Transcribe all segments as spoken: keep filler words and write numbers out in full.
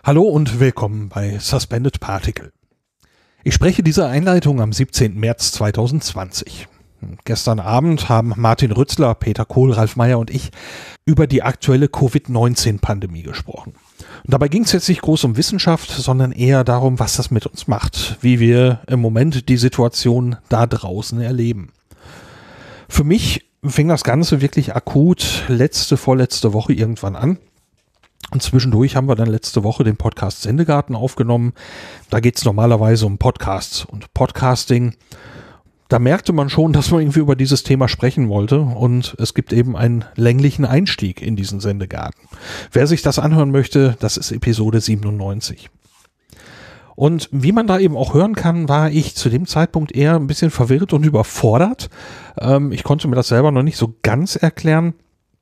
Hallo und willkommen bei Suspended Particle. Ich spreche diese Einleitung am siebzehnten März zweitausendzwanzig. Gestern Abend haben Martin Rützler, Peter Kohl, Ralf Meyer und ich über die aktuelle Covid neunzehn Pandemie gesprochen. Und dabei ging es jetzt nicht groß um Wissenschaft, sondern eher darum, was das mit uns macht, wie wir im Moment die Situation da draußen erleben. Für mich fing das Ganze wirklich akut letzte, vorletzte Woche irgendwann an. Und zwischendurch haben wir dann letzte Woche den Podcast Sendegarten aufgenommen. Da geht es normalerweise um Podcasts und Podcasting. Da merkte man schon, dass man irgendwie über dieses Thema sprechen wollte. Und es gibt eben einen länglichen Einstieg in diesen Sendegarten. Wer sich das anhören möchte, das ist Episode siebenundneunzig. Und wie man da eben auch hören kann, war ich zu dem Zeitpunkt eher ein bisschen verwirrt und überfordert. Ähm, ich konnte mir das selber noch nicht so ganz erklären.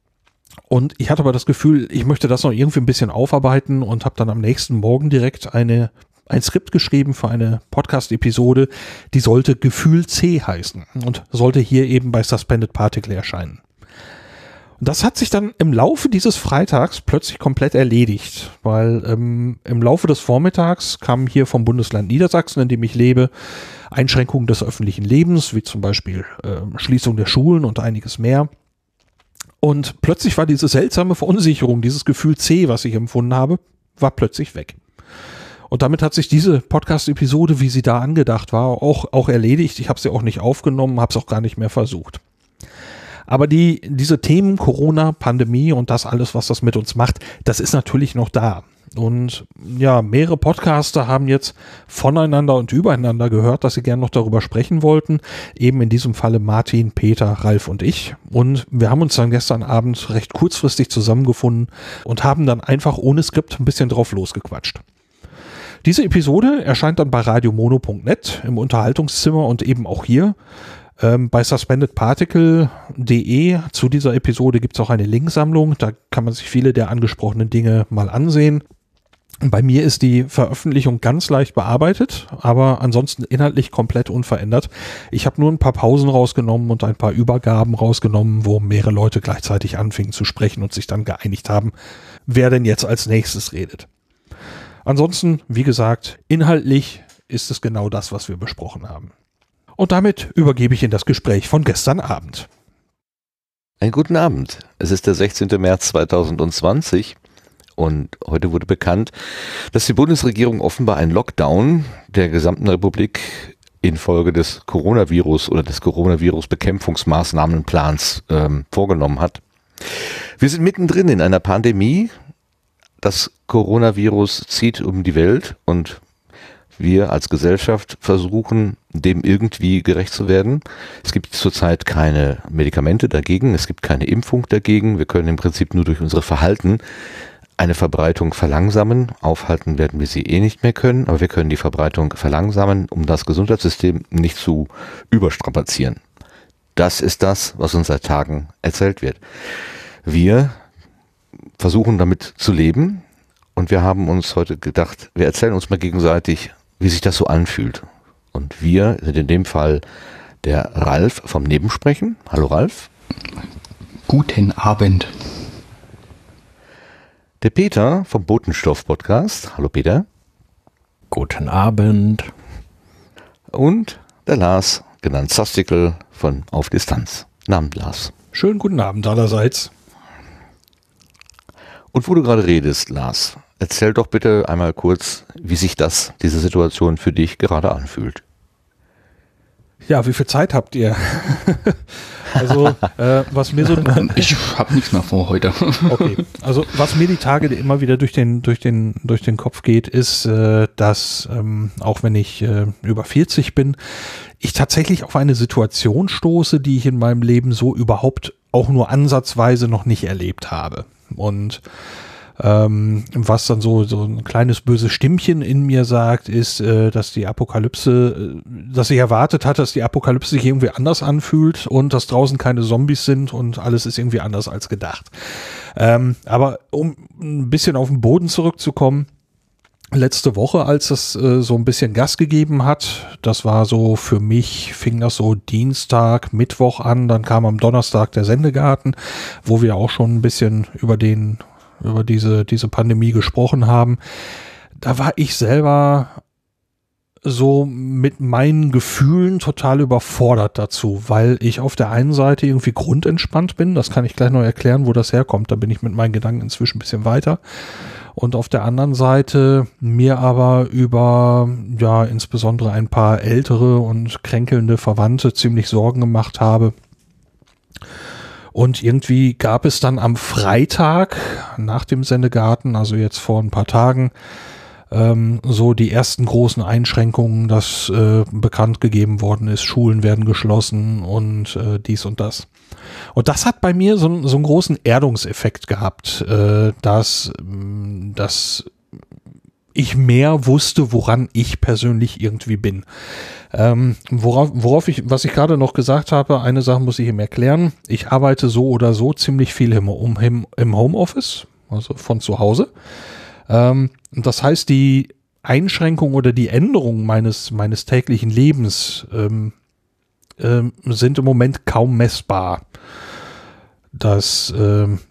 Und ich hatte aber das Gefühl, ich möchte das noch irgendwie ein bisschen aufarbeiten und habe dann am nächsten Morgen direkt eine, ein Skript geschrieben für eine Podcast-Episode, die sollte Gefühl C heißen und sollte hier eben bei Suspended Particle erscheinen. Und das hat sich dann im Laufe dieses Freitags plötzlich komplett erledigt, weil ähm, im Laufe des Vormittags kamen hier vom Bundesland Niedersachsen, in dem ich lebe, Einschränkungen des öffentlichen Lebens, wie zum Beispiel äh, Schließung der Schulen und einiges mehr. Und plötzlich war diese seltsame Verunsicherung, dieses Gefühl C, was ich empfunden habe, war plötzlich weg. Und damit hat sich diese Podcast-Episode, wie sie da angedacht war, auch, auch erledigt. Ich habe sie auch nicht aufgenommen, habe es auch gar nicht mehr versucht. Aber die, diese Themen Corona, Pandemie und das alles, was das mit uns macht, das ist natürlich noch da. Und ja, mehrere Podcaster haben jetzt voneinander und übereinander gehört, dass sie gerne noch darüber sprechen wollten. Eben in diesem Falle Martin, Peter, Ralf und ich. Und wir haben uns dann gestern Abend recht kurzfristig zusammengefunden und haben dann einfach ohne Skript ein bisschen drauf losgequatscht. Diese Episode erscheint dann bei radiomono punkt net im Unterhaltungszimmer und eben auch hier. Ähm, bei suspended particle punkt de zu dieser Episode gibt es auch eine Linksammlung. Da kann man sich viele der angesprochenen Dinge mal ansehen. Bei mir ist die Veröffentlichung ganz leicht bearbeitet, aber ansonsten inhaltlich komplett unverändert. Ich habe nur ein paar Pausen rausgenommen und ein paar Übergaben rausgenommen, wo mehrere Leute gleichzeitig anfingen zu sprechen und sich dann geeinigt haben, wer denn jetzt als nächstes redet. Ansonsten, wie gesagt, inhaltlich ist es genau das, was wir besprochen haben. Und damit übergebe ich in das Gespräch von gestern Abend. Einen guten Abend. Es ist der sechzehnten März zweitausendzwanzig. Und heute wurde bekannt, dass die Bundesregierung offenbar einen Lockdown der gesamten Republik infolge des Coronavirus oder des Coronavirus-Bekämpfungsmaßnahmenplans ähm, vorgenommen hat. Wir sind mittendrin in einer Pandemie. Das Coronavirus zieht um die Welt und wir als Gesellschaft versuchen, dem irgendwie gerecht zu werden. Es gibt zurzeit keine Medikamente dagegen, es gibt keine Impfung dagegen. Wir können im Prinzip nur durch unsere Verhalten eine Verbreitung verlangsamen. Aufhalten werden wir sie eh nicht mehr können, aber wir können die Verbreitung verlangsamen, um das Gesundheitssystem nicht zu überstrapazieren. Das ist das, was uns seit Tagen erzählt wird. Wir versuchen damit zu leben und wir haben uns heute gedacht, wir erzählen uns mal gegenseitig, wie sich das so anfühlt. Und wir sind in dem Fall der Ralf vom Nebensprechen. Hallo Ralf. Guten Abend. Der Peter vom Botenstoff-Podcast. Hallo Peter. Guten Abend. Und der Lars, genannt Sastikel von Auf Distanz. Namen Lars. Schönen guten Abend allerseits. Und wo du gerade redest, Lars, erzähl doch bitte einmal kurz, wie sich das, diese Situation für dich gerade anfühlt. Ja, wie viel Zeit habt ihr? Also, äh, was mir so... Ich habe nichts mehr vor heute. Okay, also was mir die Tage immer wieder durch den, durch den, durch den Kopf geht, ist, äh, dass, ähm, auch wenn ich äh, über vierzig bin, ich tatsächlich auf eine Situation stoße, die ich in meinem Leben so überhaupt auch nur ansatzweise noch nicht erlebt habe. Und Ähm, was dann so, so ein kleines böses Stimmchen in mir sagt, ist, äh, dass die Apokalypse, äh, dass ich erwartet hatte, dass die Apokalypse sich irgendwie anders anfühlt und dass draußen keine Zombies sind und alles ist irgendwie anders als gedacht. Ähm, aber um ein bisschen auf den Boden zurückzukommen, letzte Woche, als es äh, so ein bisschen Gas gegeben hat, das war so für mich, fing das so Dienstag, Mittwoch an, dann kam am Donnerstag der Sendegarten, wo wir auch schon ein bisschen über den über diese, diese Pandemie gesprochen haben, da war ich selber so mit meinen Gefühlen total überfordert dazu, weil ich auf der einen Seite irgendwie grundentspannt bin, das kann ich gleich noch erklären, wo das herkommt, da bin ich mit meinen Gedanken inzwischen ein bisschen weiter, und auf der anderen Seite mir aber über, ja, insbesondere ein paar ältere und kränkelnde Verwandte ziemlich Sorgen gemacht habe. Und irgendwie gab es dann am Freitag nach dem Sendegarten, also jetzt vor ein paar Tagen, ähm, so die ersten großen Einschränkungen, dass äh, bekannt gegeben worden ist, Schulen werden geschlossen und äh, dies und das. Und das hat bei mir so, so einen großen Erdungseffekt gehabt, äh, dass, dass ich mehr wusste, woran ich persönlich irgendwie bin. Ähm, worauf, worauf ich, was ich gerade noch gesagt habe, eine Sache muss ich ihm erklären. Ich arbeite so oder so ziemlich viel im, im, im Homeoffice, also von zu Hause. Ähm, das heißt, die Einschränkung oder die Änderung meines, meines täglichen Lebens ähm, ähm, sind im Moment kaum messbar. Das ähm,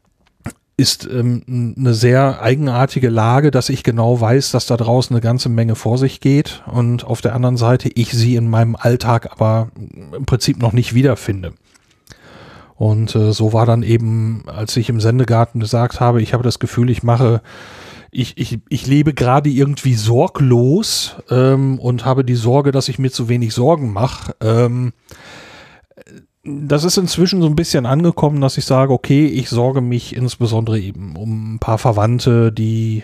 ist ähm, eine sehr eigenartige Lage, dass ich genau weiß, dass da draußen eine ganze Menge vor sich geht und auf der anderen Seite ich sie in meinem Alltag aber im Prinzip noch nicht wiederfinde. Und äh, so war dann eben, als ich im Sendegarten gesagt habe, ich habe das Gefühl, ich mache, ich, ich, ich lebe gerade irgendwie sorglos ähm, und habe die Sorge, dass ich mir zu wenig Sorgen mache. Ähm, Das ist inzwischen so ein bisschen angekommen, dass ich sage, okay, ich sorge mich insbesondere eben um ein paar Verwandte, die,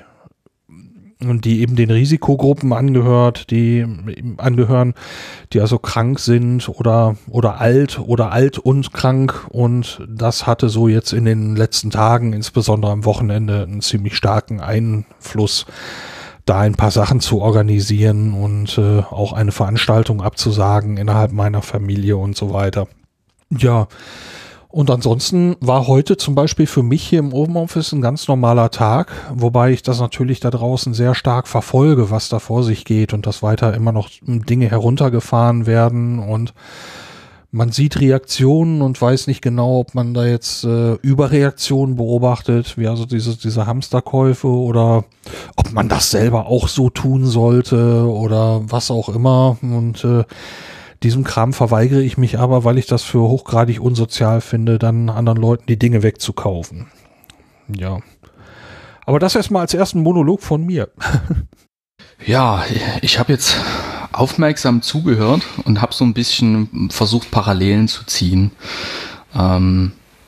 die eben den Risikogruppen angehört, die angehören, die also krank sind oder, oder alt oder alt und krank, und das hatte so jetzt in den letzten Tagen, insbesondere am Wochenende, einen ziemlich starken Einfluss, da ein paar Sachen zu organisieren und äh, auch eine Veranstaltung abzusagen innerhalb meiner Familie und so weiter. Ja, und ansonsten war heute zum Beispiel für mich hier im Homeoffice ein ganz normaler Tag, wobei ich das natürlich da draußen sehr stark verfolge, was da vor sich geht und dass weiter immer noch Dinge heruntergefahren werden und man sieht Reaktionen und weiß nicht genau, ob man da jetzt äh, Überreaktionen beobachtet, wie also diese, diese Hamsterkäufe, oder ob man das selber auch so tun sollte oder was auch immer, und äh, diesem Kram verweigere ich mich aber, weil ich das für hochgradig unsozial finde, dann anderen Leuten die Dinge wegzukaufen. Ja. Aber das erstmal als ersten Monolog von mir. Ja, ich habe jetzt aufmerksam zugehört und habe so ein bisschen versucht, Parallelen zu ziehen. Ähm,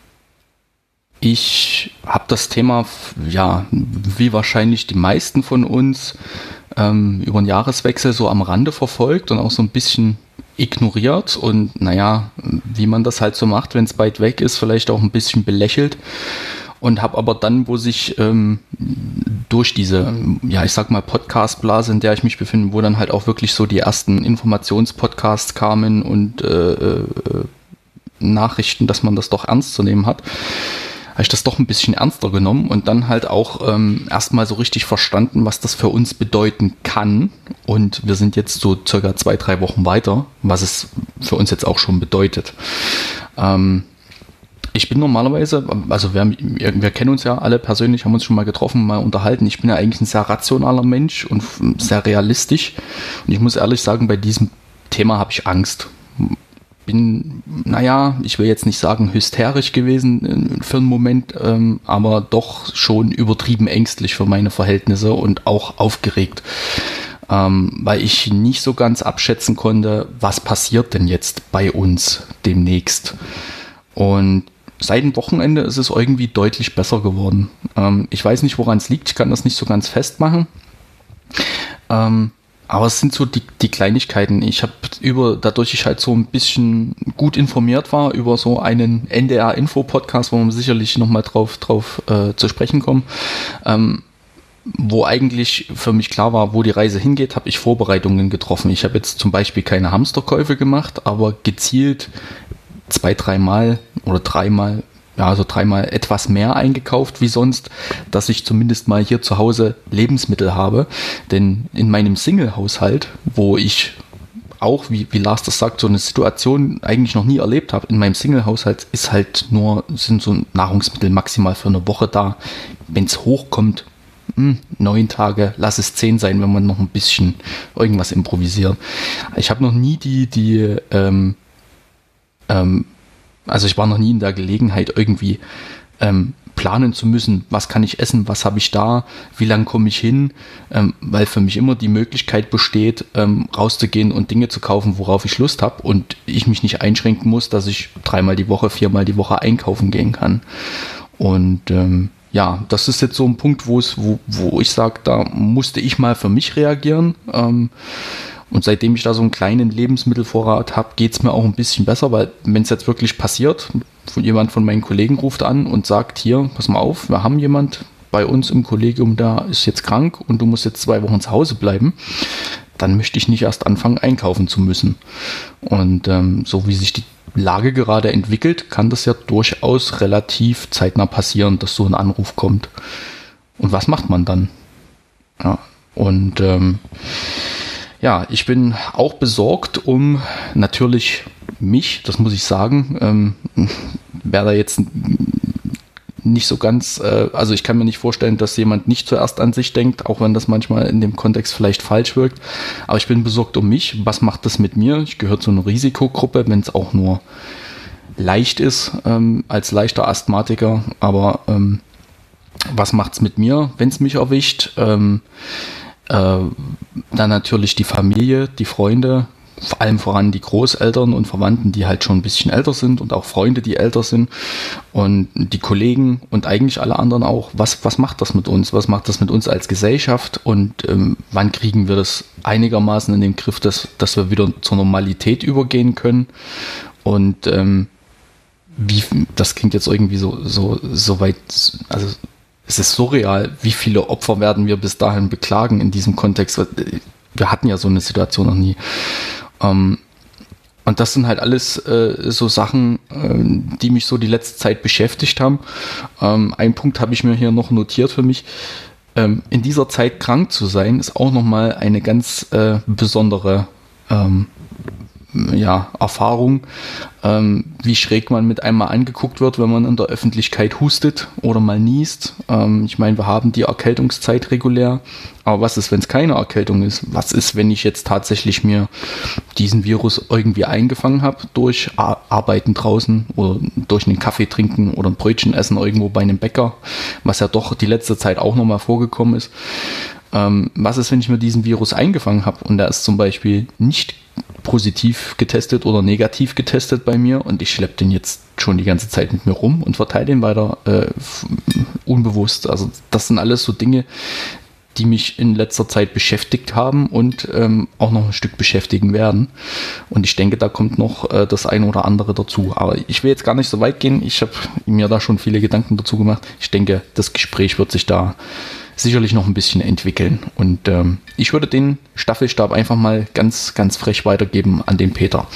ich habe das Thema, ja, wie wahrscheinlich die meisten von uns, ähm, über den Jahreswechsel so am Rande verfolgt und auch so ein bisschen ignoriert und naja, wie man das halt so macht, wenn es weit weg ist, vielleicht auch ein bisschen belächelt, und habe aber dann, wo sich ähm, durch diese, ja, ich sag mal Podcast-Blase, in der ich mich befinde, wo dann halt auch wirklich so die ersten Informationspodcasts kamen und äh, äh, Nachrichten, dass man das doch ernst zu nehmen hat, habe ich das doch ein bisschen ernster genommen und dann halt auch ähm, erstmal so richtig verstanden, was das für uns bedeuten kann. Und wir sind jetzt so circa zwei, drei Wochen weiter, was es für uns jetzt auch schon bedeutet. Ähm, ich bin normalerweise, also wir, wir kennen uns ja alle persönlich, haben uns schon mal getroffen, mal unterhalten. Ich bin ja eigentlich ein sehr rationaler Mensch und sehr realistisch. Und ich muss ehrlich sagen, bei diesem Thema habe ich Angst. Bin, naja, ich will jetzt nicht sagen hysterisch gewesen für einen Moment, ähm, aber doch schon übertrieben ängstlich für meine Verhältnisse und auch aufgeregt, ähm, weil ich nicht so ganz abschätzen konnte, was passiert denn jetzt bei uns demnächst. Und seit dem Wochenende ist es irgendwie deutlich besser geworden. Ähm, ich weiß nicht, woran es liegt, ich kann das nicht so ganz festmachen. Ähm, Aber es sind so die, die Kleinigkeiten. Ich habe über, dadurch ich halt so ein bisschen gut informiert war über so einen N D R-Info-Podcast, wo wir sicherlich nochmal drauf, drauf äh, zu sprechen kommen, ähm, wo eigentlich für mich klar war, wo die Reise hingeht, habe ich Vorbereitungen getroffen. Ich habe jetzt zum Beispiel keine Hamsterkäufe gemacht, aber gezielt zwei, dreimal oder dreimal ja, also dreimal etwas mehr eingekauft wie sonst, dass ich zumindest mal hier zu Hause Lebensmittel habe. Denn in meinem Single-Haushalt, wo ich auch, wie, wie Lars das sagt, so eine Situation eigentlich noch nie erlebt habe. In meinem Single-Haushalt ist halt nur, sind so Nahrungsmittel maximal für eine Woche da. Wenn es hochkommt, mh, neun Tage, lass es zehn sein, wenn man noch ein bisschen irgendwas improvisiert. Ich habe noch nie die, die, ähm, ähm, also ich war noch nie in der Gelegenheit, irgendwie ähm, planen zu müssen, was kann ich essen, was habe ich da, wie lange komme ich hin, ähm, weil für mich immer die Möglichkeit besteht, ähm, rauszugehen und Dinge zu kaufen, worauf ich Lust habe und ich mich nicht einschränken muss, dass ich dreimal die Woche, viermal die Woche einkaufen gehen kann. Und ähm, ja, das ist jetzt so ein Punkt, wo es, wo, wo ich sage, da musste ich mal für mich reagieren. Ähm, Und seitdem ich da so einen kleinen Lebensmittelvorrat habe, geht es mir auch ein bisschen besser, weil wenn es jetzt wirklich passiert, jemand von meinen Kollegen ruft an und sagt, hier, pass mal auf, wir haben jemand bei uns im Kollegium, der ist jetzt krank und du musst jetzt zwei Wochen zu Hause bleiben, dann möchte ich nicht erst anfangen, einkaufen zu müssen. Und ähm, so wie sich die Lage gerade entwickelt, kann das ja durchaus relativ zeitnah passieren, dass so ein Anruf kommt. Und was macht man dann? Ja, und ähm, Ja, ich bin auch besorgt um natürlich mich, das muss ich sagen. Ähm, wer da jetzt nicht so ganz, äh, also ich kann mir nicht vorstellen, dass jemand nicht zuerst an sich denkt, auch wenn das manchmal in dem Kontext vielleicht falsch wirkt. Aber ich bin besorgt um mich. Was macht das mit mir? Ich gehöre zu einer Risikogruppe, wenn es auch nur leicht ist, ähm, als leichter Asthmatiker. Aber ähm, was macht es mit mir, wenn es mich erwischt? Ähm, Äh, dann natürlich die Familie, die Freunde, vor allem voran die Großeltern und Verwandten, die halt schon ein bisschen älter sind und auch Freunde, die älter sind und die Kollegen und eigentlich alle anderen auch. Was, was macht das mit uns? Was macht das mit uns als Gesellschaft und ähm, wann kriegen wir das einigermaßen in den Griff, dass, dass wir wieder zur Normalität übergehen können? Und ähm, wie, das klingt jetzt irgendwie so, so, so weit, also es ist surreal, wie viele Opfer werden wir bis dahin beklagen in diesem Kontext. Wir hatten ja so eine Situation noch nie. Ähm, und das sind halt alles äh, so Sachen, äh, die mich so die letzte Zeit beschäftigt haben. Ähm, ein Punkt habe ich mir hier noch notiert für mich. Ähm, in dieser Zeit krank zu sein, ist auch nochmal eine ganz äh, besondere ähm, ja, Erfahrung, ähm, wie schräg man mit einmal angeguckt wird, wenn man in der Öffentlichkeit hustet oder mal niest. Ähm, ich meine, wir haben die Erkältungszeit regulär, aber was ist, wenn es keine Erkältung ist? Was ist, wenn ich jetzt tatsächlich mir diesen Virus irgendwie eingefangen habe durch Ar- Arbeiten draußen oder durch einen Kaffee trinken oder ein Brötchen essen irgendwo bei einem Bäcker, was ja doch die letzte Zeit auch nochmal vorgekommen ist. Ähm, was ist, wenn ich mir diesen Virus eingefangen habe und der ist zum Beispiel nicht positiv getestet oder negativ getestet bei mir und ich schleppe den jetzt schon die ganze Zeit mit mir rum und verteile den weiter äh, f- unbewusst. Also das sind alles so Dinge, die mich in letzter Zeit beschäftigt haben und ähm, auch noch ein Stück beschäftigen werden. Und ich denke, da kommt noch äh, das eine oder andere dazu. Aber ich will jetzt gar nicht so weit gehen. Ich habe mir da schon viele Gedanken dazu gemacht. Ich denke, das Gespräch wird sich da sicherlich noch ein bisschen entwickeln. Und ähm, ich würde den Staffelstab einfach mal ganz, ganz frech weitergeben an den Peter.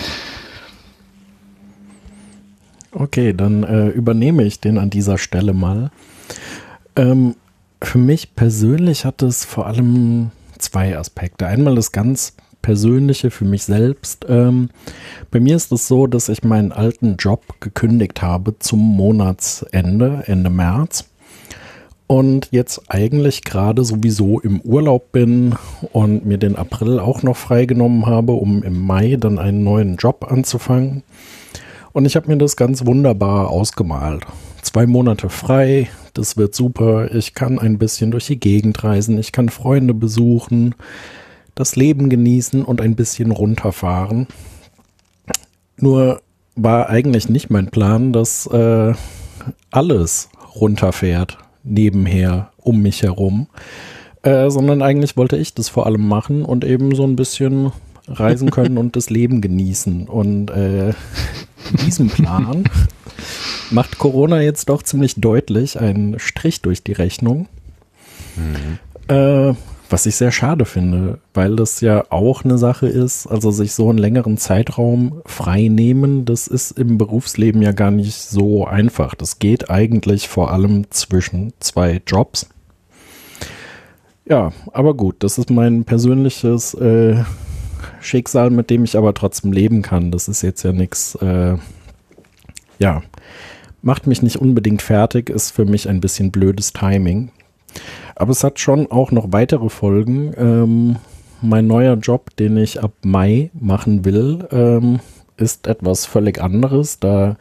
Okay, dann äh, übernehme ich den an dieser Stelle mal. Ähm, für mich persönlich hat es vor allem zwei Aspekte. Einmal das ganz Persönliche für mich selbst. Ähm, bei mir ist es so, dass ich meinen alten Job gekündigt habe zum Monatsende, Ende März. Und jetzt eigentlich gerade sowieso im Urlaub bin und mir den April auch noch freigenommen habe, um im Mai dann einen neuen Job anzufangen. Und ich habe mir das ganz wunderbar ausgemalt. Zwei Monate frei, das wird super. Ich kann ein bisschen durch die Gegend reisen, ich kann Freunde besuchen, das Leben genießen und ein bisschen runterfahren. Nur war eigentlich nicht mein Plan, dass äh, alles runterfährt. Nebenher, um mich herum, äh, sondern eigentlich wollte ich das vor allem machen und eben so ein bisschen reisen können und das Leben genießen. Und äh, diesen Plan macht Corona jetzt doch ziemlich deutlich einen Strich durch die Rechnung, mhm. äh, was ich sehr schade finde, weil das ja auch eine Sache ist, also sich so einen längeren Zeitraum frei nehmen, das ist im Berufsleben ja gar nicht so einfach. Das geht eigentlich vor allem zwischen zwei Jobs. Ja, aber gut, das ist mein persönliches äh, Schicksal, mit dem ich aber trotzdem leben kann. Das ist jetzt ja nichts, äh, ja, macht mich nicht unbedingt fertig, ist für mich ein bisschen blödes Timing. Aber es hat schon auch noch weitere Folgen. Ähm, mein neuer Job, den ich ab Mai machen will, ähm, ist etwas völlig anderes. Da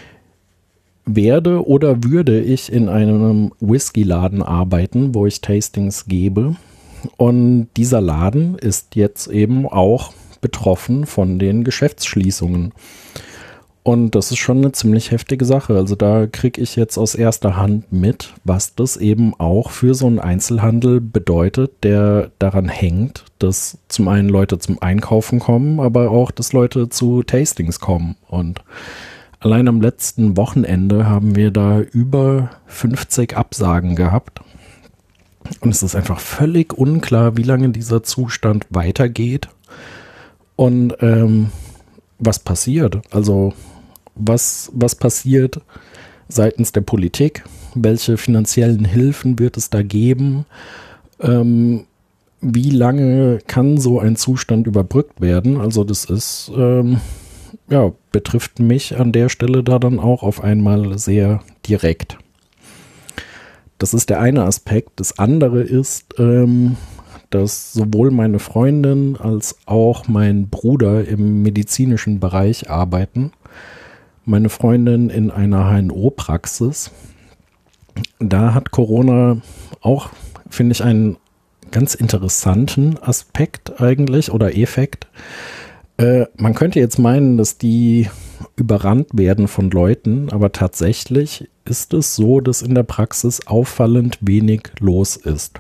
werde oder würde ich in einem Whisky-Laden arbeiten, wo ich Tastings gebe. Und dieser Laden ist jetzt eben auch betroffen von den Geschäftsschließungen. Und das ist schon eine ziemlich heftige Sache. Also da kriege ich jetzt aus erster Hand mit, was das eben auch für so einen Einzelhandel bedeutet, der daran hängt, dass zum einen Leute zum Einkaufen kommen, aber auch, dass Leute zu Tastings kommen. Und allein am letzten Wochenende haben wir da über fünfzig Absagen gehabt. Und es ist einfach völlig unklar, wie lange dieser Zustand weitergeht und ähm, was passiert. Also was, was passiert seitens der Politik? Welche finanziellen Hilfen wird es da geben? Ähm, wie lange kann so ein Zustand überbrückt werden? Also das ist, ähm, ja, betrifft mich an der Stelle da dann auch auf einmal sehr direkt. Das ist der eine Aspekt. Das andere ist, ähm, dass sowohl meine Freundin als auch mein Bruder im medizinischen Bereich arbeiten. Meine Freundin in einer H N O-Praxis. Da hat Corona auch, finde ich, einen ganz interessanten Aspekt eigentlich oder Effekt. Äh, man könnte jetzt meinen, dass die überrannt werden von Leuten, aber tatsächlich ist es so, dass in der Praxis auffallend wenig los ist.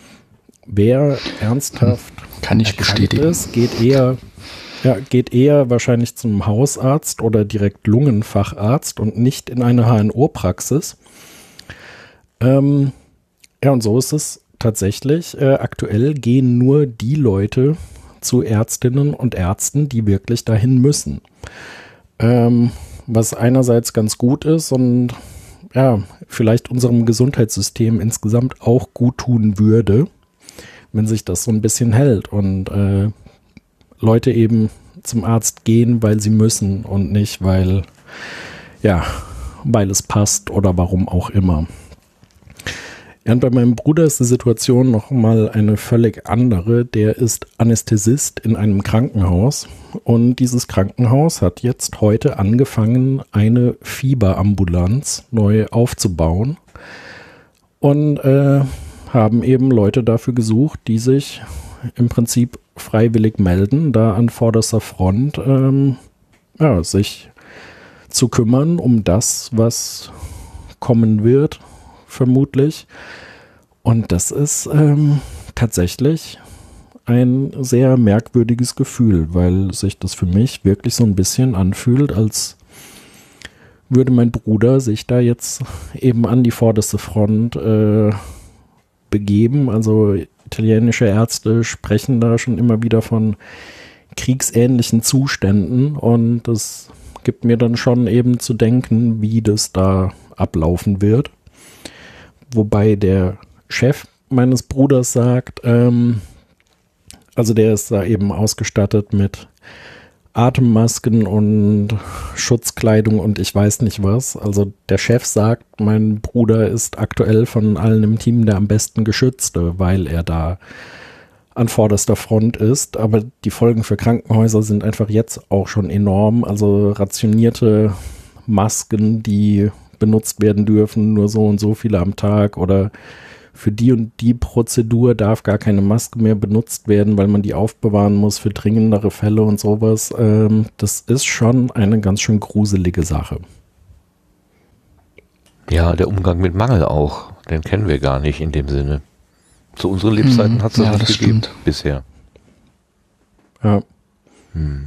Wer ernsthaft Kann ich bestätigen. ist, geht eher, ja, geht eher wahrscheinlich zum Hausarzt oder direkt Lungenfacharzt und nicht in eine H N O-Praxis. Ähm, ja, und so ist es tatsächlich. Äh, aktuell gehen nur die Leute zu Ärztinnen und Ärzten, die wirklich dahin müssen. Ähm, was einerseits ganz gut ist und ja, vielleicht unserem Gesundheitssystem insgesamt auch gut tun würde, wenn sich das so ein bisschen hält und äh, Leute eben zum Arzt gehen, weil sie müssen und nicht, weil, ja, weil es passt oder warum auch immer. Ja, und bei meinem Bruder ist die Situation noch mal eine völlig andere. Der ist Anästhesist in einem Krankenhaus und dieses Krankenhaus hat jetzt heute angefangen, eine Fieberambulanz neu aufzubauen und äh, haben eben Leute dafür gesucht, die sich im Prinzip freiwillig melden, da an vorderster Front ähm, ja, sich zu kümmern um das, was kommen wird, vermutlich. Und das ist ähm, tatsächlich ein sehr merkwürdiges Gefühl, weil sich das für mich wirklich so ein bisschen anfühlt, als würde mein Bruder sich da jetzt eben an die vorderste Front äh, begeben. Also italienische Ärzte sprechen da schon immer wieder von kriegsähnlichen Zuständen und das gibt mir dann schon eben zu denken, wie das da ablaufen wird. Wobei der Chef meines Bruders sagt, ähm, also der ist da eben ausgestattet mit Atemmasken und Schutzkleidung und ich weiß nicht was. Also der Chef sagt, mein Bruder ist aktuell von allen im Team der am besten geschützte, weil er da an vorderster Front ist. Aber die Folgen für Krankenhäuser sind einfach jetzt auch schon enorm. Also rationierte Masken, die benutzt werden dürfen, nur so und so viele am Tag oder für die und die Prozedur darf gar keine Maske mehr benutzt werden, weil man die aufbewahren muss für dringendere Fälle und sowas. Ähm, das ist schon eine ganz schön gruselige Sache. Ja, der Umgang mit Mangel auch, den kennen wir gar nicht in dem Sinne. Zu unseren Lebzeiten hm, hat es das ja, nicht das gegeben stimmt. bisher. Ja. Hm.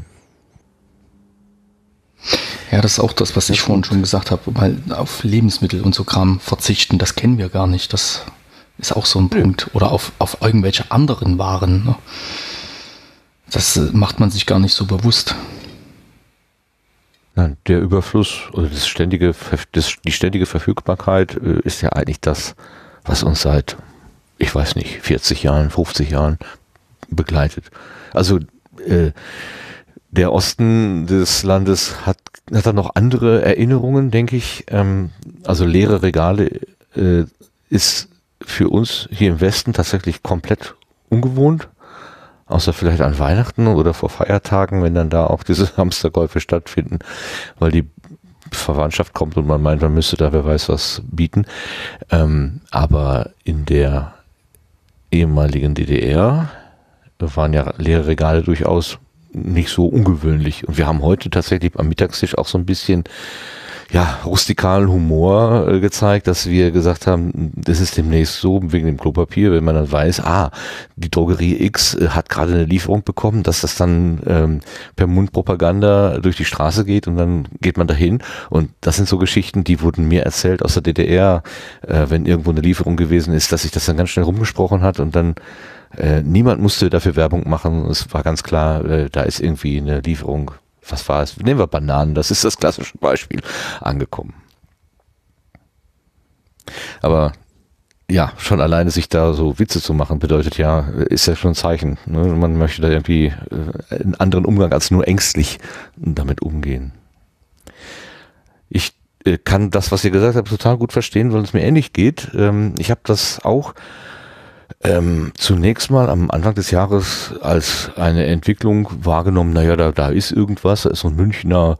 Ja, das ist auch das, was ich vorhin schon gesagt habe, weil auf Lebensmittel und so Kram verzichten, das kennen wir gar nicht. Das ist auch so ein ja. Punkt. Oder auf, auf irgendwelche anderen Waren. Ne? Das äh, macht man sich gar nicht so bewusst. Nein, der Überfluss oder das ständige, das, die ständige Verfügbarkeit äh, ist ja eigentlich das, was uns seit, ich weiß nicht, vierzig Jahren, fünfzig Jahren begleitet. Also äh, der Osten des Landes hat, hat da noch andere Erinnerungen, denke ich. Ähm, also leere Regale äh, ist für uns hier im Westen tatsächlich komplett ungewohnt. Außer vielleicht an Weihnachten oder vor Feiertagen, wenn dann da auch diese Hamsterkäufe stattfinden, weil die Verwandtschaft kommt und man meint, man müsste da wer weiß was bieten. Ähm, aber in der ehemaligen D D R waren ja leere Regale durchaus nicht so ungewöhnlich. Und wir haben heute tatsächlich am Mittagstisch auch so ein bisschen ja, rustikalen Humor äh, gezeigt, dass wir gesagt haben, das ist demnächst so wegen dem Klopapier, wenn man dann weiß, ah, die Drogerie X äh, hat gerade eine Lieferung bekommen, dass das dann ähm, per Mundpropaganda durch die Straße geht und dann geht man dahin. Und das sind so Geschichten, die wurden mir erzählt aus der D D R, äh, wenn irgendwo eine Lieferung gewesen ist, dass sich das dann ganz schnell rumgesprochen hat und dann äh, niemand musste dafür Werbung machen. Es war ganz klar, äh, da ist irgendwie eine Lieferung. Was war es? Nehmen wir Bananen, das ist das klassische Beispiel, angekommen. Aber ja, schon alleine sich da so Witze zu machen, bedeutet ja, ist ja schon ein Zeichen. Ne? Man möchte da irgendwie äh, einen anderen Umgang als nur ängstlich damit umgehen. Ich äh, kann das, was ihr gesagt habt, total gut verstehen, weil es mir ähnlich geht. Ähm, ich habe das auch Ähm, zunächst mal am Anfang des Jahres als eine Entwicklung wahrgenommen, naja, da, da ist irgendwas, da ist so ein Münchner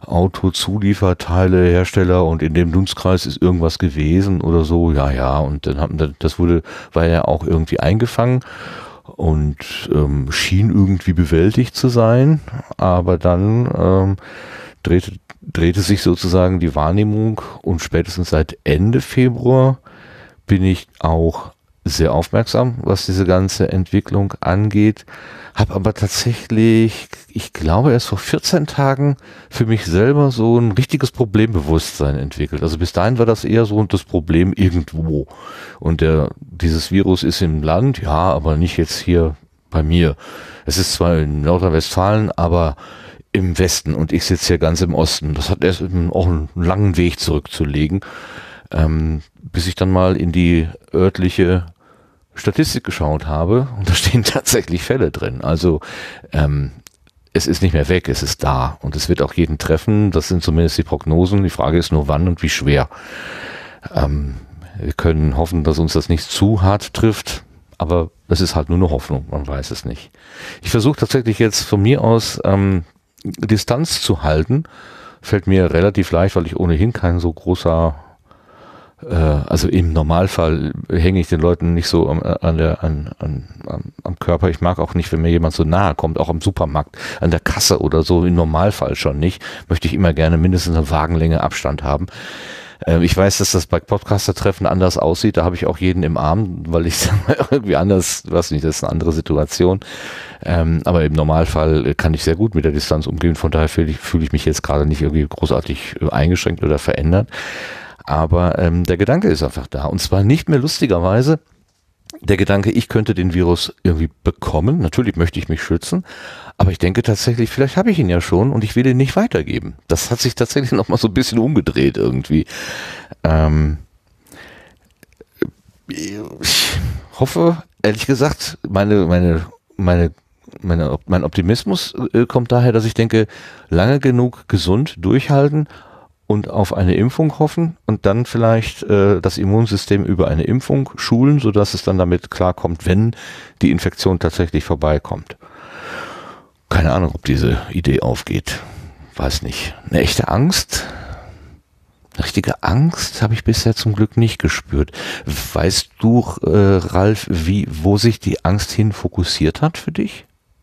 Autozulieferteile-Hersteller und in dem Dunstkreis ist irgendwas gewesen oder so, ja, ja, und dann haben das wurde, war ja auch irgendwie eingefangen und ähm, schien irgendwie bewältigt zu sein, aber dann ähm, drehte, drehte sich sozusagen die Wahrnehmung und spätestens seit Ende Februar bin ich auch sehr aufmerksam, was diese ganze Entwicklung angeht, habe aber tatsächlich, ich glaube erst vor vierzehn Tagen für mich selber so ein richtiges Problembewusstsein entwickelt. Also bis dahin war das eher so das Problem irgendwo und der, dieses Virus ist im Land, ja, aber nicht jetzt hier bei mir. Es ist zwar in Nordrhein-Westfalen, aber im Westen und ich sitze hier ganz im Osten. Das hat erst auch einen langen Weg zurückzulegen, ähm, bis ich dann mal in die örtliche Statistik geschaut habe und da stehen tatsächlich Fälle drin. Also ähm, es ist nicht mehr weg, es ist da und es wird auch jeden treffen. Das sind zumindest die Prognosen. Die Frage ist nur, wann und wie schwer. Ähm, wir können hoffen, dass uns das nicht zu hart trifft, aber das ist halt nur eine Hoffnung, man weiß es nicht. Ich versuche tatsächlich jetzt von mir aus ähm, Distanz zu halten. Fällt mir relativ leicht, weil ich ohnehin kein so großer also im Normalfall hänge ich den Leuten nicht so am, an der, an, an, am Körper. Ich mag auch nicht, wenn mir jemand so nahe kommt, auch im Supermarkt, an der Kasse oder so, im Normalfall schon nicht. Möchte ich immer gerne mindestens eine Wagenlänge Abstand haben. Äh, ich weiß, dass das bei Podcaster-Treffen anders aussieht. Da habe ich auch jeden im Arm, weil ich irgendwie anders, weiß nicht, das ist eine andere Situation. Ähm, aber im Normalfall kann ich sehr gut mit der Distanz umgehen. Von daher fühle ich, fühle ich mich jetzt gerade nicht irgendwie großartig eingeschränkt oder verändert. Aber ähm, der Gedanke ist einfach da. Und zwar nicht mehr lustigerweise der Gedanke, ich könnte den Virus irgendwie bekommen. Natürlich möchte ich mich schützen. Aber ich denke tatsächlich, vielleicht habe ich ihn ja schon und ich will ihn nicht weitergeben. Das hat sich tatsächlich nochmal so ein bisschen umgedreht irgendwie. Ähm, ich hoffe, ehrlich gesagt, meine, meine, meine, meine, mein Optimismus äh, kommt daher, dass ich denke, lange genug gesund durchhalten und auf eine Impfung hoffen und dann vielleicht äh, das Immunsystem über eine Impfung schulen, sodass es dann damit klarkommt, wenn die Infektion tatsächlich vorbeikommt. Keine Ahnung, ob diese Idee aufgeht. Weiß nicht. Eine echte Angst? Eine richtige Angst habe ich bisher zum Glück nicht gespürt. Weißt du, äh, Ralf, wie, wo sich die Angst hin fokussiert hat für dich?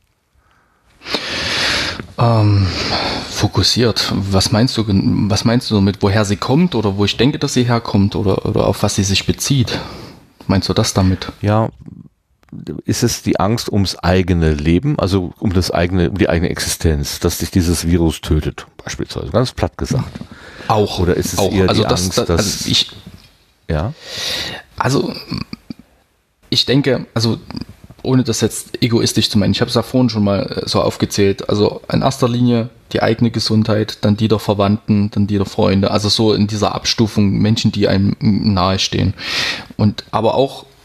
Ähm, fokussiert. Was meinst du, was meinst du damit, woher sie kommt oder wo ich denke, dass sie herkommt oder, oder auf was sie sich bezieht? Meinst du das damit? Ja, ist es die Angst ums eigene Leben, also um das eigene, um die eigene Existenz, dass dich dieses Virus tötet, beispielsweise, ganz platt gesagt. Auch. Oder ist es auch. eher also die das, Angst, das, dass... Also ich, ja? Also ich denke, also ohne das jetzt egoistisch zu meinen, ich habe es ja vorhin schon mal so aufgezählt, also in erster Linie die eigene Gesundheit, dann die der Verwandten, dann die der Freunde, also so in dieser Abstufung Menschen, die einem nahestehen. Und aber auch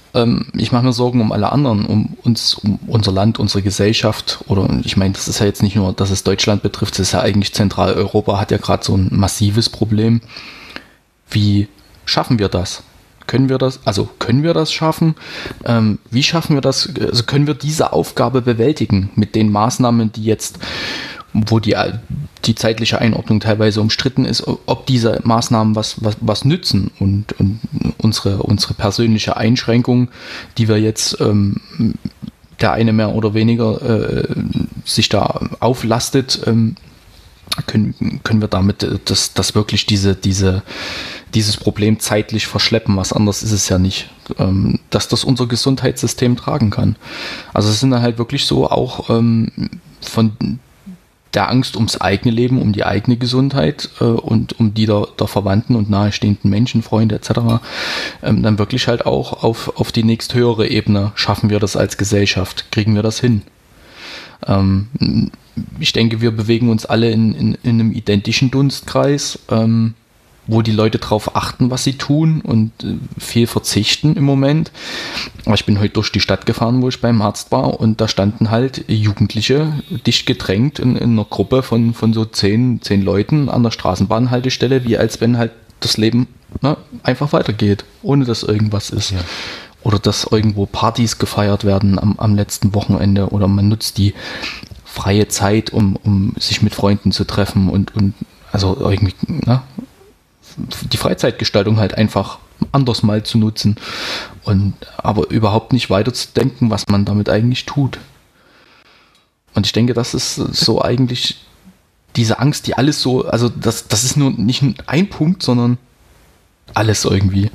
ähm, ich mache mir Sorgen um alle anderen, um uns, um unser Land, unsere Gesellschaft. Oder ich meine, das ist ja jetzt nicht nur, dass es Deutschland betrifft, es ist ja eigentlich Zentraleuropa, hat ja gerade so ein massives Problem. Wie schaffen wir das? Können wir das, also können wir das schaffen? Ähm, wie schaffen wir das? Also können wir diese Aufgabe bewältigen mit den Maßnahmen, die jetzt, wo die, die zeitliche Einordnung teilweise umstritten ist, ob diese Maßnahmen was, was, was nützen und, und unsere, unsere persönliche Einschränkung, die wir jetzt, ähm, der eine mehr oder weniger äh, sich da auflastet, ähm, können, können wir damit das, das wirklich diese, diese, dieses Problem zeitlich verschleppen. Was anderes ist es ja nicht, ähm, dass das unser Gesundheitssystem tragen kann. Also es sind dann halt wirklich so auch ähm, von der Angst ums eigene Leben, um die eigene Gesundheit äh, und um die der, der Verwandten und nahestehenden Menschen, Freunde et cetera, ähm, dann wirklich halt auch auf, auf die nächsthöhere Ebene. Schaffen wir das als Gesellschaft? Kriegen wir das hin? Ähm, ich denke, wir bewegen uns alle in, in, in einem identischen Dunstkreis, ähm, wo die Leute darauf achten, was sie tun und äh, viel verzichten im Moment. Aber ich bin heute durch die Stadt gefahren, wo ich beim Arzt war, und da standen halt Jugendliche dicht gedrängt in, in einer Gruppe von, von so zehn, zehn Leuten an der Straßenbahnhaltestelle, wie als wenn halt das Leben, ne, einfach weitergeht, ohne dass irgendwas ist. Ja. Oder dass irgendwo Partys gefeiert werden am, am letzten Wochenende, oder man nutzt die freie Zeit, um, um sich mit Freunden zu treffen und, und also irgendwie, ne, die Freizeitgestaltung halt einfach anders mal zu nutzen, und aber überhaupt nicht weiter zu denken, was man damit eigentlich tut. Und ich denke, das ist so eigentlich diese Angst, die alles so, also das, das ist nur nicht ein Punkt, sondern alles irgendwie,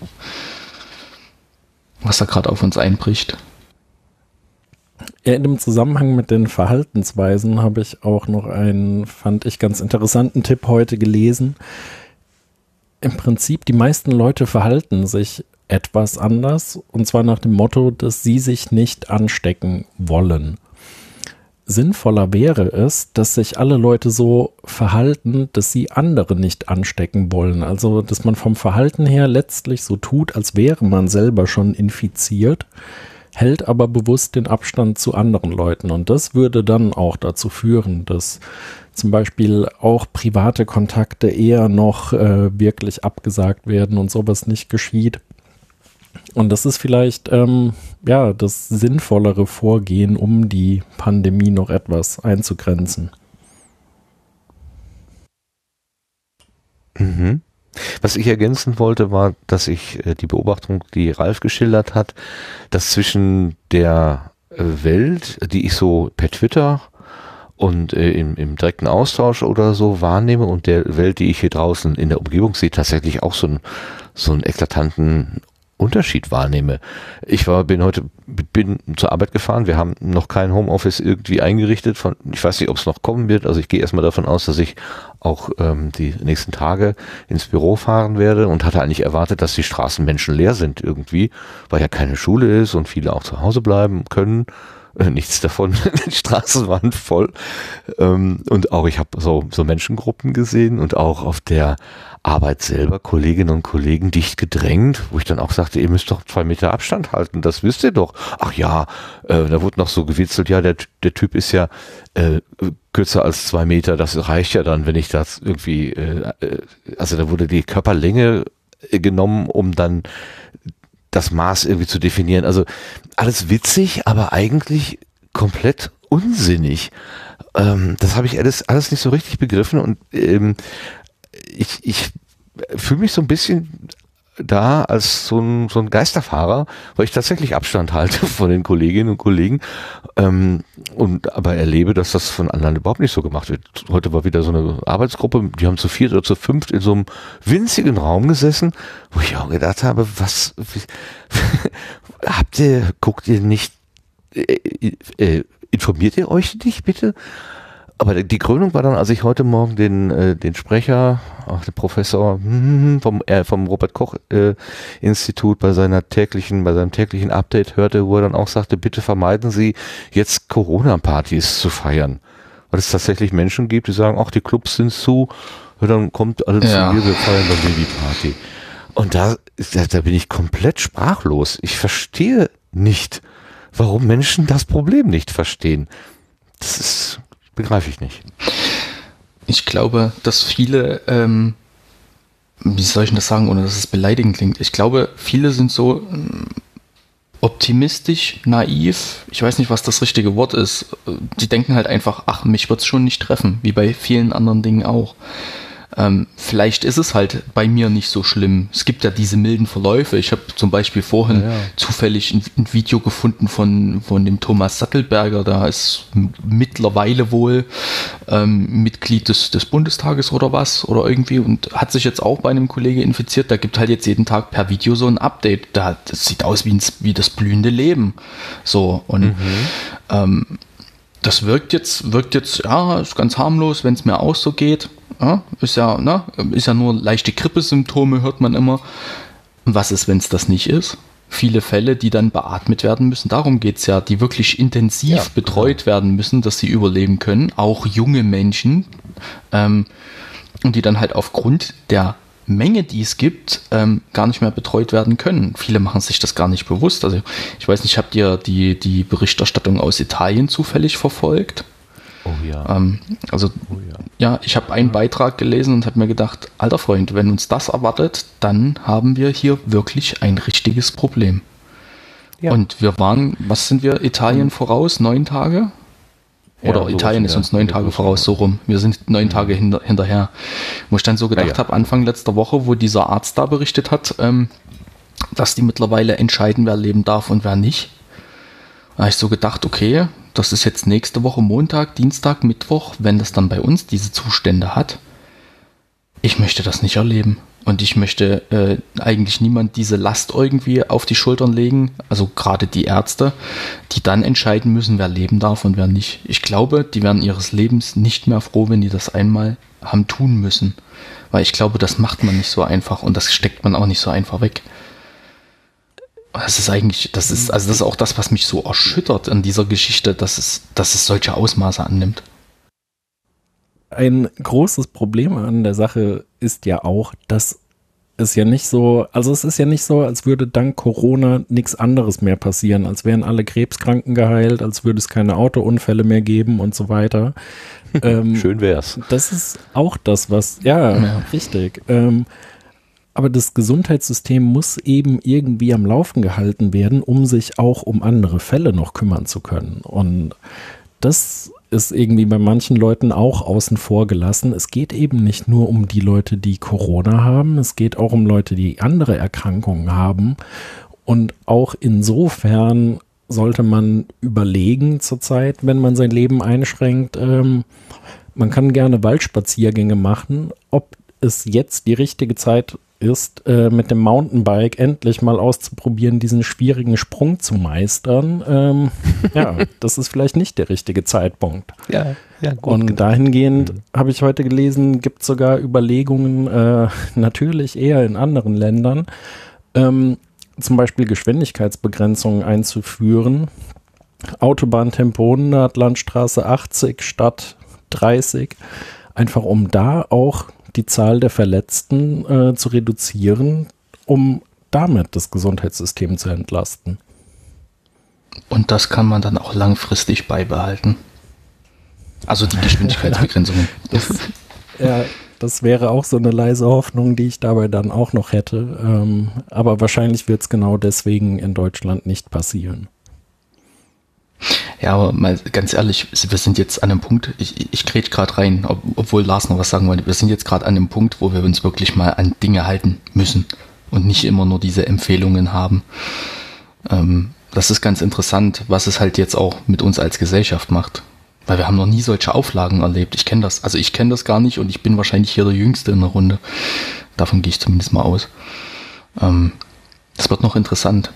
was da gerade auf uns einbricht. Ja, in dem Zusammenhang mit den Verhaltensweisen habe ich auch noch einen, fand ich, ganz interessanten Tipp heute gelesen. Im Prinzip, die meisten Leute verhalten sich etwas anders, und zwar nach dem Motto, dass sie sich nicht anstecken wollen. Sinnvoller wäre es, dass sich alle Leute so verhalten, dass sie andere nicht anstecken wollen. Also, dass man vom Verhalten her letztlich so tut, als wäre man selber schon infiziert, hält aber bewusst den Abstand zu anderen Leuten. Und das würde dann auch dazu führen, dass zum Beispiel auch private Kontakte eher noch äh, wirklich abgesagt werden und sowas nicht geschieht. Und das ist vielleicht ähm, ja das sinnvollere Vorgehen, um die Pandemie noch etwas einzugrenzen. Mhm. Was ich ergänzen wollte, war, dass ich äh, die Beobachtung, die Ralf geschildert hat, dass zwischen der äh, Welt, die ich so per Twitter und äh, im, im direkten Austausch oder so wahrnehme, und der Welt, die ich hier draußen in der Umgebung sehe, tatsächlich auch so, ein, so einen eklatanten Unterschied wahrnehme. Ich war, bin heute, bin zur Arbeit gefahren, wir haben noch kein Homeoffice irgendwie eingerichtet, von, ich weiß nicht, ob es noch kommen wird, also ich gehe erstmal davon aus, dass ich auch ähm, die nächsten Tage ins Büro fahren werde, und hatte eigentlich erwartet, dass die Straßen menschenleer sind irgendwie, weil ja keine Schule ist und viele auch zu Hause bleiben können. Nichts davon, die Straßen waren voll. Und auch ich habe so, so Menschengruppen gesehen und auch auf der Arbeit selber Kolleginnen und Kollegen dicht gedrängt, wo ich dann auch sagte, ihr müsst doch zwei Meter Abstand halten, das wisst ihr doch. Ach ja, äh, da wurde noch so gewitzelt, ja, der, der Typ ist ja äh, kürzer als zwei Meter, das reicht ja dann, wenn ich das irgendwie, äh, also da wurde die Körperlänge genommen, um dann das Maß irgendwie zu definieren. Also alles witzig, aber eigentlich komplett unsinnig. Ähm, das habe ich alles, alles nicht so richtig begriffen, und ähm, ich, ich fühle mich so ein bisschen da als so ein, so ein Geisterfahrer, weil ich tatsächlich Abstand halte von den Kolleginnen und Kollegen, ähm, und aber erlebe, dass das von anderen überhaupt nicht so gemacht wird. Heute war wieder so eine Arbeitsgruppe, die haben zu viert oder zu fünft in so einem winzigen Raum gesessen, wo ich auch gedacht habe, was habt ihr, guckt ihr nicht, äh, äh, informiert ihr euch nicht bitte? Aber die Krönung war dann, als ich heute Morgen den, äh, den Sprecher, auch den Professor vom, äh, vom Robert-Koch-Institut äh, bei seiner täglichen, bei seinem täglichen Update hörte, wo er dann auch sagte, bitte vermeiden Sie, jetzt Corona-Partys zu feiern. Weil es tatsächlich Menschen gibt, die sagen, ach, die Clubs sind zu, dann kommt alle ja. zu mir, wir feiern dann die Party. Und da da, da bin ich komplett sprachlos. Ich verstehe nicht, warum Menschen das Problem nicht verstehen. Das ist, begreife ich nicht. Ich glaube, dass viele, ähm, wie soll ich das sagen, ohne dass es beleidigend klingt? Ich glaube, viele sind so ähm, optimistisch, naiv, ich weiß nicht, was das richtige Wort ist. Die denken halt einfach, ach, mich wird es schon nicht treffen, wie bei vielen anderen Dingen auch. Ähm, vielleicht ist es halt bei mir nicht so schlimm. Es gibt ja diese milden Verläufe. Ich habe zum Beispiel vorhin ja, ja. zufällig ein, ein Video gefunden von, von dem Thomas Sattelberger. Da ist mittlerweile wohl ähm, Mitglied des, des Bundestages oder was oder irgendwie und hat sich jetzt auch bei einem Kollege infiziert. Da gibt halt jetzt jeden Tag per Video so ein Update. Da, das sieht aus wie, ein, wie das blühende Leben. So und mhm. ähm, das wirkt jetzt, wirkt jetzt, ja, ist ganz harmlos, wenn es mir auch so geht. Ja, ist ja, ne, ist ja nur leichte Grippesymptome, hört man immer. Und was ist, wenn es das nicht ist? Viele Fälle, die dann beatmet werden müssen, darum geht es ja, die wirklich intensiv ja, betreut ja. werden müssen, dass sie überleben können, auch junge Menschen, ähm, und die dann halt aufgrund der Menge, die es gibt, ähm, gar nicht mehr betreut werden können. Viele machen sich das gar nicht bewusst. Also ich weiß nicht, habt ihr die, die Berichterstattung aus Italien zufällig verfolgt? Oh ja. Ähm, also oh ja. ja, ich habe einen Beitrag gelesen und habe mir gedacht, alter Freund, wenn uns das erwartet, dann haben wir hier wirklich ein richtiges Problem. Ja. Und wir waren, was sind wir, Italien voraus, neun Tage? Oder ja, Italien ist uns neun Tage voraus, so rum. Wir sind neun mhm. Tage hinter, hinterher. Wo ich dann so gedacht ja, ja. habe, Anfang letzter Woche, wo dieser Arzt da berichtet hat, ähm, dass die mittlerweile entscheiden, wer leben darf und wer nicht. Da habe ich so gedacht, okay, das ist jetzt nächste Woche Montag, Dienstag, Mittwoch, wenn das dann bei uns diese Zustände hat. Ich möchte das nicht erleben. Und ich möchte äh, eigentlich niemand diese Last irgendwie auf die Schultern legen, also gerade die Ärzte, die dann entscheiden müssen, wer leben darf und wer nicht. Ich glaube, die werden ihres Lebens nicht mehr froh, wenn die das einmal haben tun müssen. Weil ich glaube, das macht man nicht so einfach und das steckt man auch nicht so einfach weg. Das ist eigentlich, das ist, also das ist auch das, was mich so erschüttert an dieser Geschichte, dass es, dass es solche Ausmaße annimmt. Ein großes Problem an der Sache ist ja auch, dass es ja nicht so, also es ist ja nicht so, als würde dank Corona nichts anderes mehr passieren, als wären alle Krebskranken geheilt, als würde es keine Autounfälle mehr geben und so weiter. ähm, Schön wär's. Das ist auch das, was, ja, ja. richtig. Ähm, aber das Gesundheitssystem muss eben irgendwie am Laufen gehalten werden, um sich auch um andere Fälle noch kümmern zu können. Und das ist irgendwie bei manchen Leuten auch außen vor gelassen. Es geht eben nicht nur um die Leute, die Corona haben, es geht auch um Leute, die andere Erkrankungen haben. Und auch insofern sollte man überlegen zurzeit, wenn man sein Leben einschränkt, ähm, man kann gerne Waldspaziergänge machen, ob es jetzt die richtige Zeit ist, äh, mit dem Mountainbike endlich mal auszuprobieren, diesen schwierigen Sprung zu meistern. Ähm, ja, das ist vielleicht nicht der richtige Zeitpunkt. Ja, ja, gut. Und dahingehend mhm. habe ich heute gelesen, gibt es sogar Überlegungen, äh, natürlich eher in anderen Ländern, ähm, zum Beispiel Geschwindigkeitsbegrenzungen einzuführen. Autobahntempo hundert, Landstraße achtzig statt dreißig, einfach um da auch die Zahl der Verletzten äh, zu reduzieren, um damit das Gesundheitssystem zu entlasten. Und das kann man dann auch langfristig beibehalten. Also die Geschwindigkeitsbegrenzungen. Das, ja, das wäre auch so eine leise Hoffnung, die ich dabei dann auch noch hätte. Ähm, aber wahrscheinlich wird es genau deswegen in Deutschland nicht passieren. Ja, aber mal ganz ehrlich, wir sind jetzt an einem Punkt, ich, ich grätsch gerade rein, ob, obwohl Lars noch was sagen wollte, wir sind jetzt gerade an einem Punkt, wo wir uns wirklich mal an Dinge halten müssen und nicht immer nur diese Empfehlungen haben. Ähm, das ist ganz interessant, was es halt jetzt auch mit uns als Gesellschaft macht. Weil wir haben noch nie solche Auflagen erlebt. Ich kenne das, also ich kenne das gar nicht und ich bin wahrscheinlich hier der Jüngste in der Runde. Davon gehe ich zumindest mal aus. Ähm, das wird noch interessant.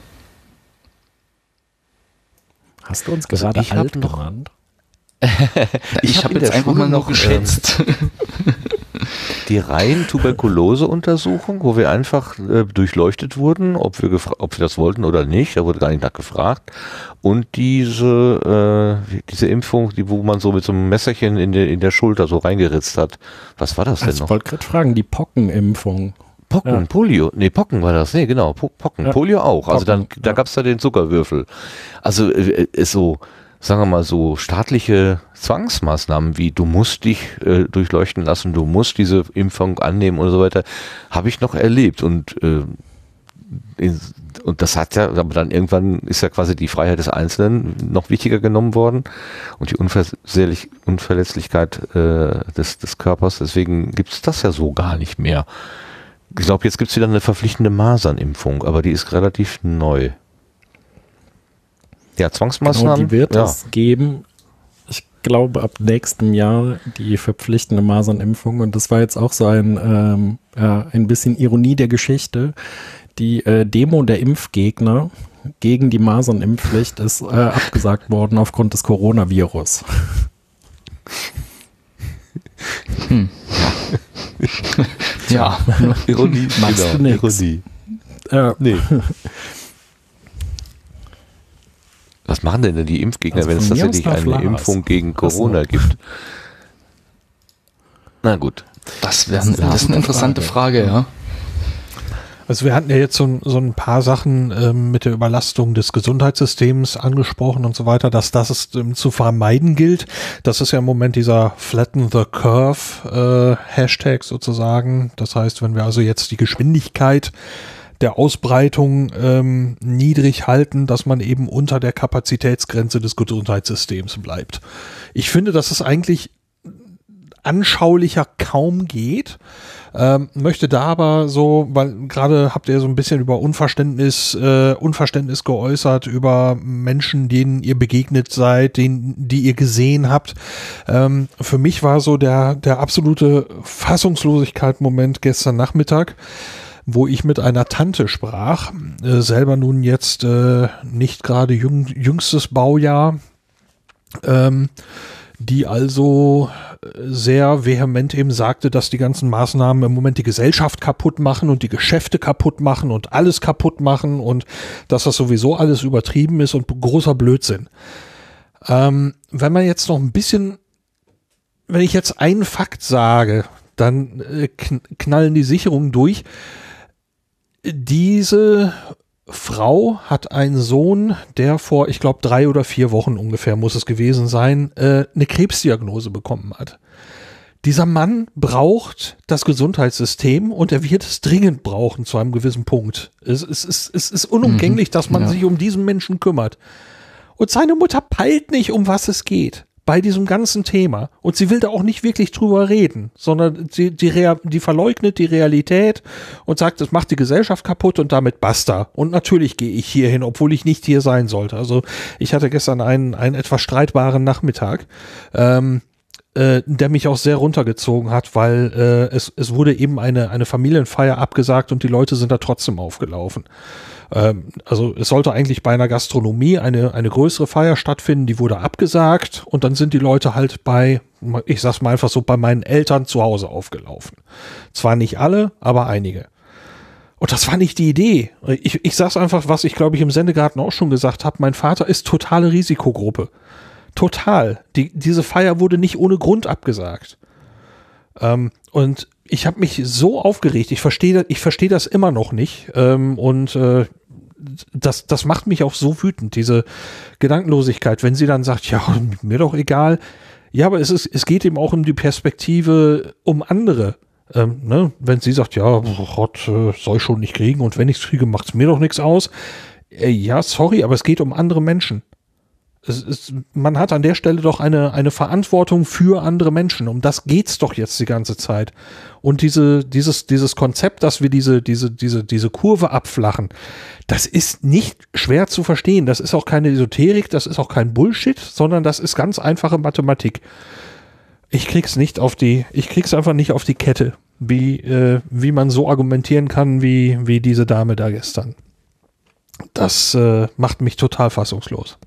Hast du uns gerade also alt genannt? ich ich habe hab jetzt einfach Schule mal noch geschätzt. Ähm, die rein Tuberkulose-Untersuchung, wo wir einfach äh, durchleuchtet wurden, ob wir, ob wir das wollten oder nicht, da wurde gar nicht nachgefragt. Und diese, äh, diese Impfung, die, wo man so mit so einem Messerchen in der, in der Schulter so reingeritzt hat. Was war das denn also noch? Ich wollte gerade fragen, die Pockenimpfung. Pocken, Ja. Polio, nee, Pocken war das, nee, genau, po Pocken, Ja. Polio auch. Also dann, Pocken, da ja. gab's da den Zuckerwürfel. Also äh, ist so, sagen wir mal so, staatliche Zwangsmaßnahmen wie du musst dich äh, durchleuchten lassen, du musst diese Impfung annehmen und so weiter, habe ich noch erlebt. Und äh, in, und das hat ja, aber dann irgendwann ist ja quasi die Freiheit des Einzelnen noch wichtiger genommen worden und die Unversehrlich Unverletzlichkeit äh, des, des Körpers. Deswegen gibt's das ja so gar nicht mehr. Ich glaube, jetzt gibt's wieder eine verpflichtende Masernimpfung, aber die ist relativ neu. Ja, Genau, Zwangsmaßnahmen. die wird ja. es geben. Ich glaube, ab nächstem Jahr die verpflichtende Masernimpfung. Und das war jetzt auch so ein, ähm, ja, ein bisschen Ironie der Geschichte. Die äh, Demo der Impfgegner gegen die Masernimpfpflicht ist äh, abgesagt worden aufgrund des Coronavirus. Hm. Ja. Ironie, Machst genau, du nix. Ironie. Äh, Nee. Was machen denn, denn die Impfgegner, Also wenn es von mir aus tatsächlich darf eine Lars. Impfung gegen Ach so. Corona gibt? Na gut. Das, wär, Das ist eine das ist eine gute interessante Frage, Frage. ja. Also wir hatten ja jetzt so, so ein paar Sachen ähm, mit der Überlastung des Gesundheitssystems angesprochen und so weiter, dass das es ähm, zu vermeiden gilt. Das ist ja im Moment dieser Flatten the Curve äh, Hashtag sozusagen. Das heißt, wenn wir also jetzt die Geschwindigkeit der Ausbreitung ähm, niedrig halten, dass man eben unter der Kapazitätsgrenze des Gesundheitssystems bleibt. Ich finde, dass es eigentlich anschaulicher kaum geht. Ähm, möchte da aber so, weil gerade habt ihr so ein bisschen über Unverständnis, äh, Unverständnis geäußert, über Menschen, denen ihr begegnet seid, denen, die ihr gesehen habt. Ähm, für mich war so der, der absolute Fassungslosigkeit-Moment gestern Nachmittag, wo ich mit einer Tante sprach, äh, selber nun jetzt äh, nicht gerade jüng, jüngstes Baujahr, ähm, die also sehr vehement eben sagte, dass die ganzen Maßnahmen im Moment die Gesellschaft kaputt machen und die Geschäfte kaputt machen und alles kaputt machen und dass das sowieso alles übertrieben ist und großer Blödsinn. Ähm, wenn man jetzt noch ein bisschen, wenn ich jetzt einen Fakt sage, dann äh, knallen die Sicherungen durch. Diese Frau hat einen Sohn, der vor, ich glaube, drei oder vier Wochen ungefähr muss es gewesen sein, äh, eine Krebsdiagnose bekommen hat. Dieser Mann braucht das Gesundheitssystem und er wird es dringend brauchen zu einem gewissen Punkt. Es, es, es, es ist unumgänglich, dass man ja. sich um diesen Menschen kümmert. Und seine Mutter peilt nicht, um was es geht bei diesem ganzen Thema. Und sie will da auch nicht wirklich drüber reden, sondern sie, die, Rea- die verleugnet die Realität und sagt, das macht die Gesellschaft kaputt und damit basta. Und natürlich gehe ich hier hin, obwohl ich nicht hier sein sollte. Also ich hatte gestern einen, einen etwas streitbaren Nachmittag, ähm, äh, der mich auch sehr runtergezogen hat, weil äh, es, es wurde eben eine, eine Familienfeier abgesagt und die Leute sind da trotzdem aufgelaufen. Also es sollte eigentlich bei einer Gastronomie eine, eine größere Feier stattfinden, die wurde abgesagt und dann sind die Leute halt bei, ich sag's mal einfach so, bei meinen Eltern zu Hause aufgelaufen. Zwar nicht alle, aber einige. Und das war nicht die Idee. Ich, ich sag's einfach, was ich glaube ich im Sendegarten auch schon gesagt habe, mein Vater ist totale Risikogruppe. Total. Die, diese Feier wurde nicht ohne Grund abgesagt. Ähm, und ich habe mich so aufgeregt, ich verstehe ich verstehe das immer noch nicht ähm, und äh, das, das macht mich auch so wütend, diese Gedankenlosigkeit, wenn sie dann sagt, ja, mir doch egal. Ja, aber es ist, es geht eben auch um die Perspektive um andere. Ähm, ne? Wenn sie sagt, ja, Gott, äh, soll ich schon nicht kriegen und wenn ich es kriege, macht es mir doch nichts aus. Äh, ja, sorry, aber es geht um andere Menschen. Es ist, man hat an der Stelle doch eine, eine Verantwortung für andere Menschen. Um das geht's doch jetzt die ganze Zeit. Und diese, dieses, dieses Konzept, dass wir diese, diese, diese, diese Kurve abflachen, das ist nicht schwer zu verstehen. Das ist auch keine Esoterik, das ist auch kein Bullshit, sondern das ist ganz einfache Mathematik. Ich krieg's nicht auf die, ich krieg's einfach nicht auf die Kette, wie, äh, wie man so argumentieren kann, wie, wie diese Dame da gestern. Das äh, macht mich total fassungslos.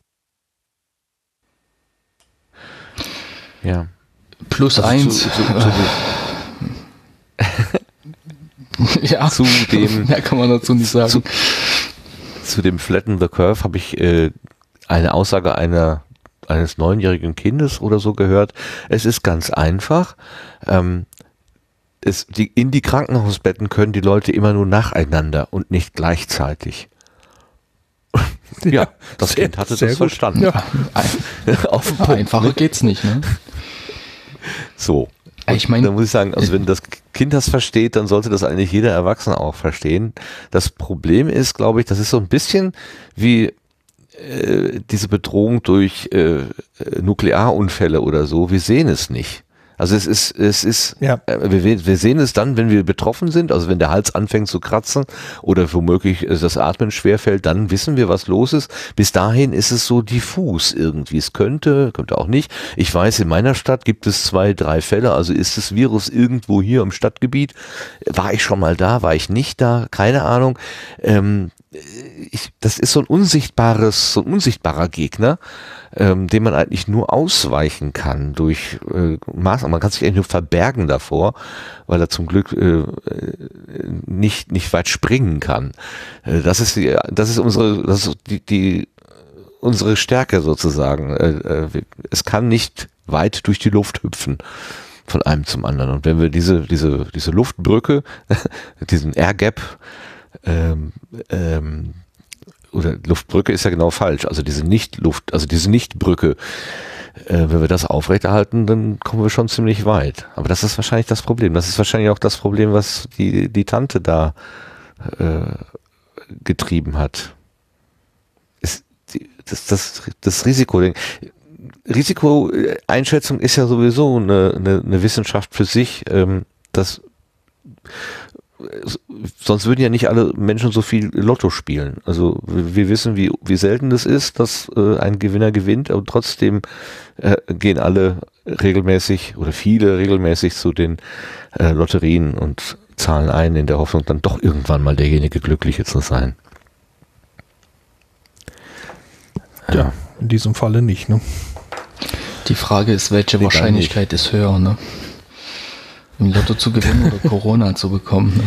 Ja. Plus Also eins. Zu, zu, zu, ja, zu dem, mehr kann man dazu nicht sagen. Zu, zu dem Flatten the Curve habe ich äh, eine Aussage einer eines neunjährigen Kindes oder so gehört. Es ist ganz einfach. Ähm, es, die, in die Krankenhausbetten können die Leute immer nur nacheinander und nicht gleichzeitig. Ja, ja das sehr, Kind hatte das gut. verstanden. Ja. Auf den Punkt, einfacher ne? geht's nicht, ne? So. Ich meine, da muss ich sagen, also wenn das Kind das versteht, dann sollte das eigentlich jeder Erwachsene auch verstehen. Das Problem ist, glaube ich, das ist so ein bisschen wie äh, diese Bedrohung durch äh, Nuklearunfälle oder so. Wir sehen es nicht. Also es ist, es ist, ja. äh, wir, wir sehen es dann, wenn wir betroffen sind, also wenn der Hals anfängt zu kratzen oder womöglich das Atmen schwerfällt, dann wissen wir, was los ist. Bis dahin ist es so diffus irgendwie. Es könnte, könnte auch nicht. Ich weiß, in meiner Stadt gibt es zwei, drei Fälle, also ist das Virus irgendwo hier im Stadtgebiet. War ich schon mal da, war ich nicht da? Keine Ahnung. Ähm, ich, das ist so ein unsichtbares, so ein unsichtbarer Gegner, ähm, dem man eigentlich nur ausweichen kann durch äh, Maßnahmen. Man kann sich eigentlich nur verbergen davor, weil er zum Glück äh, nicht nicht weit springen kann. Äh, das ist die, das ist unsere, das ist die, die unsere Stärke sozusagen. Äh, äh, es kann nicht weit durch die Luft hüpfen von einem zum anderen. Und wenn wir diese diese diese Luftbrücke, diesen Air Gap Ähm, ähm, oder Luftbrücke ist ja genau falsch, also diese Nicht-Luft, also diese Nicht-Brücke, äh, wenn wir das aufrechterhalten, dann kommen wir schon ziemlich weit. Aber das ist wahrscheinlich das Problem. Das ist wahrscheinlich auch das Problem, was die, die Tante da äh, getrieben hat. Ist die, das, das, das Risiko. Risikoeinschätzung ist ja sowieso eine, eine, eine Wissenschaft für sich. Ähm, das Sonst würden ja nicht alle Menschen so viel Lotto spielen. Also wir wissen, wie, wie selten das ist, dass äh, ein Gewinner gewinnt, aber trotzdem äh, gehen alle regelmäßig oder viele regelmäßig zu den äh, Lotterien und zahlen ein in der Hoffnung, dann doch irgendwann mal derjenige Glückliche zu sein. Ja, ja in diesem Falle nicht, ne? Die Frage ist, welche Egal Wahrscheinlichkeit nicht. ist höher, ne? Im Lotto zu gewinnen oder Corona zu bekommen.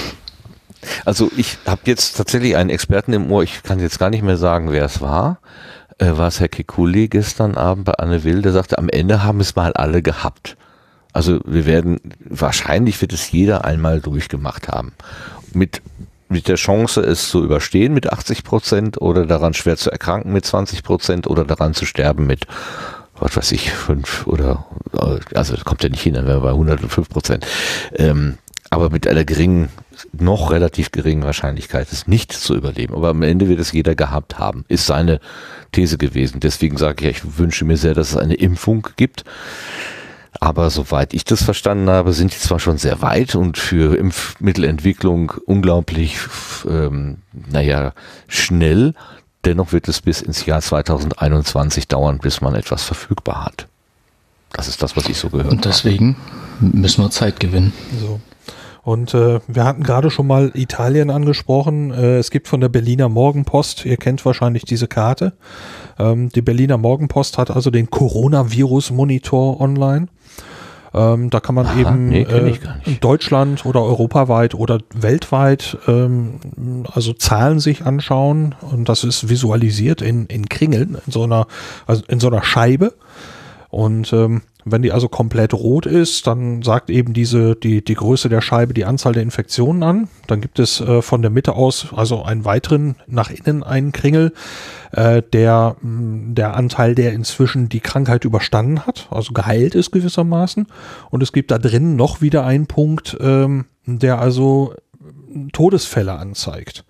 Also ich habe jetzt tatsächlich einen Experten im Ohr, ich kann jetzt gar nicht mehr sagen, wer es war. Äh, war es Herr Kekulé gestern Abend bei Anne Will, der sagte, am Ende haben es mal alle gehabt. Also wir werden, wahrscheinlich wird es jeder einmal durchgemacht haben. Mit, mit der Chance, es zu überstehen mit achtzig Prozent oder daran schwer zu erkranken mit zwanzig Prozent oder daran zu sterben mit was weiß ich, fünf oder, also das kommt ja nicht hin, dann wären wir bei hundertfünf Prozent. Ähm, aber mit einer geringen, noch relativ geringen Wahrscheinlichkeit, es nicht zu überleben. Aber am Ende wird es jeder gehabt haben, ist seine These gewesen. Deswegen sage ich ja, ich wünsche mir sehr, dass es eine Impfung gibt. Aber soweit ich das verstanden habe, sind die zwar schon sehr weit und für Impfmittelentwicklung unglaublich, ähm, naja, schnell. Dennoch wird es bis ins Jahr zweitausendeinundzwanzig dauern, bis man etwas verfügbar hat. Das ist das, was ich so gehört habe. Und deswegen habe. müssen wir Zeit gewinnen. So. Und äh, wir hatten gerade schon mal Italien angesprochen. Äh, es gibt von der Berliner Morgenpost, ihr kennt wahrscheinlich diese Karte. Ähm, die Berliner Morgenpost hat also den Coronavirus-Monitor online. Ähm, da kann man Aha, eben nee, äh, in Deutschland oder europaweit oder weltweit ähm, also Zahlen sich anschauen und das ist visualisiert in, in Kringeln, in so einer, also in so einer Scheibe. Und ähm, wenn die also komplett rot ist, dann sagt eben diese die die Größe der Scheibe die Anzahl der Infektionen an. Dann gibt es äh, von der Mitte aus also einen weiteren nach innen einen Kringel, äh, der der Anteil, der inzwischen die Krankheit überstanden hat, also geheilt ist gewissermaßen. Und es gibt da drin noch wieder einen Punkt, ähm, der also Todesfälle anzeigt.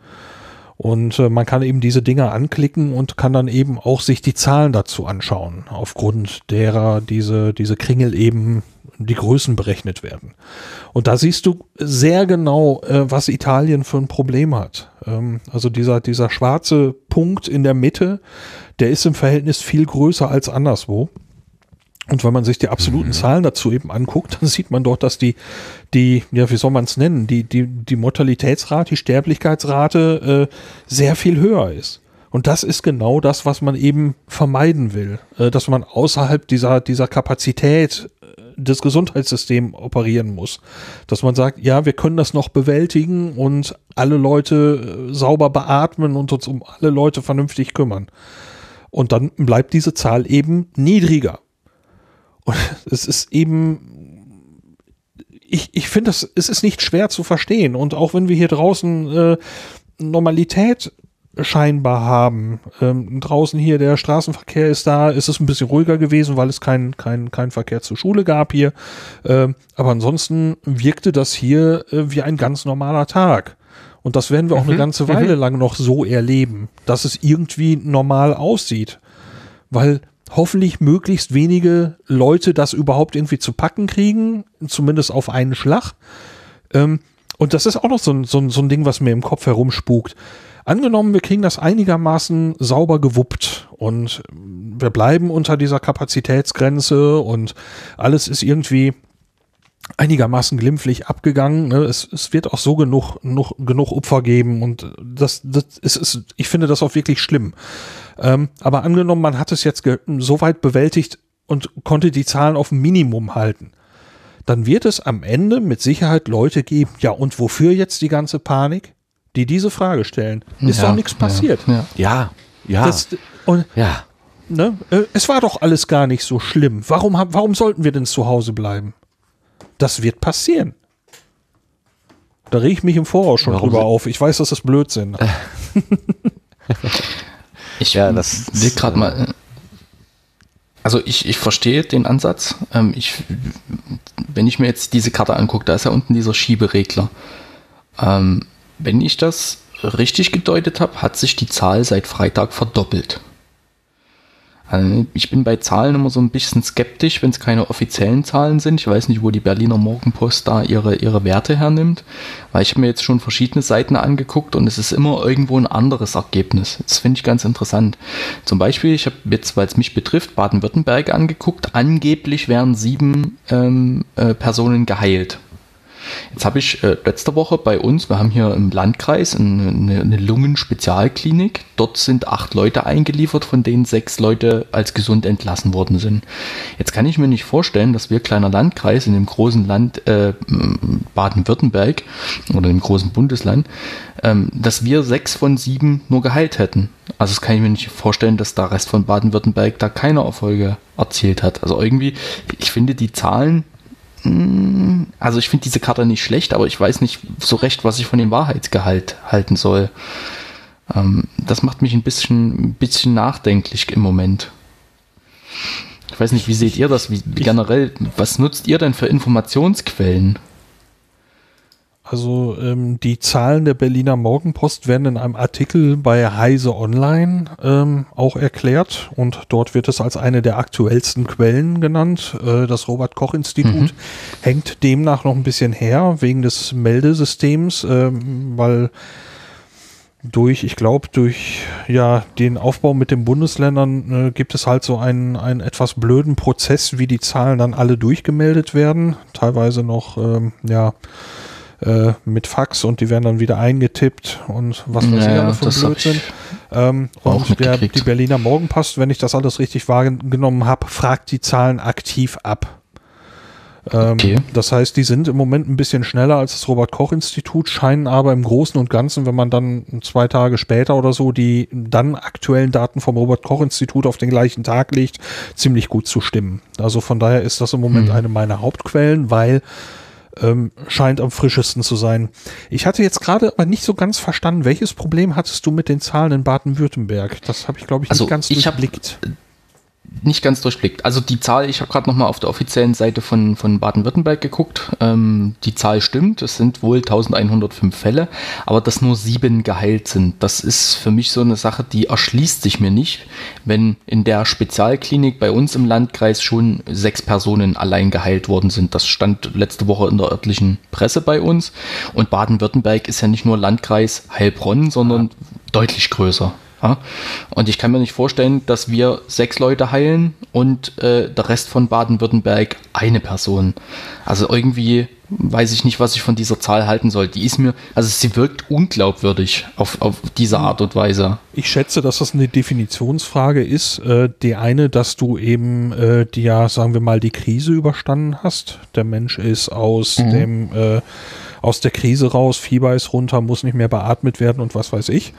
Und äh, man kann eben diese Dinger anklicken und kann dann eben auch sich die Zahlen dazu anschauen, aufgrund derer diese, diese Kringel eben die Größen berechnet werden. Und da siehst du sehr genau, äh, was Italien für ein Problem hat. Ähm, also dieser, dieser schwarze Punkt in der Mitte, der ist im Verhältnis viel größer als anderswo. Und wenn man sich die absoluten mhm. Zahlen dazu eben anguckt, dann sieht man doch, dass die, die, ja, wie soll man es nennen, die, die, die Mortalitätsrate, die Sterblichkeitsrate äh, sehr viel höher ist. Und das ist genau das, was man eben vermeiden will, äh, dass man außerhalb dieser, dieser Kapazität des Gesundheitssystems operieren muss. Dass man sagt, ja, wir können das noch bewältigen und alle Leute äh, sauber beatmen und uns um alle Leute vernünftig kümmern. Und dann bleibt diese Zahl eben niedriger. Und es ist eben ich, ich finde, es ist nicht schwer zu verstehen. Und auch wenn wir hier draußen äh, Normalität scheinbar haben, ähm, draußen hier der Straßenverkehr ist da, ist es ein bisschen ruhiger gewesen, weil es keinen kein, kein Verkehr zur Schule gab hier. Ähm, aber ansonsten wirkte das hier äh, wie ein ganz normaler Tag. Und das werden wir auch mhm. eine ganze Weile mhm. lang noch so erleben, dass es irgendwie normal aussieht. Weil hoffentlich möglichst wenige Leute das überhaupt irgendwie zu packen kriegen, zumindest auf einen Schlag. Ähm, und das ist auch noch so ein, so, ein, so ein Ding, was mir im Kopf herumspukt. Angenommen, wir kriegen das einigermaßen sauber gewuppt und wir bleiben unter dieser Kapazitätsgrenze und alles ist irgendwie einigermaßen glimpflich abgegangen. Ne? Es, es wird auch so genug, genug, genug Opfer geben und das, das ist, ist, ich finde das auch wirklich schlimm. Ähm, aber angenommen, man hat es jetzt ge- so weit bewältigt und konnte die Zahlen auf ein Minimum halten, dann wird es am Ende mit Sicherheit Leute geben, ja und wofür jetzt die ganze Panik? Die diese Frage stellen. Ist ja, doch nichts passiert. Ja, ja. ja. Das, und, ja. Ne, äh, es war doch alles gar nicht so schlimm. Warum, warum sollten wir denn zu Hause bleiben? Das wird passieren. Da reg ich mich im Voraus schon warum drüber auf. Ich weiß, das ist Blödsinn. ich ja, das will gerade mal. Also ich, ich verstehe den Ansatz. Ähm, ich, wenn ich mir jetzt diese Karte angucke, da ist ja unten dieser Schieberegler. Ähm, Wenn ich das richtig gedeutet habe, hat sich die Zahl seit Freitag verdoppelt. Also ich bin bei Zahlen immer so ein bisschen skeptisch, wenn es keine offiziellen Zahlen sind. Ich weiß nicht, wo die Berliner Morgenpost da ihre, ihre Werte hernimmt, weil ich habe mir jetzt schon verschiedene Seiten angeguckt und es ist immer irgendwo ein anderes Ergebnis. Das finde ich ganz interessant. Zum Beispiel, ich habe jetzt, weil es mich betrifft, Baden-Württemberg angeguckt. Angeblich wären sieben ähm, äh, Personen geheilt. Jetzt habe ich äh, letzte Woche bei uns, wir haben hier im Landkreis eine, eine Lungenspezialklinik. Dort sind acht Leute eingeliefert, von denen sechs Leute als gesund entlassen worden sind. Jetzt kann ich mir nicht vorstellen, dass wir, kleiner Landkreis in dem großen Land äh, Baden-Württemberg oder dem großen Bundesland, ähm, dass wir sechs von sieben nur geheilt hätten. Also das kann ich mir nicht vorstellen, dass der Rest von Baden-Württemberg da keine Erfolge erzielt hat. Also irgendwie, ich finde die Zahlen, also ich finde diese Karte nicht schlecht, aber ich weiß nicht so recht, was ich von dem Wahrheitsgehalt halten soll. Ähm, das macht mich ein bisschen, ein bisschen nachdenklich im Moment. Ich weiß nicht, wie seht ihr das? Wie, wie generell, was nutzt ihr denn für Informationsquellen? Also ähm, die Zahlen der Berliner Morgenpost werden in einem Artikel bei Heise Online ähm, auch erklärt und dort wird es als eine der aktuellsten Quellen genannt. Äh, das Robert-Koch-Institut mhm. hängt demnach noch ein bisschen her wegen des Meldesystems, ähm, weil durch, ich glaube, durch ja den Aufbau mit den Bundesländern äh, gibt es halt so einen, einen etwas blöden Prozess, wie die Zahlen dann alle durchgemeldet werden. Teilweise noch, ähm, ja, Äh, mit Fax und die werden dann wieder eingetippt und was weiß ich alle für Blödsinn. Ähm, und der, die Berliner Morgenpost, wenn ich das alles richtig wahrgenommen habe, fragt die Zahlen aktiv ab. Ähm, okay. Das heißt, die sind im Moment ein bisschen schneller als das Robert-Koch-Institut, scheinen aber im Großen und Ganzen, wenn man dann zwei Tage später oder so die dann aktuellen Daten vom Robert-Koch-Institut auf den gleichen Tag legt, ziemlich gut zu stimmen. Also von daher ist das im Moment hm. eine meiner Hauptquellen, weil Ähm, scheint am frischesten zu sein. Ich hatte jetzt gerade aber nicht so ganz verstanden, welches Problem hattest du mit den Zahlen in Baden-Württemberg? Das habe ich, glaube ich, also nicht ganz ich durchblickt. Hab, nicht ganz durchblickt. Also die Zahl, ich habe gerade nochmal auf der offiziellen Seite von, von Baden-Württemberg geguckt. Ähm, die Zahl stimmt, es sind wohl eintausendeinhundertfünf Fälle, aber dass nur sieben geheilt sind, das ist für mich so eine Sache, die erschließt sich mir nicht, wenn in der Spezialklinik bei uns im Landkreis schon sechs Personen allein geheilt worden sind. Das stand letzte Woche in der örtlichen Presse bei uns und Baden-Württemberg ist ja nicht nur Landkreis Heilbronn, sondern ja. deutlich größer. Ja? Und ich kann mir nicht vorstellen, dass wir sechs Leute heilen und äh, der Rest von Baden-Württemberg eine Person. Also irgendwie weiß ich nicht, was ich von dieser Zahl halten soll. Die ist mir, also sie wirkt unglaubwürdig auf, auf diese Art und Weise. Ich schätze, dass das eine Definitionsfrage ist. Äh, die eine, dass du eben äh, die, ja, sagen wir mal, die Krise überstanden hast. Der Mensch ist aus mhm. dem äh, aus der Krise raus, Fieber ist runter, muss nicht mehr beatmet werden und was weiß ich.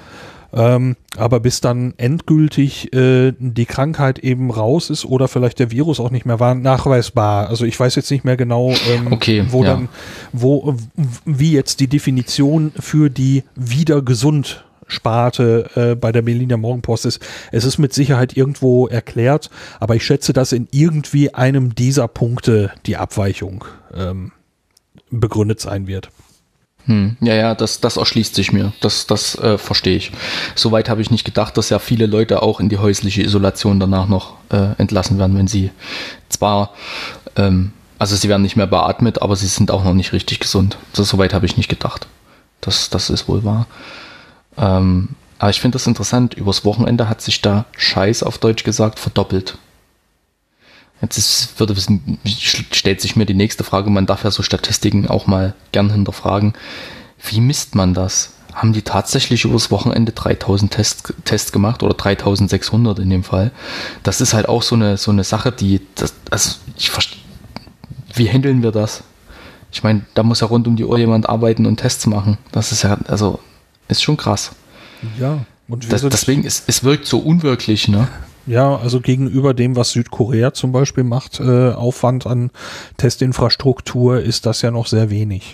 Ähm, aber bis dann endgültig äh, die Krankheit eben raus ist oder vielleicht der Virus auch nicht mehr war, nachweisbar. Also ich weiß jetzt nicht mehr genau, ähm, okay, wo ja. dann, wo, wie jetzt die Definition für die wieder gesund Sparte äh, bei der Berliner Morgenpost ist. Es ist mit Sicherheit irgendwo erklärt, aber ich schätze, dass in irgendwie einem dieser Punkte die Abweichung ähm, begründet sein wird. Hm, ja, ja, das, das erschließt sich mir. Das, das äh, verstehe ich. Soweit habe ich nicht gedacht, dass ja viele Leute auch in die häusliche Isolation danach noch äh, entlassen werden, wenn sie zwar, ähm, also sie werden nicht mehr beatmet, aber sie sind auch noch nicht richtig gesund. Das, soweit habe ich nicht gedacht. Das, das ist wohl wahr. Ähm, aber ich finde das interessant. Übers Wochenende hat sich da Scheiß auf Deutsch gesagt verdoppelt. Jetzt ist, würde, stellt sich mir die nächste Frage, man darf ja so Statistiken auch mal gern hinterfragen. Wie misst man das? Haben die tatsächlich übers Wochenende dreitausend Tests, Tests gemacht oder dreitausendsechshundert in dem Fall? Das ist halt auch so eine, so eine Sache, die, das, also ich verstehe, wie handeln wir das? Ich meine, da muss ja rund um die Uhr jemand arbeiten und Tests machen. Das ist ja, also, ist schon krass. Ja. Und das, deswegen, es, es wirkt so unwirklich, ne? Ja, also gegenüber dem, was Südkorea zum Beispiel macht, äh, Aufwand an Testinfrastruktur, ist das ja noch sehr wenig.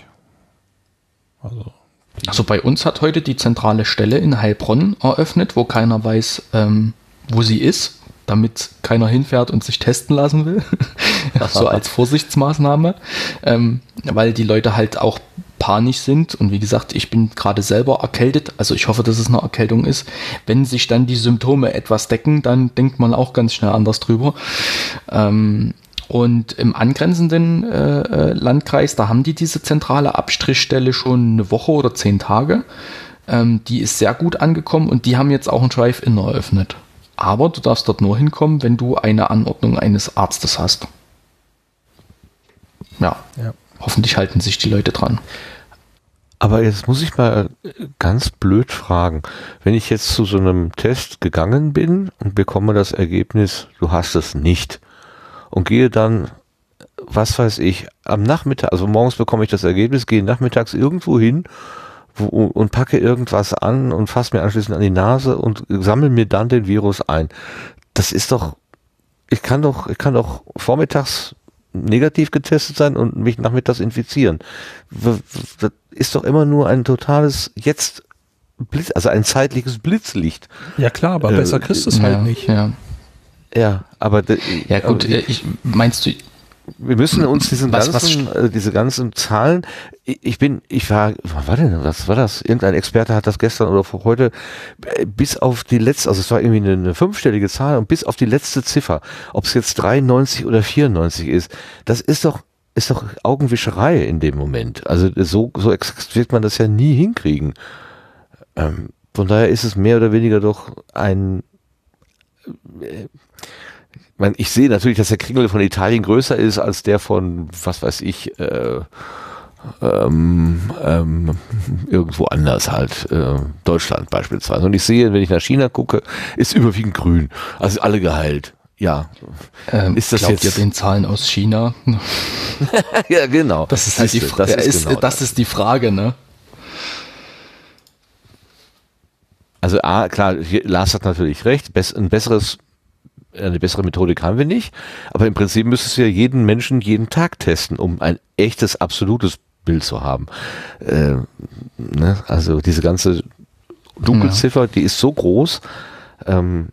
Also, also bei uns hat heute die zentrale Stelle in Heilbronn eröffnet, wo keiner weiß, ähm, wo sie ist, damit keiner hinfährt und sich testen lassen will. So als Vorsichtsmaßnahme, ähm, weil die Leute halt auch panisch sind und wie gesagt, ich bin gerade selber erkältet, also ich hoffe, dass es eine Erkältung ist. Wenn sich dann die Symptome etwas decken, dann denkt man auch ganz schnell anders drüber. Ähm, und im angrenzenden äh, Landkreis, da haben die diese zentrale Abstrichstelle schon eine Woche oder zehn Tage. Ähm, die ist sehr gut angekommen und die haben jetzt auch ein Drive-In eröffnet. Aber du darfst dort nur hinkommen, wenn du eine Anordnung eines Arztes hast. Ja, ja. Hoffentlich halten sich die Leute dran. Aber jetzt muss ich mal ganz blöd fragen, wenn ich jetzt zu so einem Test gegangen bin und bekomme das Ergebnis, du hast es nicht und gehe dann, was weiß ich, am Nachmittag, also morgens bekomme ich das Ergebnis, gehe nachmittags irgendwo hin wo, und packe irgendwas an und fasse mir anschließend an die Nase und sammle mir dann den Virus ein. Das ist doch, ich kann doch, ich kann doch vormittags negativ getestet sein und mich nachmittags infizieren. Das ist doch immer nur ein totales jetzt Blitz, also ein zeitliches Blitzlicht. Ja klar, aber äh, besser kriegst du es ja, halt nicht. Ja, ja aber ja gut, aber ich, meinst du, wir müssen uns diesen was, ganzen, was, äh, diese ganzen Zahlen, ich bin, ich war, was war denn, was war das? Irgendein Experte hat das gestern oder heute bis auf die letzte, also es war irgendwie eine, eine fünfstellige Zahl und bis auf die letzte Ziffer, ob es jetzt dreiundneunzig oder vierundneunzig ist, das ist doch, ist doch Augenwischerei in dem Moment. Also so, so exakt wird man das ja nie hinkriegen. Ähm, von daher ist es mehr oder weniger doch ein, äh, Ich, meine, ich sehe natürlich, dass der Kringel von Italien größer ist als der von, was weiß ich, äh, ähm, ähm, irgendwo anders halt, äh, Deutschland beispielsweise. Und ich sehe, wenn ich nach China gucke, ist überwiegend grün. Also alle geheilt. Ja. Ähm, ist das glaubt jetzt ihr den Zahlen aus China? Ja, genau. Das ist halt die Frage. Das, ist, genau das, das ist die Frage, ne? Also A, klar, Lars hat natürlich recht, ein besseres eine bessere Methodik haben wir nicht, aber im Prinzip müsstest du ja jeden Menschen jeden Tag testen, um ein echtes, absolutes Bild zu haben. Äh, ne? Also diese ganze Dunkelziffer, ja. Die ist so groß, ähm,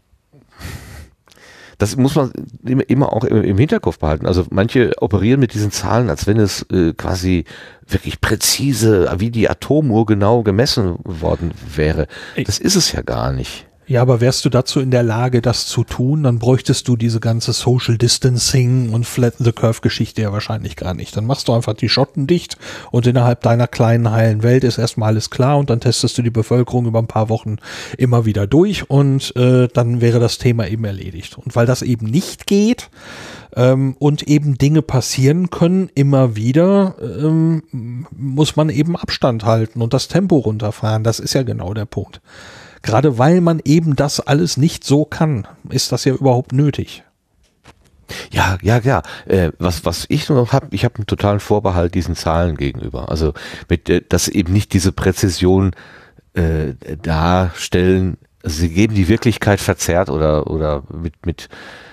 das muss man immer auch im Hinterkopf behalten. Also manche operieren mit diesen Zahlen, als wenn es äh, quasi wirklich präzise, wie die Atomuhr genau gemessen worden wäre. Das ist es ja gar nicht. Ja, aber wärst du dazu in der Lage, das zu tun, dann bräuchtest du diese ganze Social Distancing und Flatten the Curve Geschichte ja wahrscheinlich gar nicht. Dann machst du einfach die Schotten dicht und innerhalb deiner kleinen heilen Welt ist erstmal alles klar und dann testest du die Bevölkerung über ein paar Wochen immer wieder durch und äh, dann wäre das Thema eben erledigt. Und weil das eben nicht geht ähm, und eben Dinge passieren können immer wieder, ähm, muss man eben Abstand halten und das Tempo runterfahren. Das ist ja genau der Punkt. Gerade weil man eben das alles nicht so kann, ist das ja überhaupt nötig. Ja, ja, ja. Äh, was, was ich nur noch habe, ich habe einen totalen Vorbehalt diesen Zahlen gegenüber. Also mit, äh, dass eben nicht diese Präzision äh, darstellen, also sie geben die Wirklichkeit verzerrt oder, oder mit, mit,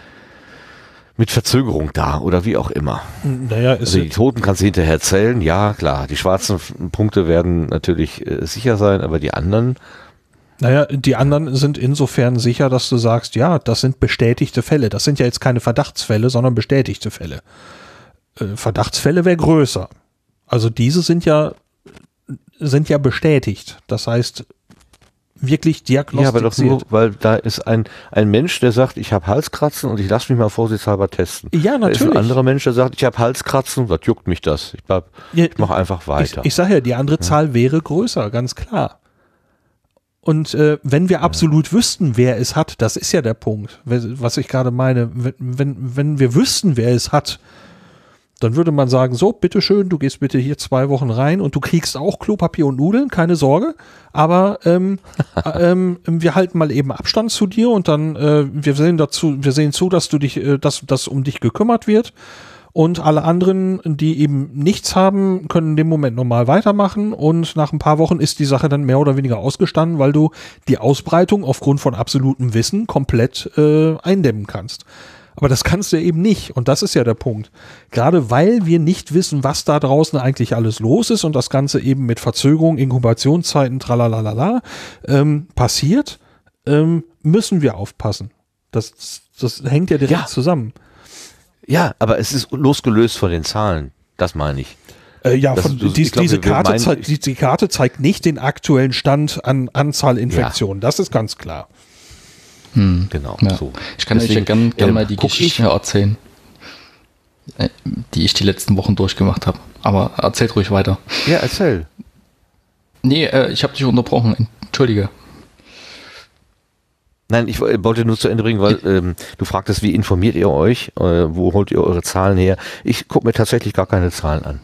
mit Verzögerung dar oder wie auch immer. Naja, ist also die Toten kannst du hinterher zählen, ja klar, die schwarzen Punkte werden natürlich äh, sicher sein, aber die anderen... Naja, die anderen sind insofern sicher, dass du sagst, ja, das sind bestätigte Fälle. Das sind ja jetzt keine Verdachtsfälle, sondern bestätigte Fälle. Äh, Verdachtsfälle wäre größer. Also diese sind ja sind ja bestätigt. Das heißt, wirklich diagnostiziert. Ja, aber doch nur, weil da ist ein, ein Mensch, der sagt, ich habe Halskratzen und ich lasse mich mal vorsichtshalber testen. Ja, natürlich. Da ist ein anderer Mensch, der sagt, ich habe Halskratzen, was juckt mich das? Ich, bleib, ja, ich mache einfach weiter. Ich, ich sage ja, die andere Zahl ja. wäre größer, ganz klar. Und äh, wenn wir absolut ja. wüssten, wer es hat, das ist ja der Punkt, was ich gerade meine, wenn, wenn, wenn wir wüssten, wer es hat, dann würde man sagen, so, bitteschön, du gehst bitte hier zwei Wochen rein und du kriegst auch Klopapier und Nudeln, keine Sorge, aber ähm, ähm, wir halten mal eben Abstand zu dir und dann, äh, wir sehen dazu, wir sehen zu, dass du dich, äh, dass, dass um dich gekümmert wird und alle anderen, die eben nichts haben, können in dem Moment normal weitermachen und nach ein paar Wochen ist die Sache dann mehr oder weniger ausgestanden, weil du die Ausbreitung aufgrund von absolutem Wissen komplett äh, eindämmen kannst. Aber das kannst du eben nicht. Und das ist ja der Punkt. Gerade weil wir nicht wissen, was da draußen eigentlich alles los ist und das Ganze eben mit Verzögerung, Inkubationszeiten, tralalala, ähm, passiert, ähm, müssen wir aufpassen. Das, das hängt ja direkt ja. zusammen. Ja, aber es ist losgelöst von den Zahlen. Das meine ich. Äh, ja, von, du, dies, glaub, diese Karte meinen, zeigt, die, die Karte zeigt nicht den aktuellen Stand an Anzahl Infektionen. Ja. Das ist ganz klar. Hm. Genau. Ja. So. Ich kann Deswegen, euch ja gerne gern äh, mal die Geschichte ich. erzählen, die ich die letzten Wochen durchgemacht habe. Aber erzählt ruhig weiter. Ja, erzähl. Nee, äh, ich habe dich unterbrochen. Entschuldige. Nein, ich wollte nur zu Ende bringen, weil ähm, du fragtest, wie informiert ihr euch? Äh, wo holt ihr eure Zahlen her? Ich gucke mir tatsächlich gar keine Zahlen an.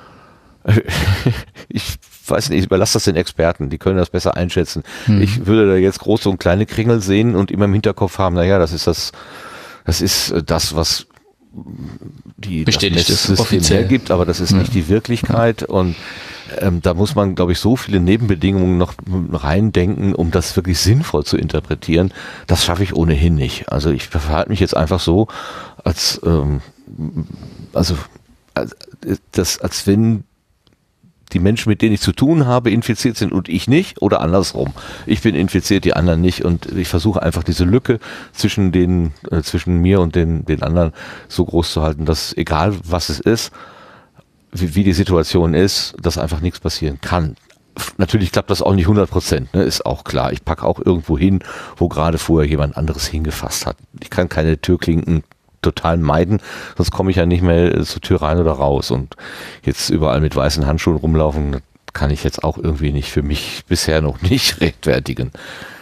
Ich weiß nicht, ich überlasse das den Experten, die können das besser einschätzen. Hm. Ich würde da jetzt große und kleine Kringel sehen und immer im Hinterkopf haben, naja, das ist das, das ist das, was die bestätigt das System hergibt, aber das ist ja. nicht die Wirklichkeit und ähm, da muss man, glaube ich, so viele Nebenbedingungen noch reindenken, um das wirklich sinnvoll zu interpretieren. Das schaffe ich ohnehin nicht. Also ich verhalte mich jetzt einfach so, als ähm, also als, das, als wenn die Menschen, mit denen ich zu tun habe, infiziert sind und ich nicht oder andersrum. Ich bin infiziert, die anderen nicht und ich versuche einfach diese Lücke zwischen den, äh, zwischen mir und den, den anderen so groß zu halten, dass egal was es ist, wie, wie die Situation ist, dass einfach nichts passieren kann. Natürlich klappt das auch nicht hundert Prozent, ne, ist auch klar. Ich packe auch irgendwo hin, wo gerade vorher jemand anderes hingefasst hat. Ich kann keine Türklinken total meiden, sonst komme ich ja nicht mehr zur Tür rein oder raus und jetzt überall mit weißen Handschuhen rumlaufen, das kann ich jetzt auch irgendwie nicht für mich bisher noch nicht rechtfertigen.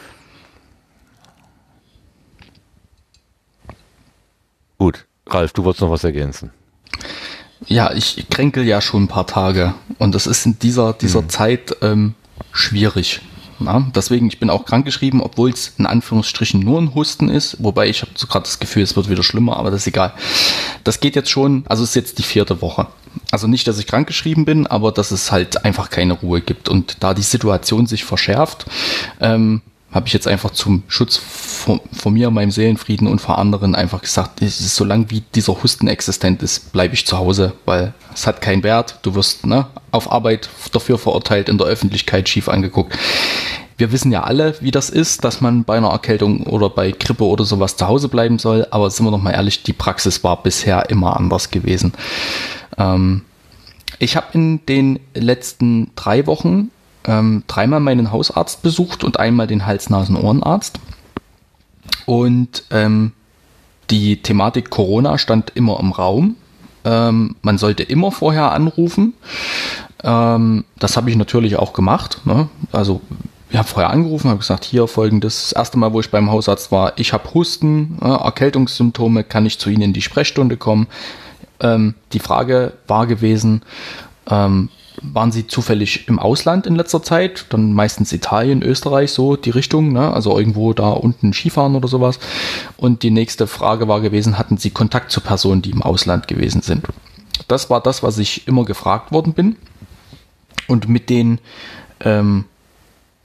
Gut, Ralf, du wolltest noch was ergänzen. Ja, ich kränkel ja schon ein paar Tage und das ist in dieser, dieser hm. Zeit ähm, schwierig. Ja, deswegen, ich bin auch krankgeschrieben, obwohl es in Anführungsstrichen nur ein Husten ist, wobei ich habe so gerade das Gefühl, es wird wieder schlimmer, aber das ist egal. Das geht jetzt schon, also es ist jetzt die vierte Woche. Also nicht, dass ich krankgeschrieben bin, aber dass es halt einfach keine Ruhe gibt und da die Situation sich verschärft, ähm, habe ich jetzt einfach zum Schutz vor, vor mir, meinem Seelenfrieden und vor anderen einfach gesagt, es ist, solange wie dieser Husten existent ist, bleibe ich zu Hause, weil es hat keinen Wert. Du wirst ne, auf Arbeit dafür verurteilt, in der Öffentlichkeit schief angeguckt. Wir wissen ja alle, wie das ist, dass man bei einer Erkältung oder bei Grippe oder sowas zu Hause bleiben soll, aber sind wir noch mal ehrlich, die Praxis war bisher immer anders gewesen. Ähm, ich habe in den letzten drei Wochen Ähm, dreimal meinen Hausarzt besucht und einmal den Hals-Nasen-Ohrenarzt. Und ähm, die Thematik Corona stand immer im Raum. Ähm, man sollte immer vorher anrufen. Ähm, das habe ich natürlich auch gemacht. Ne? Also ich habe vorher angerufen, habe gesagt, hier folgendes, das erste Mal, wo ich beim Hausarzt war, ich habe Husten, äh, Erkältungssymptome, kann ich zu Ihnen in die Sprechstunde kommen? Ähm, die Frage war gewesen, ähm, waren Sie zufällig im Ausland in letzter Zeit? Dann meistens Italien, Österreich, so die Richtung, ne? Also irgendwo da unten Skifahren oder sowas. Und die nächste Frage war gewesen, hatten Sie Kontakt zu Personen, die im Ausland gewesen sind? Das war das, was ich immer gefragt worden bin. Und mit den ähm,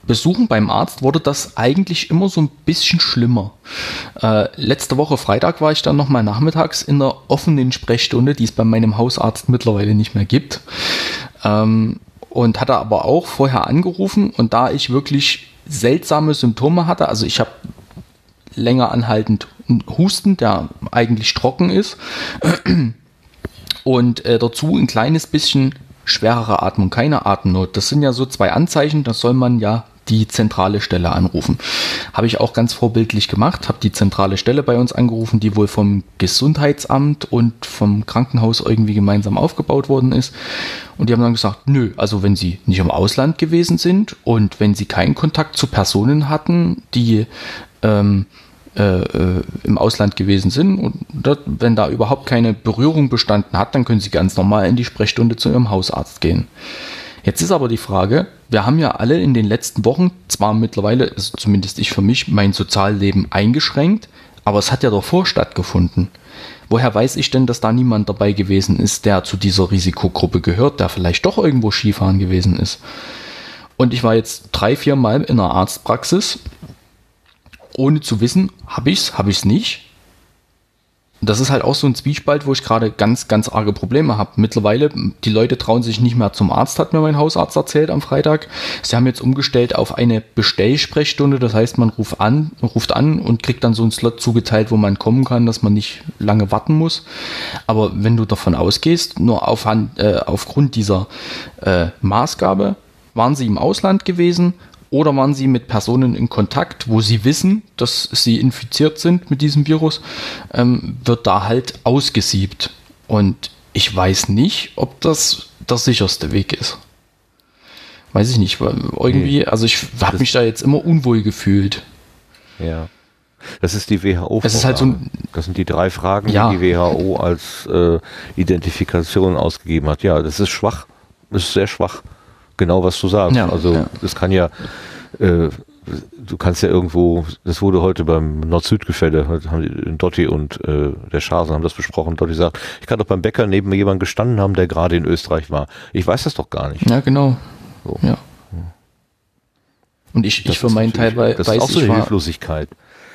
Besuchen beim Arzt wurde das eigentlich immer so ein bisschen schlimmer. Äh, letzte Woche Freitag war ich dann nochmal nachmittags in der offenen Sprechstunde, die es bei meinem Hausarzt mittlerweile nicht mehr gibt. Ähm, und hatte aber auch vorher angerufen, und da ich wirklich seltsame Symptome hatte, also ich habe länger anhaltend Husten, der eigentlich trocken ist, und äh, dazu ein kleines bisschen schwerere Atmung, keine Atemnot. Das sind ja so zwei Anzeichen, da soll man ja die zentrale Stelle anrufen. Habe ich auch ganz vorbildlich gemacht, habe die zentrale Stelle bei uns angerufen, die wohl vom Gesundheitsamt und vom Krankenhaus irgendwie gemeinsam aufgebaut worden ist. Und die haben dann gesagt, nö, also wenn Sie nicht im Ausland gewesen sind und wenn Sie keinen Kontakt zu Personen hatten, die ähm, äh, äh, im Ausland gewesen sind, und dort, wenn da überhaupt keine Berührung bestanden hat, dann können Sie ganz normal in die Sprechstunde zu Ihrem Hausarzt gehen. Jetzt ist aber die Frage, wir haben ja alle in den letzten Wochen, zwar mittlerweile, also zumindest ich für mich, mein Sozialleben eingeschränkt, aber es hat ja davor stattgefunden. Woher weiß ich denn, dass da niemand dabei gewesen ist, der zu dieser Risikogruppe gehört, der vielleicht doch irgendwo Skifahren gewesen ist? Und ich war jetzt drei, vier Mal in einer Arztpraxis, ohne zu wissen, habe ich es, habe ich es nicht. Das ist halt auch so ein Zwiespalt, wo ich gerade ganz, ganz arge Probleme habe. Mittlerweile, die Leute trauen sich nicht mehr zum Arzt, hat mir mein Hausarzt erzählt am Freitag. Sie haben jetzt umgestellt auf eine Bestellsprechstunde. Das heißt, man ruft an, ruft an und kriegt dann so einen Slot zugeteilt, wo man kommen kann, dass man nicht lange warten muss. Aber wenn du davon ausgehst, nur auf, äh, aufgrund dieser äh, Maßgabe, waren sie im Ausland gewesen, oder waren sie mit Personen in Kontakt, wo sie wissen, dass sie infiziert sind mit diesem Virus, ähm, wird da halt ausgesiebt. Und ich weiß nicht, ob das der sicherste Weg ist. Weiß ich nicht, weil irgendwie, nee. also ich habe mich da jetzt immer unwohl gefühlt. Ja. Das ist die W H O. Es ist halt so ein, das sind die drei Fragen, ja. die die W H O als äh, Identifikation ausgegeben hat. Ja, das ist schwach. Das ist sehr schwach. Genau, was du sagst. Ja, also ja. das kann ja, äh, du kannst ja irgendwo, das wurde heute beim Nord-Süd-Gefälle, haben die, Dotti und äh, der Schasen haben das besprochen. Dotti sagt, ich kann doch beim Bäcker neben mir jemanden gestanden haben, der gerade in Österreich war. Ich weiß das doch gar nicht. Ja, genau. So. Ja. Und ich, ich für meinen Teil weiß, das ist auch so ich eine war, Hilflosigkeit.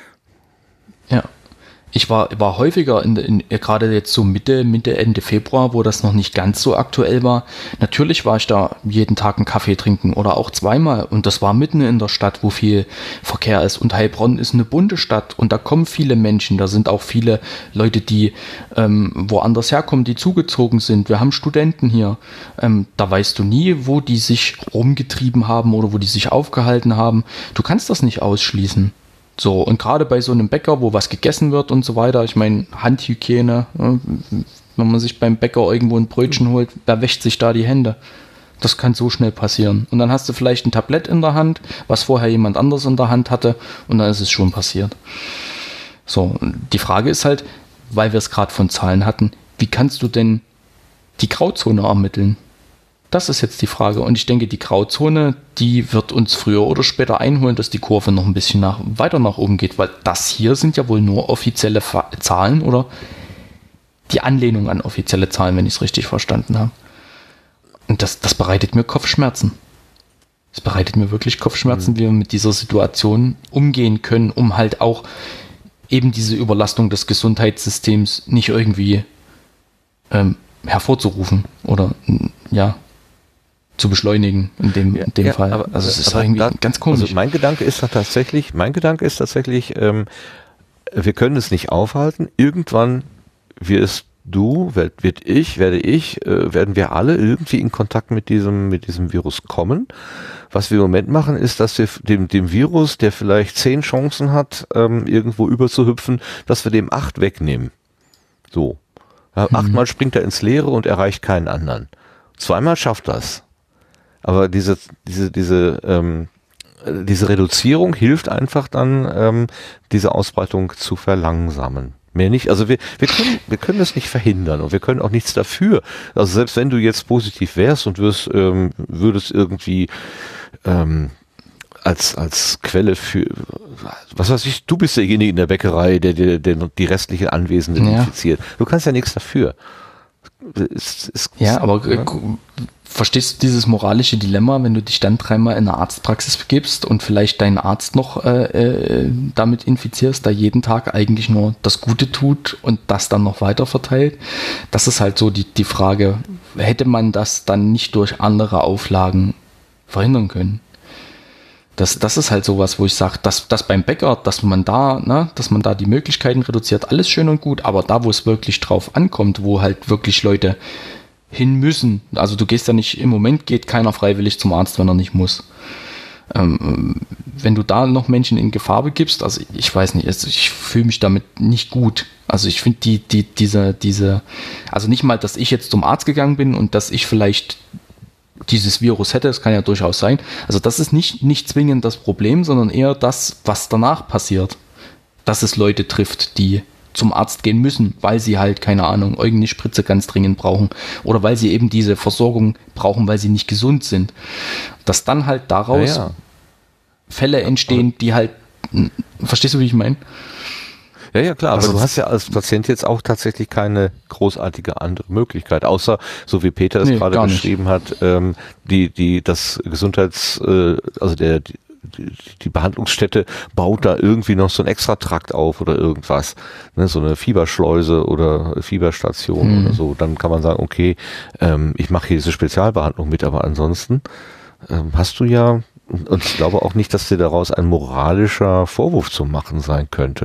Ja. Ich war, war häufiger, in, in, gerade jetzt so Mitte, Mitte, Ende Februar, wo das noch nicht ganz so aktuell war. Natürlich war ich da jeden Tag einen Kaffee trinken oder auch zweimal. Und das war mitten in der Stadt, wo viel Verkehr ist. Und Heilbronn ist eine bunte Stadt und da kommen viele Menschen. Da sind auch viele Leute, die ähm, woanders herkommen, die zugezogen sind. Wir haben Studenten hier. Ähm, da weißt du nie, wo die sich rumgetrieben haben oder wo die sich aufgehalten haben. Du kannst das nicht ausschließen. So, und gerade bei so einem Bäcker, wo was gegessen wird und so weiter, ich meine, Handhygiene, wenn man sich beim Bäcker irgendwo ein Brötchen holt, wer wäscht sich da die Hände? Das kann so schnell passieren. Und dann hast du vielleicht ein Tablett in der Hand, was vorher jemand anders in der Hand hatte, und dann ist es schon passiert. So, die Frage ist halt, weil wir es gerade von Zahlen hatten, wie kannst du denn die Grauzone ermitteln? Das ist jetzt die Frage. Und ich denke, die Grauzone, die wird uns früher oder später einholen, dass die Kurve noch ein bisschen nach, weiter nach oben geht, weil das hier sind ja wohl nur offizielle Fa- Zahlen oder die Anlehnung an offizielle Zahlen, wenn ich es richtig verstanden habe. Und das, das bereitet mir Kopfschmerzen. Es bereitet mir wirklich Kopfschmerzen, mhm. wie wir mit dieser Situation umgehen können, um halt auch eben diese Überlastung des Gesundheitssystems nicht irgendwie ähm, hervorzurufen oder ja, zu beschleunigen in dem, in dem ja, Fall. Aber, also es ist aber irgendwie da, ganz komisch. Also mein Gedanke ist tatsächlich, mein Gedanke ist tatsächlich, ähm, wir können es nicht aufhalten. Irgendwann wirst du, werd, wird ich, werde ich, äh, werden wir alle irgendwie in Kontakt mit diesem, mit diesem Virus kommen. Was wir im Moment machen, ist, dass wir dem, dem Virus, der vielleicht zehn Chancen hat, ähm, irgendwo überzuhüpfen, dass wir dem acht wegnehmen. So. Ja, mhm. Achtmal springt er ins Leere und erreicht keinen anderen. Zweimal schafft das. Aber diese, diese, diese, ähm, diese Reduzierung hilft einfach dann, ähm, diese Ausbreitung zu verlangsamen. Mehr nicht. Also wir, wir können, wir können das nicht verhindern und wir können auch nichts dafür. Also selbst wenn du jetzt positiv wärst und wirst, ähm, würdest irgendwie ähm, als, als Quelle für, was weiß ich, du bist derjenige in der Bäckerei, der, der, der die restlichen Anwesenden ja. infiziert. Du kannst ja nichts dafür. ist, ist, Ja, aber äh, ja. verstehst du dieses moralische Dilemma, wenn du dich dann dreimal in eine Arztpraxis begibst und vielleicht deinen Arzt noch äh, äh, damit infizierst, der jeden Tag eigentlich nur das Gute tut und das dann noch weiter verteilt? Das ist halt so die, die Frage, hätte man das dann nicht durch andere Auflagen verhindern können? Das, das ist halt sowas, wo ich sage, dass, dass beim Bäcker, dass man da, ne, dass man da die Möglichkeiten reduziert, alles schön und gut, aber da, wo es wirklich drauf ankommt, wo halt wirklich Leute hin müssen, also du gehst ja nicht, im Moment geht keiner freiwillig zum Arzt, wenn er nicht muss. Ähm, wenn du da noch Menschen in Gefahr begibst, also ich weiß nicht, also ich fühle mich damit nicht gut. Also ich finde die, die, diese, diese, also nicht mal, dass ich jetzt zum Arzt gegangen bin und dass ich vielleicht dieses Virus hätte, das kann ja durchaus sein. Also das ist nicht, nicht zwingend das Problem, sondern eher das, was danach passiert. Dass es Leute trifft, die zum Arzt gehen müssen, weil sie halt, keine Ahnung, irgendeine Spritze ganz dringend brauchen oder weil sie eben diese Versorgung brauchen, weil sie nicht gesund sind. Dass dann halt daraus ja, ja. Fälle entstehen, die halt, verstehst du, wie ich meine? Ja, ja, klar, Also aber du hast ja als Patient jetzt auch tatsächlich keine großartige andere Möglichkeit, außer, so wie Peter es Nee, gerade gar nicht. beschrieben hat, ähm, die, die, das Gesundheits, äh, also der, die, die Behandlungsstätte baut da irgendwie noch so einen Extratrakt auf oder irgendwas, ne, so eine Fieberschleuse oder Fieberstation Hm. oder so, dann kann man sagen, okay, ähm, ich mache hier diese Spezialbehandlung mit, aber ansonsten ähm, hast du ja, und ich glaube auch nicht, dass dir daraus ein moralischer Vorwurf zu machen sein könnte.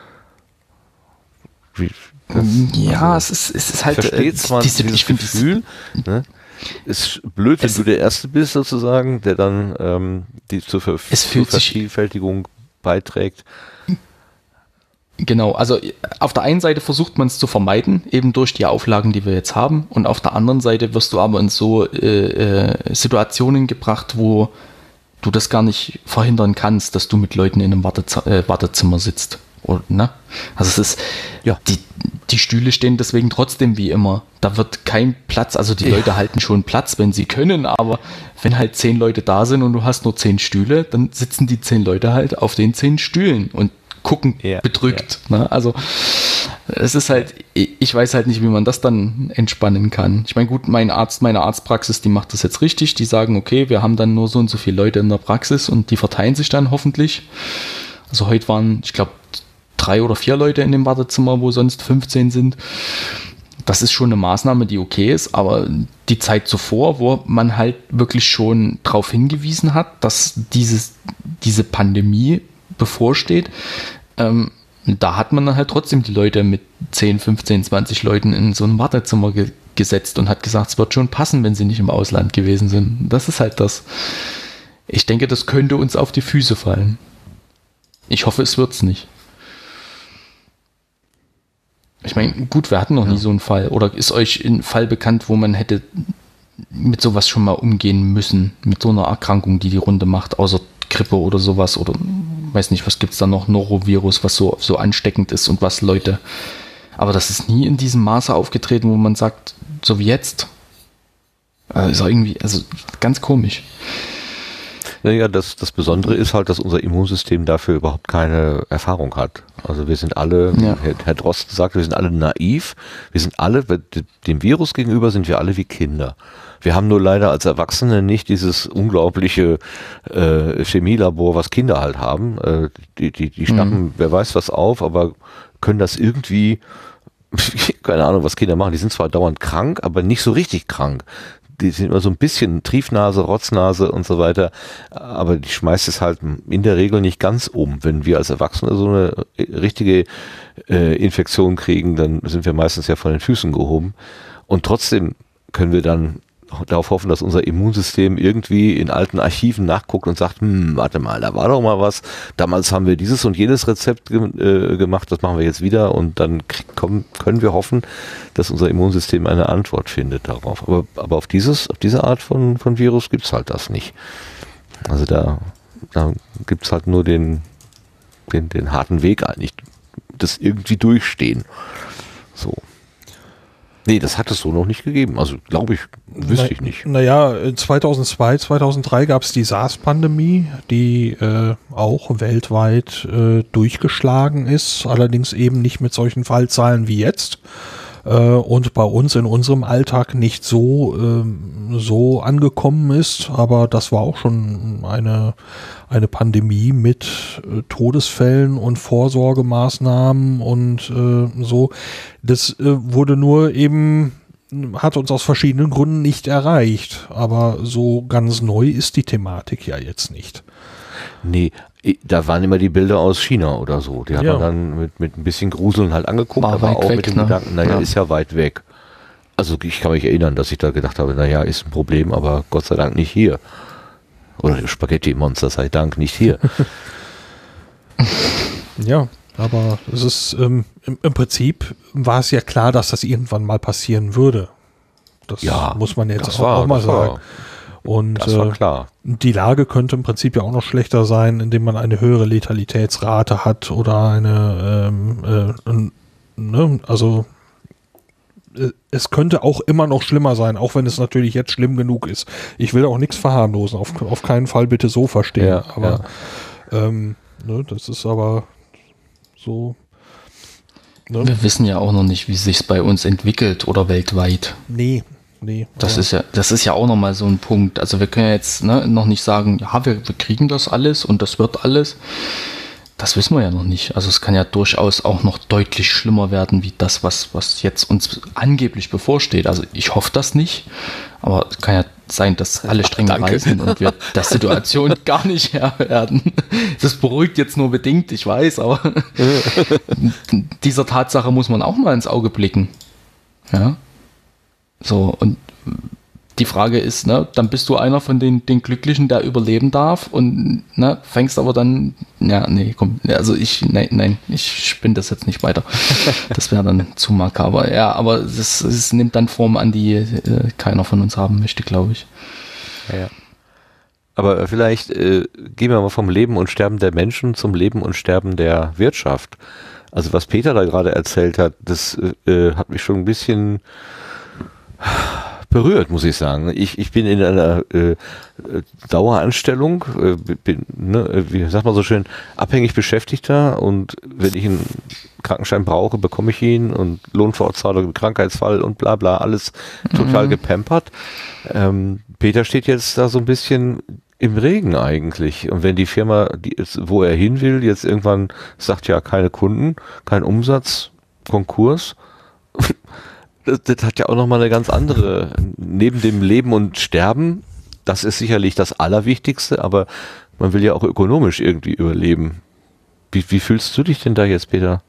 Wie, das, Ja, also, es ist, es ist halt ich verstehe zwar diese, dieses ich finde Gefühl, ne? Ist blöd, wenn Es- du der Erste bist sozusagen, der dann ähm, die zur, Ver Es zur fühlt sich- Vervielfältigung beiträgt. Genau, also auf der einen Seite versucht man es zu vermeiden, eben durch die Auflagen, die wir jetzt haben, und auf der anderen Seite wirst du aber in so äh, äh, Situationen gebracht, wo du das gar nicht verhindern kannst, dass du mit Leuten in einem Wartez äh, Wartezimmer sitzt. Oder, ne? Also es ist, Ja. die, die Stühle stehen deswegen trotzdem wie immer. Da wird kein Platz, also die Ja. Leute halten schon Platz, wenn sie können, aber wenn halt zehn Leute da sind und du hast nur zehn Stühle, dann sitzen die zehn Leute halt auf den zehn Stühlen und gucken Ja, bedrückt. Ne? Also es ist halt, ich weiß halt nicht, wie man das dann entspannen kann. Ich meine, gut, mein Arzt, meine Arztpraxis, die macht das jetzt richtig. Die sagen, okay, wir haben dann nur so und so viele Leute in der Praxis und die verteilen sich dann hoffentlich. Also heute waren, ich glaube, drei oder vier Leute in dem Wartezimmer, wo sonst fünfzehn sind. Das ist schon eine Maßnahme, die okay ist, aber die Zeit zuvor, wo man halt wirklich schon darauf hingewiesen hat, dass dieses, diese Pandemie bevorsteht, ähm, da hat man dann halt trotzdem die Leute mit zehn, fünfzehn, zwanzig Leuten in so ein Wartezimmer ge gesetzt und hat gesagt, es wird schon passen, wenn sie nicht im Ausland gewesen sind. Das ist halt das. Ich denke, das könnte uns auf die Füße fallen. Ich hoffe, es wird's nicht. Ich meine, gut, wir hatten noch Ja. nie so einen Fall. Oder ist euch ein Fall bekannt, wo man hätte mit sowas schon mal umgehen müssen? Mit so einer Erkrankung, die die Runde macht, außer Grippe oder sowas? Oder weiß nicht, was gibt's da noch? Norovirus, was so, so ansteckend ist und was Leute... Aber das ist nie in diesem Maße aufgetreten, wo man sagt, so wie jetzt. Also ist auch irgendwie, also ganz komisch. Naja, das, das Besondere ist halt, dass unser Immunsystem dafür überhaupt keine Erfahrung hat. Also wir sind alle, Ja. Herr, Herr Drosten sagt, wir sind alle naiv. Wir sind alle, dem Virus gegenüber sind wir alle wie Kinder. Wir haben nur leider als Erwachsene nicht dieses unglaubliche äh, Chemielabor, was Kinder halt haben. Äh, die, die, die schnappen, Mhm. wer weiß was auf, aber können das irgendwie, keine Ahnung, was Kinder machen. Die sind zwar dauernd krank, aber nicht so richtig krank. Die sind immer so ein bisschen Triefnase, Rotznase und so weiter, aber die schmeißt es halt in der Regel nicht ganz um. Wenn wir als Erwachsene so eine richtige äh, Infektion kriegen, dann sind wir meistens ja von den Füßen gehoben. Und trotzdem können wir dann darauf hoffen, dass unser Immunsystem irgendwie in alten Archiven nachguckt und sagt, hm, warte mal, da war doch mal was. Damals haben wir dieses und jenes Rezept ge äh, gemacht, das machen wir jetzt wieder und dann kommen, können wir hoffen, dass unser Immunsystem eine Antwort findet darauf. Aber, aber auf dieses, auf diese Art von, von Virus gibt's halt das nicht. Also da, da gibt's halt nur den, den, den harten Weg eigentlich, das irgendwie durchstehen. So. Nee, das hat es so noch nicht gegeben. Also glaube ich, wüsste ich nicht. Naja, zweitausendzwei, zweitausenddrei gab es die SARS-Pandemie, die äh, auch weltweit äh, durchgeschlagen ist, allerdings eben nicht mit solchen Fallzahlen wie jetzt. äh, und bei uns in unserem Alltag nicht so, äh, so angekommen ist. Aber das war auch schon eine, eine Pandemie mit äh, Todesfällen und Vorsorgemaßnahmen und äh, so. Das äh, wurde nur eben, hat uns aus verschiedenen Gründen nicht erreicht. Aber so ganz neu ist die Thematik ja jetzt nicht. Nee, da waren immer die Bilder aus China oder so. Die hat ja. man dann mit, mit ein bisschen Gruseln halt angeguckt, War aber auch weg, mit dem ne? Gedanken, naja, ja. ist ja weit weg. Also ich kann mich erinnern, dass ich da gedacht habe, naja, ist ein Problem, aber Gott sei Dank nicht hier. Oder Spaghetti-Monster sei Dank nicht hier. Ja, aber es ist ähm, im, im Prinzip war es ja klar, dass das irgendwann mal passieren würde. Das ja, muss man jetzt auch, war, auch mal sagen. War. Und das war klar. Äh, die Lage könnte im Prinzip ja auch noch schlechter sein, indem man eine höhere Letalitätsrate hat oder eine, ähm, äh, ne, also äh, es könnte auch immer noch schlimmer sein, auch wenn es natürlich jetzt schlimm genug ist. Ich will auch nichts verharmlosen, auf, auf keinen Fall bitte so verstehen, ja, aber ja. Ähm, ne, das ist aber so. Ne? Wir wissen ja auch noch nicht, wie es sich bei uns entwickelt oder weltweit. Nee. Nee, das ist ja, das ist ja auch nochmal so ein Punkt. Also wir können ja jetzt ne, noch nicht sagen, ja, wir, wir kriegen das alles und das wird alles. Das wissen wir ja noch nicht. Also es kann ja durchaus auch noch deutlich schlimmer werden, wie das, was, was jetzt uns angeblich bevorsteht. Also ich hoffe das nicht, aber es kann ja sein, dass alle Stränge Danke. reißen und wir der Situation gar nicht Herr werden. Das beruhigt jetzt nur bedingt, ich weiß, aber dieser Tatsache muss man auch mal ins Auge blicken. Ja. So, und die Frage ist, ne, dann bist du einer von den, den Glücklichen, der überleben darf und ne, fängst aber dann, ja, nee, komm, also ich, nein, nein, ich spinne das jetzt nicht weiter. Das wäre dann zu makaber. Ja, aber es, es nimmt dann Form an, die äh, keiner von uns haben möchte, glaube ich. Ja. Aber vielleicht äh, gehen wir mal vom Leben und Sterben der Menschen zum Leben und Sterben der Wirtschaft. Also was Peter da gerade erzählt hat, das äh, hat mich schon ein bisschen berührt, muss ich sagen. Ich, ich bin in einer äh, Daueranstellung, äh, bin, ne, wie sagt man so schön, abhängig Beschäftigter und wenn ich einen Krankenschein brauche, bekomme ich ihn und Lohnfortzahlung, Krankheitsfall und bla bla, alles total mhm. gepampert. Ähm, Peter steht jetzt da so ein bisschen im Regen eigentlich und wenn die Firma, die ist, wo er hin will, jetzt irgendwann sagt, ja, keine Kunden, kein Umsatz, Konkurs, Das, das hat ja auch nochmal eine ganz andere, neben dem Leben und Sterben, das ist sicherlich das Allerwichtigste, aber man will ja auch ökonomisch irgendwie überleben. Wie, wie fühlst du dich denn da jetzt, Peter?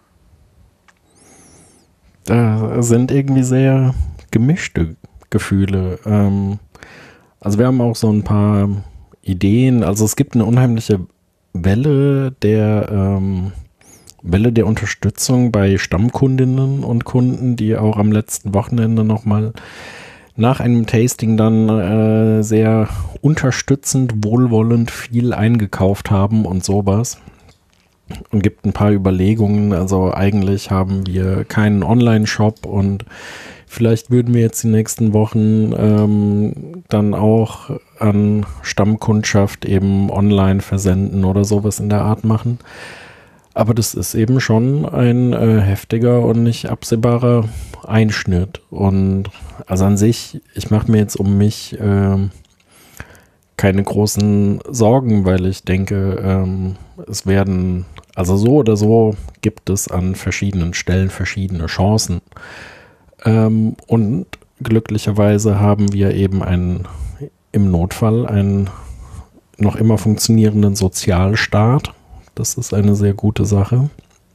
Da sind irgendwie sehr gemischte Gefühle. Ähm, also wir haben auch so ein paar Ideen, also es gibt eine unheimliche Welle der ähm, Welle der Unterstützung bei Stammkundinnen und Kunden, die auch am letzten Wochenende nochmal nach einem Tasting dann äh, sehr unterstützend, wohlwollend viel eingekauft haben und sowas. Und gibt ein paar Überlegungen. Also eigentlich haben wir keinen Online-Shop und vielleicht würden wir jetzt die nächsten Wochen ähm, dann auch an Stammkundschaft eben online versenden oder sowas in der Art machen. Aber das ist eben schon ein äh, heftiger und nicht absehbarer Einschnitt. Und also an sich, ich mache mir jetzt um mich äh, keine großen Sorgen, weil ich denke, ähm, es werden, also so oder so gibt es an verschiedenen Stellen verschiedene Chancen. Ähm, und glücklicherweise haben wir eben einen, im Notfall einen noch immer funktionierenden Sozialstaat. Das ist eine sehr gute Sache.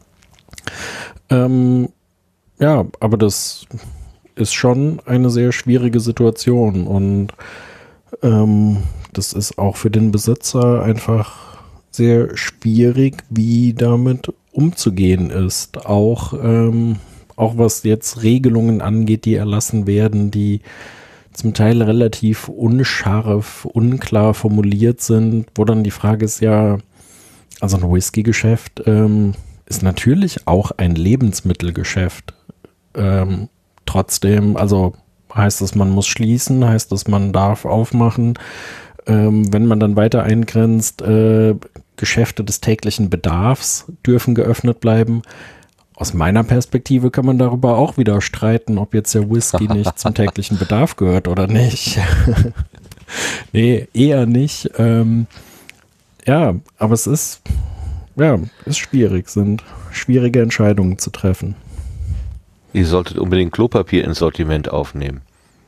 Ähm, ja, aber das ist schon eine sehr schwierige Situation und ähm, das ist auch für den Besitzer einfach sehr schwierig, wie damit umzugehen ist. Auch, ähm, auch was jetzt Regelungen angeht, die erlassen werden, die zum Teil relativ unscharf, unklar formuliert sind, wo dann die Frage ist, ja, also ein Whisky-Geschäft ähm, ist natürlich auch ein Lebensmittelgeschäft. Ähm, trotzdem, also heißt es, man muss schließen, heißt es, man darf aufmachen. Ähm, wenn man dann weiter eingrenzt, äh, Geschäfte des täglichen Bedarfs dürfen geöffnet bleiben. aus meiner Perspektive kann man darüber auch wieder streiten, ob jetzt der Whisky nicht zum täglichen Bedarf gehört oder nicht. Nee, eher nicht. Ähm, ja, aber es ist, ja, ist schwierig, sind schwierige Entscheidungen zu treffen. Ihr solltet unbedingt Klopapier ins Sortiment aufnehmen.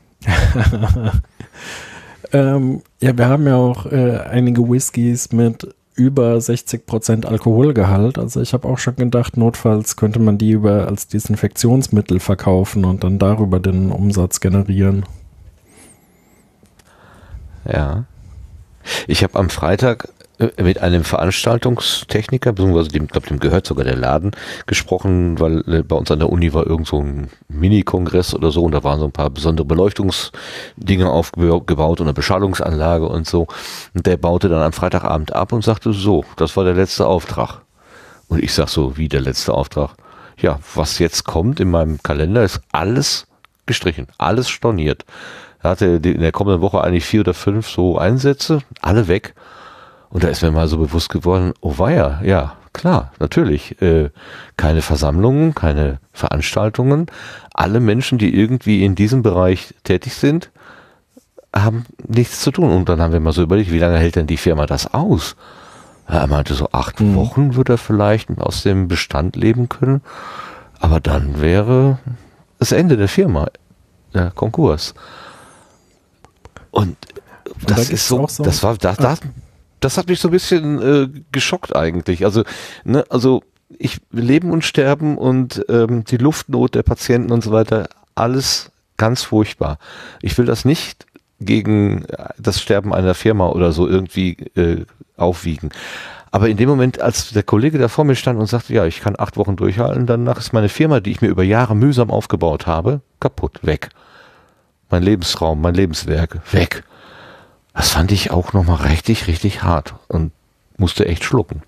ähm, ja, wir haben ja auch äh, einige Whiskys mit über sechzig Prozent Alkoholgehalt. Also ich habe auch schon gedacht, notfalls könnte man die über als Desinfektionsmittel verkaufen und dann darüber den Umsatz generieren. Ja. Ich habe am Freitag mit einem Veranstaltungstechniker, beziehungsweise dem, glaube dem gehört sogar der Laden, gesprochen, weil bei uns an der Uni war irgend so ein Mini-Kongress oder so und da waren so ein paar besondere Beleuchtungsdinge aufgebaut und eine Beschallungsanlage und so. Und der baute dann am Freitagabend ab und sagte so, das war der letzte Auftrag. Und ich sag so, wie der letzte Auftrag? Ja, was jetzt kommt in meinem Kalender ist alles gestrichen, alles storniert. Er hatte in der kommenden Woche eigentlich vier oder fünf so Einsätze, alle weg. Und da ist mir mal so bewusst geworden, oh weia, ja, klar, natürlich, äh, keine Versammlungen, keine Veranstaltungen. Alle Menschen, die irgendwie in diesem Bereich tätig sind, haben nichts zu tun. Und dann haben wir mal so überlegt, wie lange hält denn die Firma das aus? Er meinte, so acht mhm. Wochen würde er vielleicht aus dem Bestand leben können. Aber dann wäre das Ende der Firma, der Konkurs. Und das Und da ist so, so, das war, das, das, das hat mich so ein bisschen äh, geschockt eigentlich. Also, ne, also ich leben und sterben und ähm, die Luftnot der Patienten und so weiter, alles ganz furchtbar. Ich will das nicht gegen das Sterben einer Firma oder so irgendwie äh, aufwiegen. Aber in dem Moment, als der Kollege da vor mir stand und sagte, ja, ich kann acht Wochen durchhalten, danach ist meine Firma, die ich mir über Jahre mühsam aufgebaut habe, kaputt, weg. Mein Lebensraum, mein Lebenswerk, weg. Das fand ich auch nochmal richtig, richtig hart und musste echt schlucken.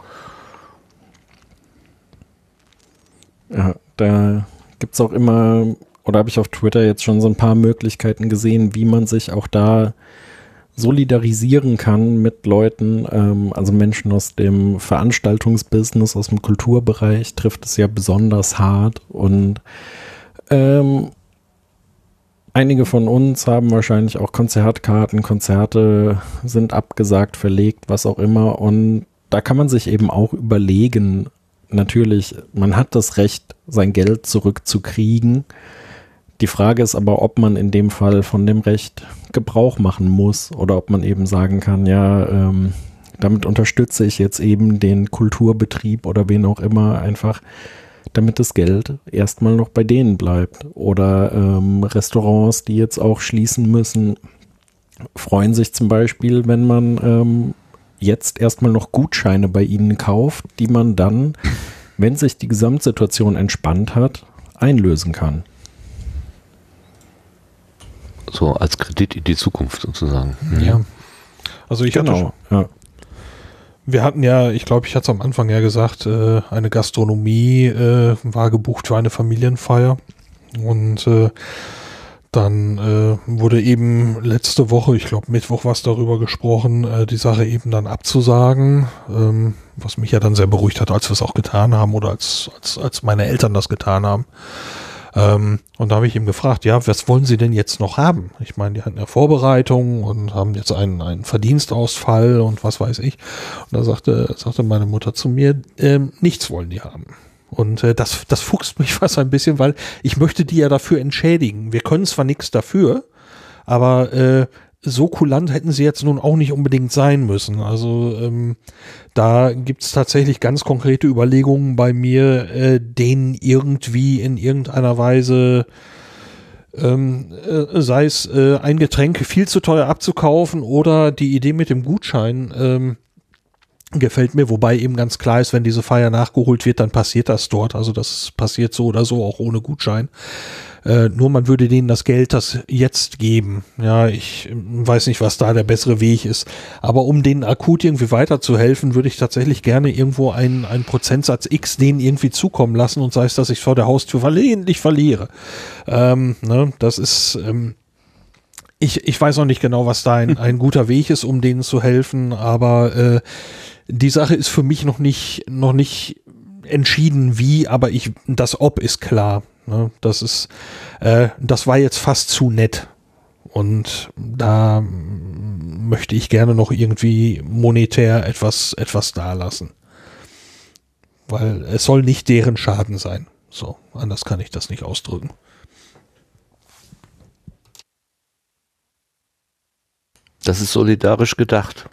Ja, da gibt es auch immer, oder habe ich auf Twitter jetzt schon so ein paar Möglichkeiten gesehen, wie man sich auch da solidarisieren kann mit Leuten, ähm, also Menschen aus dem Veranstaltungsbusiness, aus dem Kulturbereich trifft es ja besonders hart und ähm, einige von uns haben wahrscheinlich auch Konzertkarten, Konzerte sind abgesagt, verlegt, was auch immer. Und da kann man sich eben auch überlegen, natürlich, man hat das Recht, sein Geld zurückzukriegen. Die Frage ist aber, ob man in dem Fall von dem Recht Gebrauch machen muss oder ob man eben sagen kann, ja, ähm, damit unterstütze ich jetzt eben den Kulturbetrieb oder wen auch immer einfach, damit das Geld erstmal noch bei denen bleibt. Oder ähm, Restaurants, die jetzt auch schließen müssen, freuen sich zum Beispiel, wenn man ähm, jetzt erstmal noch Gutscheine bei ihnen kauft, die man dann, wenn sich die Gesamtsituation entspannt hat, einlösen kann. So als Kredit in die Zukunft sozusagen. Ja. Also ich genau, hatte ja. Wir hatten ja, ich glaube, ich hatte es am Anfang ja gesagt, äh, eine Gastronomie äh, war gebucht für eine Familienfeier und äh, dann äh, wurde eben letzte Woche, ich glaube Mittwoch was darüber gesprochen, äh, die Sache eben dann abzusagen, ähm, was mich ja dann sehr beruhigt hat, als wir es auch getan haben oder als, als, als meine Eltern das getan haben. Ähm, und da habe ich ihm gefragt, ja, was wollen Sie denn jetzt noch haben? Ich meine, die hatten ja Vorbereitungen und haben jetzt einen, einen Verdienstausfall und was weiß ich. Und da sagte, sagte meine Mutter zu mir, ähm, nichts wollen die haben. Und äh, das, das fuchst mich fast ein bisschen, weil ich möchte die ja dafür entschädigen. Wir können zwar nichts dafür, aber äh, so kulant hätten sie jetzt nun auch nicht unbedingt sein müssen. Also ähm, da gibt es tatsächlich ganz konkrete Überlegungen bei mir, äh, denen irgendwie in irgendeiner Weise, ähm, äh, sei es äh, ein Getränk viel zu teuer abzukaufen oder die Idee mit dem Gutschein ähm, gefällt mir, wobei eben ganz klar ist, wenn diese Feier nachgeholt wird, dann passiert das dort. Also das passiert so oder so auch ohne Gutschein. Äh, nur man würde denen das Geld das jetzt geben. Ja, ich weiß nicht, was da der bessere Weg ist. Aber um denen akut irgendwie weiterzuhelfen, würde ich tatsächlich gerne irgendwo einen, einen Prozentsatz X denen irgendwie zukommen lassen und sei es, dass ich vor der Haustür versehentlich verliere. Ähm, ne, das ist, ähm, ich, ich weiß auch nicht genau, was da ein, ein guter Weg ist, um denen zu helfen, aber äh, die Sache ist für mich noch nicht, noch nicht entschieden wie, aber ich, das Ob ist klar. Ne? Das ist, äh, das war jetzt fast zu nett. Und da möchte ich gerne noch irgendwie monetär etwas, etwas dalassen. Weil es soll nicht deren Schaden sein. So, anders kann ich das nicht ausdrücken. Das ist solidarisch gedacht.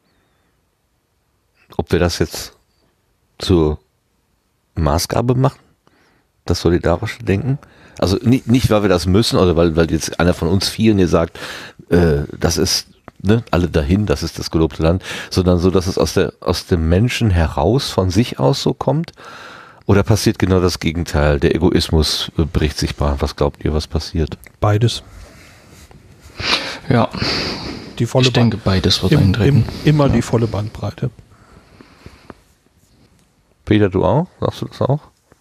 Ob wir das jetzt zur Maßgabe machen, das solidarische Denken? Also nicht, nicht weil wir das müssen oder weil, weil jetzt einer von uns vielen hier sagt, äh, das ist, ne, alle dahin, das ist das gelobte Land, sondern so, dass es aus der, aus dem Menschen heraus, von sich aus so kommt. Oder passiert genau das Gegenteil? Der Egoismus äh, bricht sich Bahn. Was glaubt ihr, was passiert? Beides. Ja, die volle ich denke, beides wird im, eintreten. Im, immer ja. die volle Bandbreite. Peter, du auch? Sagst du das auch?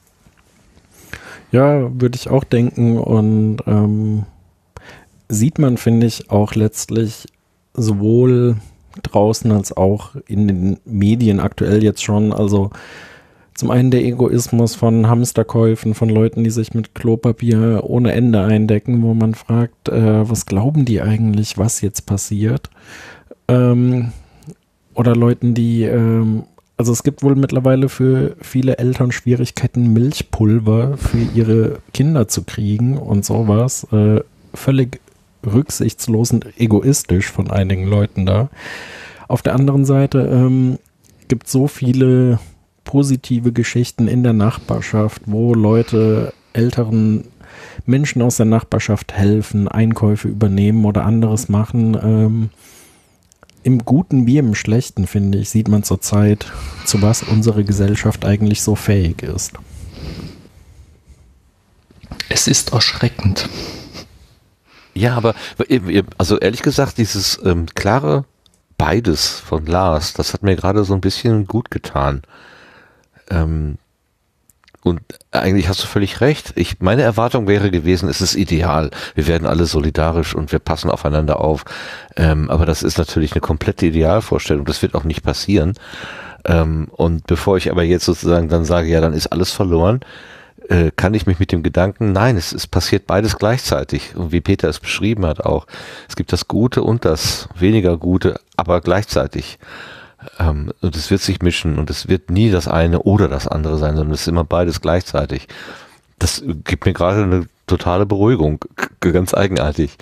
Ja, würde ich auch denken. Und ähm, sieht man, finde ich, auch letztlich sowohl draußen als auch in den Medien aktuell jetzt schon. Also zum einen der Egoismus von Hamsterkäufen, von Leuten, die sich mit Klopapier ohne Ende eindecken, wo man fragt, äh, was glauben die eigentlich, was jetzt passiert? Ähm, oder Leuten, die, ähm, also es gibt wohl mittlerweile für viele Eltern Schwierigkeiten, Milchpulver für ihre Kinder zu kriegen und sowas. Äh, völlig rücksichtslos und egoistisch von einigen Leuten da. Auf der anderen Seite ähm, gibt es so viele positive Geschichten in der Nachbarschaft, wo Leute älteren Menschen aus der Nachbarschaft helfen, Einkäufe übernehmen oder anderes machen. Ähm, Im Guten wie im Schlechten, finde ich, sieht man zurzeit, zu was unsere Gesellschaft eigentlich so fähig ist. Es ist erschreckend. Ja, aber also ehrlich gesagt, dieses ähm, klare Beides von Lars, das hat mir gerade so ein bisschen gut getan. Ähm, und eigentlich hast du völlig recht. Ich, meine Erwartung wäre gewesen, es ist ideal. Wir werden alle solidarisch und wir passen aufeinander auf. Ähm, aber das ist natürlich eine komplette Idealvorstellung. Das wird auch nicht passieren. Ähm, und bevor ich aber jetzt sozusagen dann sage, ja, dann ist alles verloren, äh, kann ich mich mit dem Gedanken, nein, es, es passiert beides gleichzeitig. Und wie Peter es beschrieben hat auch, es gibt das Gute und das weniger Gute, aber gleichzeitig. Ähm, und es wird sich mischen und es wird nie das eine oder das andere sein, sondern es ist immer beides gleichzeitig. Das gibt mir gerade eine totale Beruhigung, g- ganz eigenartig.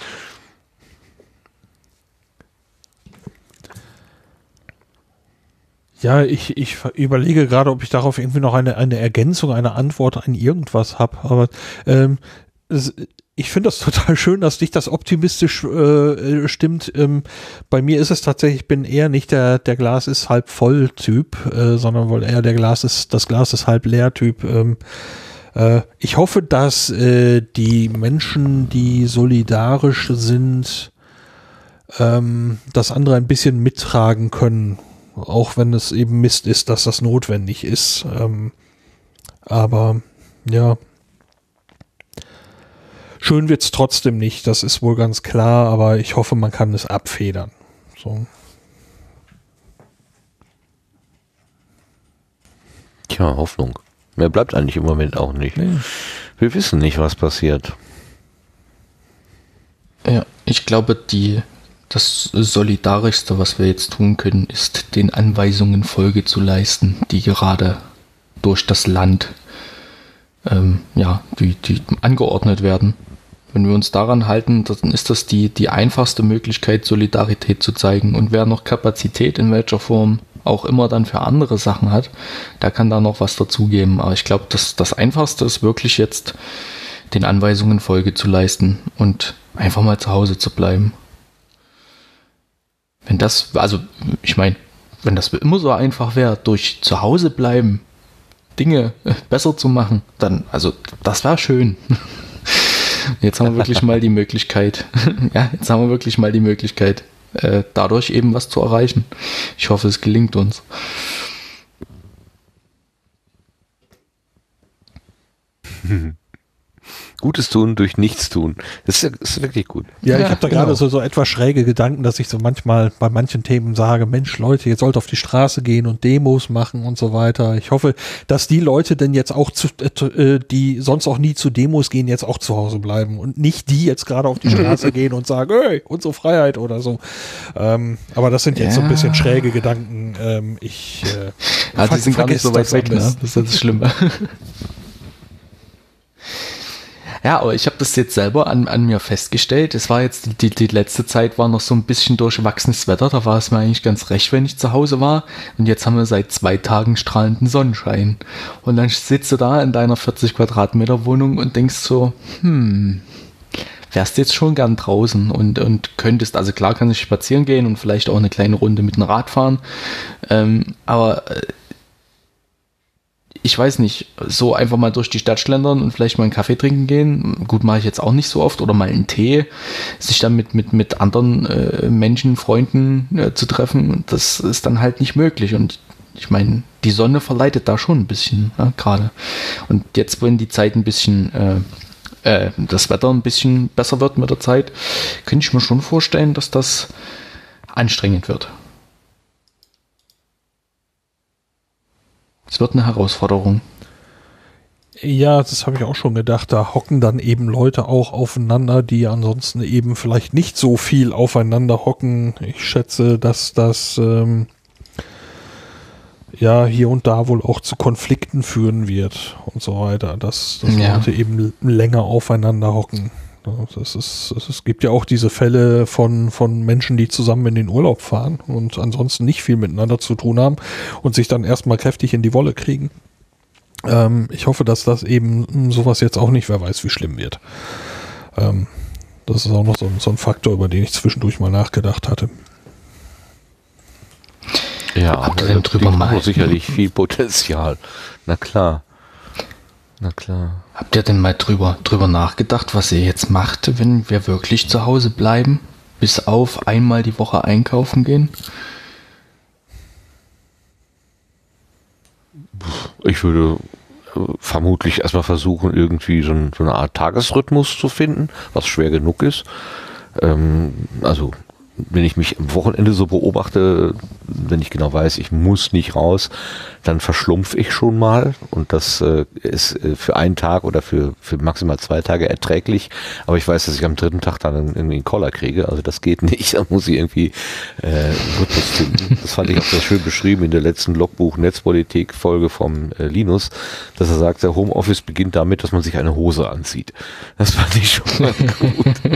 Ja, ich, ich überlege gerade, ob ich darauf irgendwie noch eine, eine Ergänzung, eine Antwort an irgendwas habe. Aber ähm, es, ich finde das total schön, dass dich das optimistisch äh, stimmt. Ähm, bei mir ist es tatsächlich, ich bin eher nicht der, der Glas ist halb voll Typ, äh, sondern wohl eher der Glas ist, das Glas ist halb leer Typ. Ähm, äh, ich hoffe, dass äh, die Menschen, die solidarisch sind, ähm, das andere ein bisschen mittragen können. Auch wenn es eben Mist ist, dass das notwendig ist. Ähm, aber ja, schön wird's trotzdem nicht, das ist wohl ganz klar, aber ich hoffe, man kann es abfedern. So. Tja, Hoffnung. Mehr bleibt eigentlich im Moment auch nicht. Nee. Wir wissen nicht, was passiert. Ja, ich glaube, die das Solidarischste, was wir jetzt tun können, ist, den Anweisungen Folge zu leisten, die gerade durch das Land ähm, ja, die, die angeordnet werden. Wenn wir uns daran halten, dann ist das die, die einfachste Möglichkeit, Solidarität zu zeigen. Und wer noch Kapazität in welcher Form auch immer dann für andere Sachen hat, der kann da noch was dazugeben. Aber ich glaube, das, das Einfachste ist wirklich jetzt, den Anweisungen Folge zu leisten und einfach mal zu Hause zu bleiben. Wenn das, also ich meine, wenn das immer so einfach wäre, durch zu Hause bleiben, Dinge besser zu machen, dann, also das wäre schön. Jetzt haben wir wirklich mal die Möglichkeit, ja, jetzt haben wir wirklich mal die Möglichkeit, äh, dadurch eben was zu erreichen. Ich hoffe, es gelingt uns. Gutes tun durch nichts tun. Das ist, das ist wirklich gut. Ja, ich Ja, habe da genau. gerade so, so etwas schräge Gedanken, dass ich so manchmal bei manchen Themen sage, Mensch Leute, ihr sollt auf die Straße gehen und Demos machen und so weiter. Ich hoffe, dass die Leute denn jetzt auch, zu, äh, die sonst auch nie zu Demos gehen, jetzt auch zu Hause bleiben und nicht die jetzt gerade auf die Straße gehen und sagen, hey, unsere Freiheit oder so. Ähm, aber das sind jetzt so ein Ja. bisschen schräge Gedanken. Ähm, ich äh, Ja, die ver- sind gar nicht so weit vergesst das weg, am ne? besten. Das ist ja das Schlimme. Ja, aber ich habe das jetzt selber an, an mir festgestellt. Es war jetzt, die, die letzte Zeit war noch so ein bisschen durchwachsenes Wetter. Da war es mir eigentlich ganz recht, wenn ich zu Hause war. Und jetzt haben wir seit zwei Tagen strahlenden Sonnenschein. Und dann sitzt du da in deiner vierzig Quadratmeter Wohnung und denkst so, hm, wärst jetzt schon gern draußen und, und könntest, also klar kannst du spazieren gehen und vielleicht auch eine kleine Runde mit dem Rad fahren. Ähm, aber äh, ich weiß nicht, so einfach mal durch die Stadt schlendern und vielleicht mal einen Kaffee trinken gehen. Gut, mache ich jetzt auch nicht so oft. Oder mal einen Tee, sich dann mit, mit, mit anderen äh, Menschen, Freunden äh, zu treffen. Das ist dann halt nicht möglich. Und ich meine, die Sonne verleitet da schon ein bisschen, ja, gerade. Und jetzt, wenn die Zeit ein bisschen, äh, äh, das Wetter ein bisschen besser wird mit der Zeit, könnte ich mir schon vorstellen, dass das anstrengend wird. Es wird eine Herausforderung. Ja, das habe ich auch schon gedacht. Da hocken dann eben Leute auch aufeinander, die ansonsten eben vielleicht nicht so viel aufeinander hocken. Ich schätze, dass das ähm, ja hier und da wohl auch zu Konflikten führen wird und so weiter, dass, dass Ja. Leute eben länger aufeinander hocken. Ja, Das ist, das ist, es gibt ja auch diese Fälle von, von Menschen, die zusammen in den Urlaub fahren und ansonsten nicht viel miteinander zu tun haben und sich dann erstmal kräftig in die Wolle kriegen. Ähm, ich hoffe, dass das eben sowas jetzt auch nicht, wer weiß, wie schlimm wird. Ähm, das ist auch noch so, ein- so ein Faktor, über den ich zwischendurch mal nachgedacht hatte. Ja, Habt ihr da denn drüber liegt mal- auch sicherlich viel Potenzial. Na klar. Na klar. Habt ihr denn mal drüber, drüber nachgedacht, was ihr jetzt macht, wenn wir wirklich zu Hause bleiben? Bis auf einmal die Woche einkaufen gehen? Ich würde äh, vermutlich erstmal versuchen, irgendwie so, ein, so eine Art Tagesrhythmus zu finden, was schwer genug ist. Ähm, also wenn ich mich am Wochenende so beobachte, wenn ich genau weiß, ich muss nicht raus, dann verschlumpf ich schon mal und das äh, ist äh, für einen Tag oder für, für maximal zwei Tage erträglich, aber ich weiß, dass ich am dritten Tag dann irgendwie einen Koller kriege, also das geht nicht, da muss ich irgendwie äh, einen Rhythmus finden. Das fand ich auch sehr schön beschrieben in der letzten Logbuch-Netzpolitik-Folge vom äh, Linus, dass er sagt, der Homeoffice beginnt damit, dass man sich eine Hose anzieht. Das fand ich schon mal gut.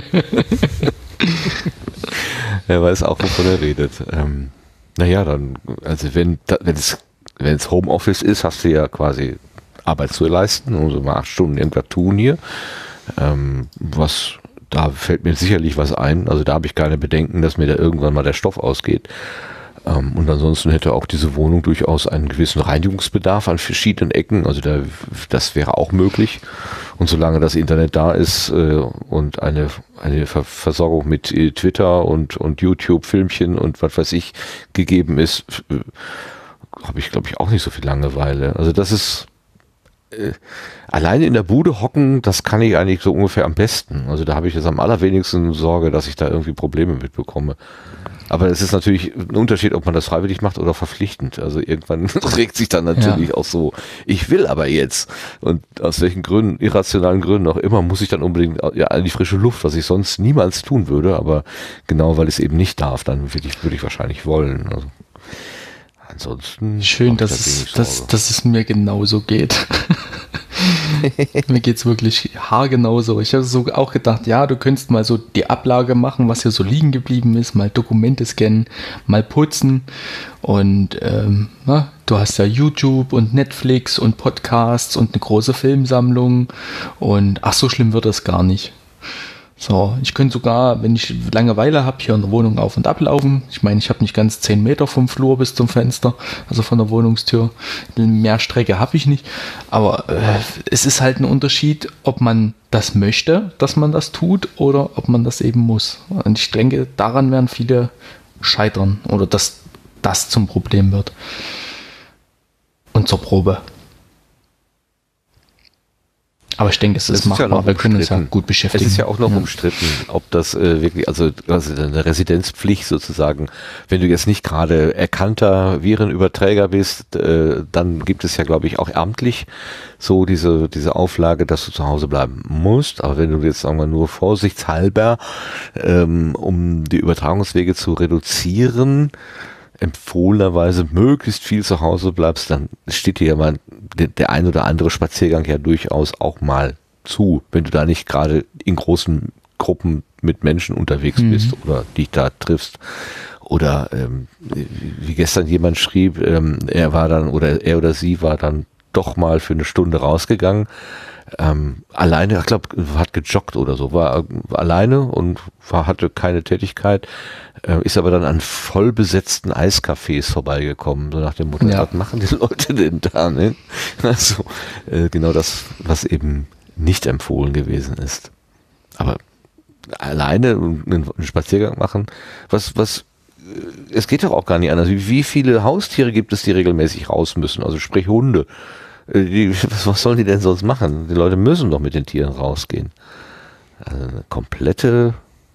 Er weiß auch, wovon er redet. Ähm, naja, dann, also wenn, da- wenn es, wenn es Homeoffice ist, hast du ja quasi Arbeit zu leisten, also mal acht Stunden irgendwas tun hier. Ähm, was, da fällt mir sicherlich was ein. Also da habe ich keine Bedenken, dass mir da irgendwann mal der Stoff ausgeht. Ähm, und ansonsten hätte auch diese Wohnung durchaus einen gewissen Reinigungsbedarf an verschiedenen Ecken. Also da, das wäre auch möglich. Und solange das Internet da ist äh, und eine, eine Ver Versorgung mit äh, Twitter und, und YouTube-Filmchen und was weiß ich gegeben ist, äh, habe ich, glaube ich, auch nicht so viel Langeweile. Also das ist äh, alleine in der Bude hocken, das kann ich eigentlich so ungefähr am besten. Also da habe ich jetzt am allerwenigsten Sorge, dass ich da irgendwie Probleme mitbekomme. Aber es ist natürlich ein Unterschied, ob man das freiwillig macht oder verpflichtend. Also irgendwann regt sich dann natürlich Ja. auch so, ich will aber jetzt. Und aus welchen Gründen, irrationalen Gründen auch immer, muss ich dann unbedingt ja, an die frische Luft, was ich sonst niemals tun würde. Aber genau, weil ich es eben nicht darf, dann würde ich, würde ich wahrscheinlich wollen. Also ansonsten. Schön, macht dass das es, wenig dass, Sorge. dass es mir genauso geht. Mir geht es wirklich haargenau so. Ich habe so auch gedacht, ja, du könntest mal so die Ablage machen, was hier so liegen geblieben ist, mal Dokumente scannen, mal putzen. Und ähm, na, du hast ja YouTube und Netflix und Podcasts und eine große Filmsammlung. Und ach, so schlimm wird das gar nicht. So, ich könnte sogar, wenn ich Langeweile habe, hier in der Wohnung auf und ablaufen. Ich meine, ich habe nicht ganz zehn Meter vom Flur bis zum Fenster, also von der Wohnungstür. Mehr Strecke habe ich nicht. Aber äh, es ist halt ein Unterschied, ob man das möchte, dass man das tut, oder ob man das eben muss. Und ich denke, daran werden viele scheitern oder dass das zum Problem wird. Und zur Probe. Aber ich denke, es ist, ist machbar, ja wir können uns ja gut beschäftigen. Es ist ja auch noch ja. umstritten, ob das äh, wirklich, also, also eine Residenzpflicht sozusagen, wenn du jetzt nicht gerade erkannter Virenüberträger bist, äh, dann gibt es ja, glaube ich, auch amtlich so diese, diese Auflage, dass du zu Hause bleiben musst. Aber wenn du jetzt, sagen wir, nur vorsichtshalber, ähm, um die Übertragungswege zu reduzieren, empfohlenerweise möglichst viel zu Hause bleibst, dann steht dir ja mal der, der ein oder andere Spaziergang ja durchaus auch mal zu, wenn du da nicht gerade in großen Gruppen mit Menschen unterwegs mhm. bist oder dich da triffst. Oder ähm, wie gestern jemand schrieb, ähm, er war dann oder er oder sie war dann doch mal für eine Stunde rausgegangen. Ähm, alleine, ich glaube, hat gejoggt oder so, war, war alleine und war, hatte keine Tätigkeit, äh, ist aber dann an vollbesetzten Eiscafés vorbeigekommen, so nach dem Motto, ja. Was machen die Leute denn da? Ne? Also äh, genau das, was eben nicht empfohlen gewesen ist. Aber alleine einen, einen Spaziergang machen, was, was, es geht doch auch gar nicht anders. Wie, wie viele Haustiere gibt es, die regelmäßig raus müssen? Also sprich Hunde. Die, was, was sollen die denn sonst machen? Die Leute müssen doch mit den Tieren rausgehen. Also eine komplette,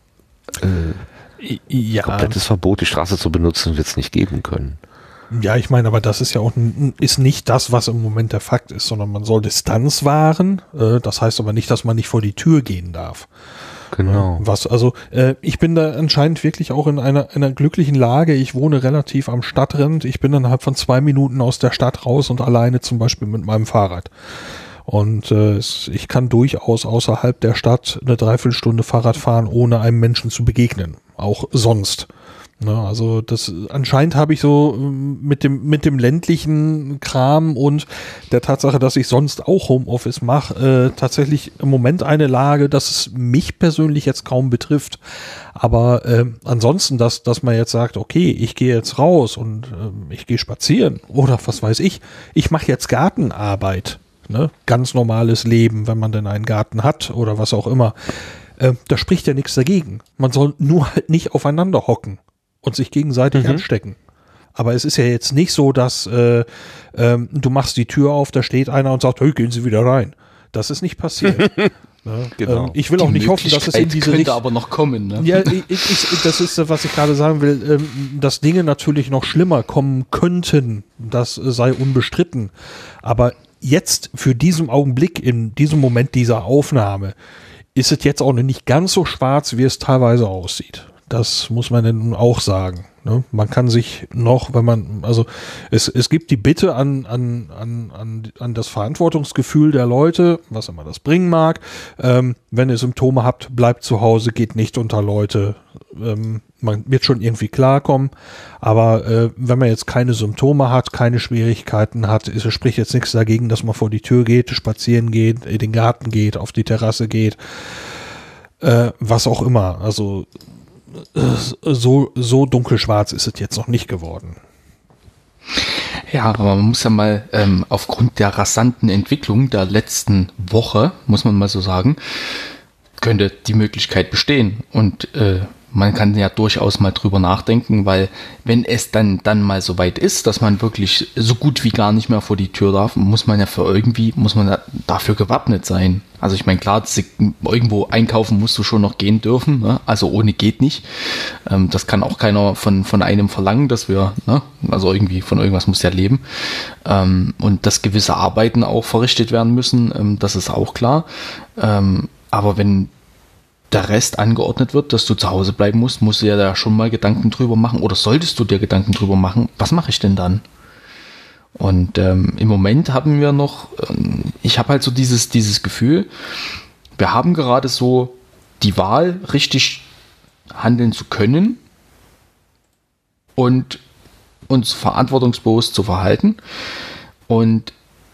äh, ja. komplettes Verbot, die Straße zu benutzen, wird es nicht geben können. Ja, ich meine, aber das ist ja auch ist nicht das, was im Moment der Fakt ist, sondern man soll Distanz wahren. Äh, das heißt aber nicht, dass man nicht vor die Tür gehen darf. Genau. Was, also äh, ich bin da anscheinend wirklich auch in einer, einer glücklichen Lage. Ich wohne relativ am Stadtrand. Ich bin innerhalb von zwei Minuten aus der Stadt raus und alleine zum Beispiel mit meinem Fahrrad. Und äh, ich kann durchaus außerhalb der Stadt eine Dreiviertelstunde Fahrrad fahren, ohne einem Menschen zu begegnen. Auch sonst. Ne, also das anscheinend habe ich so mit dem mit dem ländlichen Kram und der Tatsache, dass ich sonst auch Homeoffice mache, äh, tatsächlich im Moment eine Lage, dass es mich persönlich jetzt kaum betrifft. Aber äh, ansonsten, dass dass man jetzt sagt, okay, ich gehe jetzt raus und äh, ich gehe spazieren oder was weiß ich, ich mache jetzt Gartenarbeit, ne, ganz normales Leben, wenn man denn einen Garten hat oder was auch immer. Äh, da spricht ja nichts dagegen. Man soll nur halt nicht aufeinander hocken und sich gegenseitig mhm. anstecken. Aber es ist ja jetzt nicht so, dass äh, ähm, du machst die Tür auf, da steht einer und sagt, hey, gehen Sie wieder rein. Das ist nicht passiert. Ne? Genau. Ähm, ich will die auch nicht hoffen, dass es in diese könnte Richtung aber noch kommen. Ne? Ja, ich, ich, das ist, was ich gerade sagen will, ähm, dass Dinge natürlich noch schlimmer kommen könnten, das sei unbestritten. Aber jetzt, für diesen Augenblick, in diesem Moment dieser Aufnahme, ist es jetzt auch nicht ganz so schwarz, wie es teilweise aussieht. Das muss man denn auch sagen. Ne? Man kann sich noch, wenn man, also es, es gibt die Bitte an, an, an, an, an das Verantwortungsgefühl der Leute, was immer das bringen mag. Ähm, wenn ihr Symptome habt, bleibt zu Hause, geht nicht unter Leute. Ähm, man wird schon irgendwie klarkommen. Aber äh, wenn man jetzt keine Symptome hat, keine Schwierigkeiten hat, ist, es spricht jetzt nichts dagegen, dass man vor die Tür geht, spazieren geht, in den Garten geht, auf die Terrasse geht. Äh, was auch immer. Also So, so dunkelschwarz ist es jetzt noch nicht geworden. Ja, aber man muss ja mal ähm, aufgrund der rasanten Entwicklung der letzten Woche, muss man mal so sagen, könnte die Möglichkeit bestehen. Und äh, man kann ja durchaus mal drüber nachdenken, weil wenn es dann, dann mal so weit ist, dass man wirklich so gut wie gar nicht mehr vor die Tür darf, muss man ja für irgendwie, muss man ja dafür gewappnet sein. Also ich meine, klar, irgendwo einkaufen musst du schon noch gehen dürfen, ne? Also ohne geht nicht. Ähm, das kann auch keiner von, von einem verlangen, dass wir, ne? Also irgendwie von irgendwas muss ja leben. Ähm, und dass gewisse Arbeiten auch verrichtet werden müssen, ähm, das ist auch klar. Ähm, aber wenn der Rest angeordnet wird, dass du zu Hause bleiben musst, musst du ja da schon mal Gedanken drüber machen oder solltest du dir Gedanken drüber machen, was mache ich denn dann? Und ähm, im Moment haben wir noch, ähm, ich habe halt so dieses, dieses Gefühl, wir haben gerade so die Wahl, richtig handeln zu können und uns verantwortungsbewusst zu verhalten. Und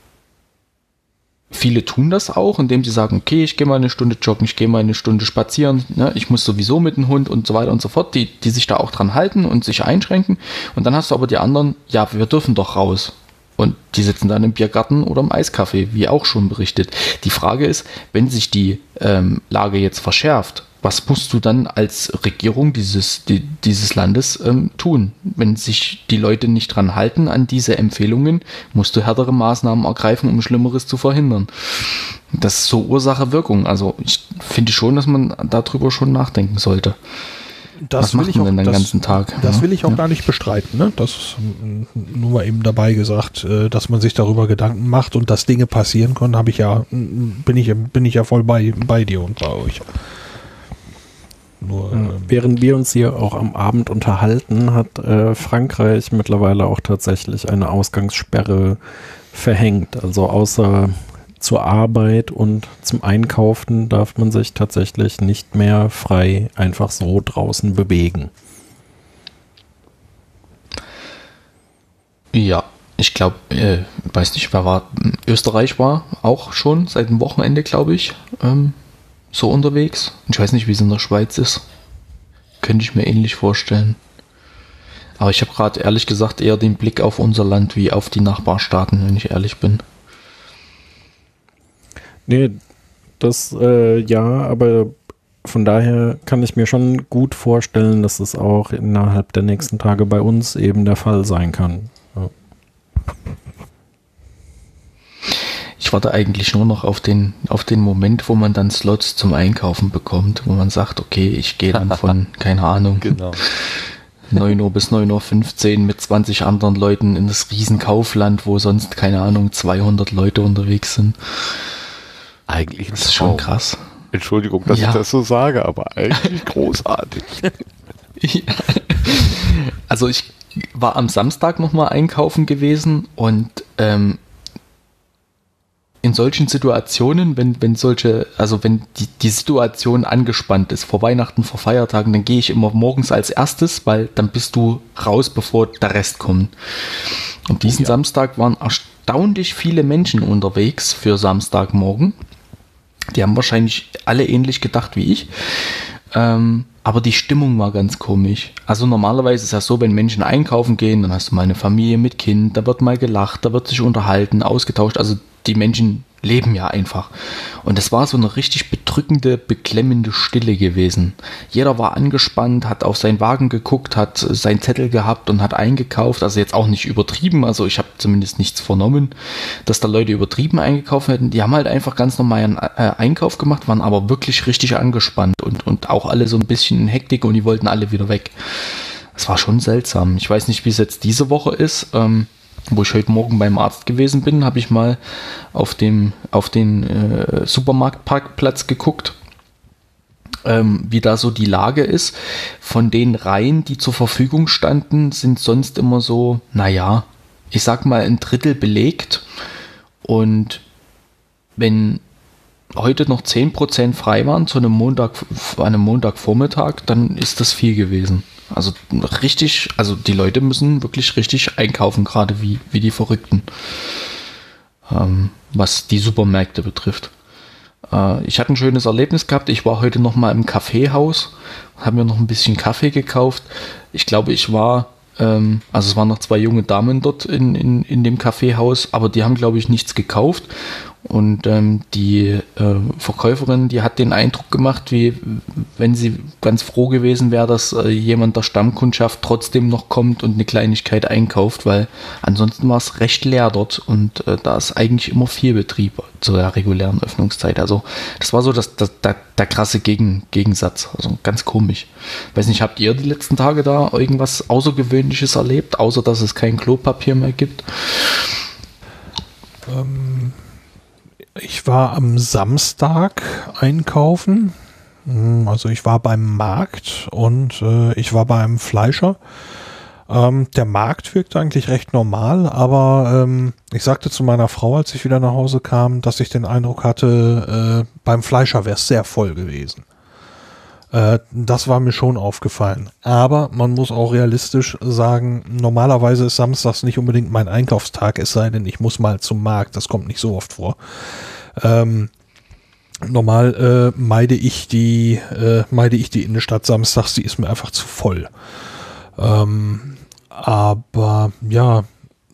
viele tun das auch, indem sie sagen, okay, ich gehe mal eine Stunde joggen, ich gehe mal eine Stunde spazieren, ne? Ich muss sowieso mit dem Hund und so weiter und so fort, die, die sich da auch dran halten und sich einschränken. Und dann hast du aber die anderen, ja, wir dürfen doch raus. Und die sitzen dann im Biergarten oder im Eiscafé, wie auch schon berichtet. Die Frage ist, wenn sich die ähm, Lage jetzt verschärft, was musst du dann als Regierung dieses, die, dieses Landes ähm, tun? Wenn sich die Leute nicht dran halten an diese Empfehlungen, musst du härtere Maßnahmen ergreifen, um Schlimmeres zu verhindern. Das ist so Ursache-Wirkung. Also ich finde schon, dass man darüber schon nachdenken sollte. Das was macht will ich man auch, denn den das, ganzen Tag? Das ja? will ich auch ja. gar nicht bestreiten. Ne? Das ist nur mal eben dabei gesagt, dass man sich darüber Gedanken macht und dass Dinge passieren können, habe ich ja, bin ich, bin ich ja voll bei, bei dir und bei euch. Nur, ja, ähm, während wir uns hier auch am Abend unterhalten, hat äh, Frankreich mittlerweile auch tatsächlich eine Ausgangssperre verhängt. Also außer zur Arbeit und zum Einkaufen darf man sich tatsächlich nicht mehr frei einfach so draußen bewegen. Ja, ich glaube, äh, weiß nicht, wer war, Österreich war auch schon seit dem Wochenende, glaube ich, ähm, so unterwegs. Ich weiß nicht, wie es in der Schweiz ist. Könnte ich mir ähnlich vorstellen. Aber ich habe gerade ehrlich gesagt eher den Blick auf unser Land wie auf die Nachbarstaaten, wenn ich ehrlich bin. Nee, das äh, ja, aber von daher kann ich mir schon gut vorstellen, dass es auch innerhalb der nächsten Tage bei uns eben der Fall sein kann. Ja. Ich warte eigentlich nur noch auf den, auf den Moment, wo man dann Slots zum Einkaufen bekommt, wo man sagt, okay, ich gehe dann von, keine Ahnung, Genau. neun Uhr bis neun Uhr fünfzehn mit zwanzig anderen Leuten in das Riesenkaufland, wo sonst, keine Ahnung, zweihundert Leute unterwegs sind. Eigentlich Das ist schon krass. Entschuldigung, dass Ja. ich das so sage, aber eigentlich großartig. Ja. Also ich war am Samstag nochmal einkaufen gewesen und ähm, in solchen Situationen, wenn, wenn solche, also wenn die, die Situation angespannt ist, vor Weihnachten, vor Feiertagen, dann gehe ich immer morgens als erstes, weil dann bist du raus, bevor der Rest kommt. Und diesen ja. Samstag waren erstaunlich viele Menschen unterwegs für Samstagmorgen. Die haben wahrscheinlich alle ähnlich gedacht wie ich. Ähm, aber die Stimmung war ganz komisch. Also normalerweise ist es ja so, wenn Menschen einkaufen gehen, dann hast du mal eine Familie mit Kind, da wird mal gelacht, da wird sich unterhalten, ausgetauscht. Also die Menschen leben ja einfach. Und es war so eine richtig bedrückende, beklemmende Stille gewesen. Jeder war angespannt, hat auf seinen Wagen geguckt, hat seinen Zettel gehabt und hat eingekauft. Also jetzt auch nicht übertrieben, also ich habe zumindest nichts vernommen, dass da Leute übertrieben eingekauft hätten. Die haben halt einfach ganz normal einen äh, Einkauf gemacht, waren aber wirklich richtig angespannt und, und auch alle so ein bisschen in Hektik und die wollten alle wieder weg. Das war schon seltsam. Ich weiß nicht, wie es jetzt diese Woche ist. Ähm, Wo ich heute Morgen beim Arzt gewesen bin, habe ich mal auf, dem, auf den äh, Supermarktparkplatz geguckt, ähm, wie da so die Lage ist. Von den Reihen, die zur Verfügung standen, sind sonst immer so, naja, ich sag mal ein Drittel belegt. Und wenn heute noch zehn Prozent frei waren zu einem Montag, an einem Montagvormittag, dann ist das viel gewesen. Also richtig, also die Leute müssen wirklich richtig einkaufen, gerade wie, wie die Verrückten, ähm, was die Supermärkte betrifft. Äh, ich hatte ein schönes Erlebnis gehabt. Ich war heute noch mal im Kaffeehaus, habe mir noch ein bisschen Kaffee gekauft. Ich glaube, ich war, ähm, also es waren noch zwei junge Damen dort in, in, in dem Kaffeehaus, aber die haben, glaube ich, nichts gekauft. Und ähm, die äh, Verkäuferin, die hat den Eindruck gemacht, wie wenn sie ganz froh gewesen wäre, dass äh, jemand der Stammkundschaft trotzdem noch kommt und eine Kleinigkeit einkauft, weil ansonsten war es recht leer dort und äh, da ist eigentlich immer viel Betrieb zur regulären Öffnungszeit. Also das war so das, das, der, der krasse Gegen, Gegensatz, also ganz komisch. Weiß nicht, habt ihr die letzten Tage da irgendwas Außergewöhnliches erlebt, außer dass es kein Klopapier mehr gibt? Ähm Ich war am Samstag einkaufen, also ich war beim Markt und äh, ich war beim Fleischer. Ähm, der Markt wirkte eigentlich recht normal, aber ähm, ich sagte zu meiner Frau, als ich wieder nach Hause kam, dass ich den Eindruck hatte, äh, beim Fleischer wäre es sehr voll gewesen. Äh, das war mir schon aufgefallen. Aber man muss auch realistisch sagen, normalerweise ist samstags nicht unbedingt mein Einkaufstag, es sei denn, ich muss mal zum Markt. Das kommt nicht so oft vor. Ähm, normal äh, meide ich die äh, meide ich die Innenstadt samstags, die ist mir einfach zu voll. Ähm, aber ja,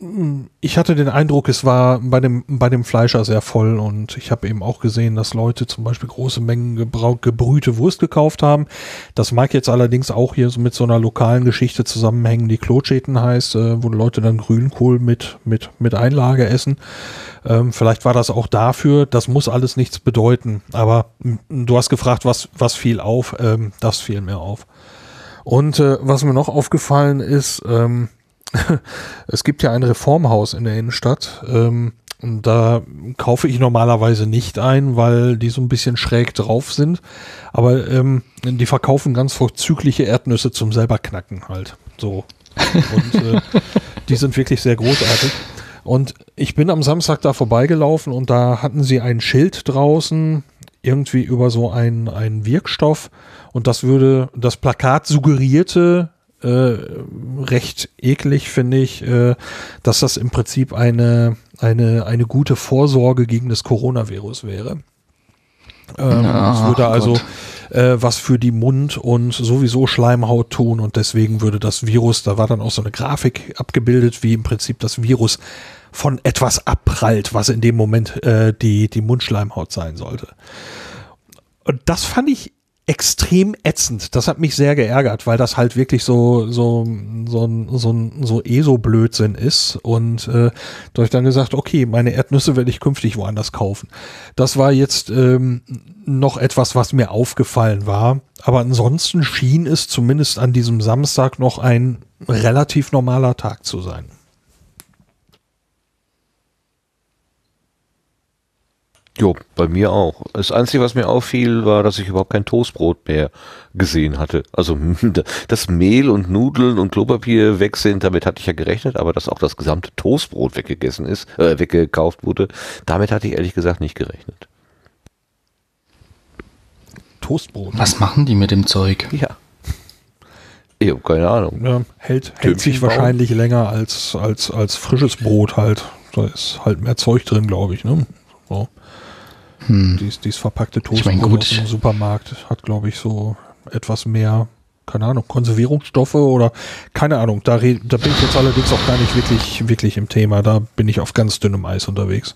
ich hatte den Eindruck, es war bei dem, bei dem Fleischer sehr voll und ich habe eben auch gesehen, dass Leute zum Beispiel große Mengen gebrau- gebrühte Wurst gekauft haben. Das mag jetzt allerdings auch hier so mit so einer lokalen Geschichte zusammenhängen, die Klotscheten heißt, äh, wo Leute dann Grünkohl mit, mit, mit Einlage essen. Ähm, vielleicht war das auch dafür, das muss alles nichts bedeuten, aber m, du hast gefragt, was, was fiel auf, ähm, das fiel mir auf. Und äh, was mir noch aufgefallen ist, ähm, es gibt ja ein Reformhaus in der Innenstadt, ähm, und da kaufe ich normalerweise nicht ein, weil die so ein bisschen schräg drauf sind, aber ähm, die verkaufen ganz vorzügliche Erdnüsse zum selber knacken halt, so. Und äh, die sind wirklich sehr großartig. Und ich bin am Samstag da vorbeigelaufen und da hatten sie ein Schild draußen, irgendwie über so einen, einen Wirkstoff, und das würde, das Plakat suggerierte, Äh, recht eklig, finde ich, äh, dass das im Prinzip eine, eine, eine gute Vorsorge gegen das Coronavirus wäre. Ähm, Ach, es würde also Gott. äh, was für die Mund- und sowieso Schleimhaut tun und deswegen würde das Virus, da war dann auch so eine Grafik abgebildet, wie im Prinzip das Virus von etwas abprallt, was in dem Moment äh, die, die Mundschleimhaut sein sollte. Und das fand ich extrem ätzend. Das hat mich sehr geärgert, weil das halt wirklich so so so so so ESO-Blödsinn ist. Und äh, da habe ich dann gesagt, okay, meine Erdnüsse werde ich künftig woanders kaufen. Das war jetzt ähm, noch etwas, was mir aufgefallen war. Aber ansonsten schien es zumindest an diesem Samstag noch ein relativ normaler Tag zu sein. Jo, bei mir auch. Das Einzige, was mir auffiel, war, dass ich überhaupt kein Toastbrot mehr gesehen hatte. Also, dass Mehl und Nudeln und Klopapier weg sind, damit hatte ich ja gerechnet, aber dass auch das gesamte Toastbrot weggegessen ist, äh, weggekauft wurde, damit hatte ich ehrlich gesagt nicht gerechnet. Toastbrot. Was machen die mit dem Zeug? Ja. Ich habe keine Ahnung. Ja, hält, hält sich Türmchen bauen. wahrscheinlich länger als, als, als frisches Brot halt. Da ist halt mehr Zeug drin, glaube ich, ne? So. Hm. Dies, dies verpackte Ich Toastbrot mein, gut. aus dem Supermarkt hat, glaube ich, so etwas mehr, keine Ahnung, Konservierungsstoffe oder keine Ahnung. Da, red, da bin ich jetzt allerdings auch gar nicht wirklich, wirklich im Thema. Da bin ich auf ganz dünnem Eis unterwegs.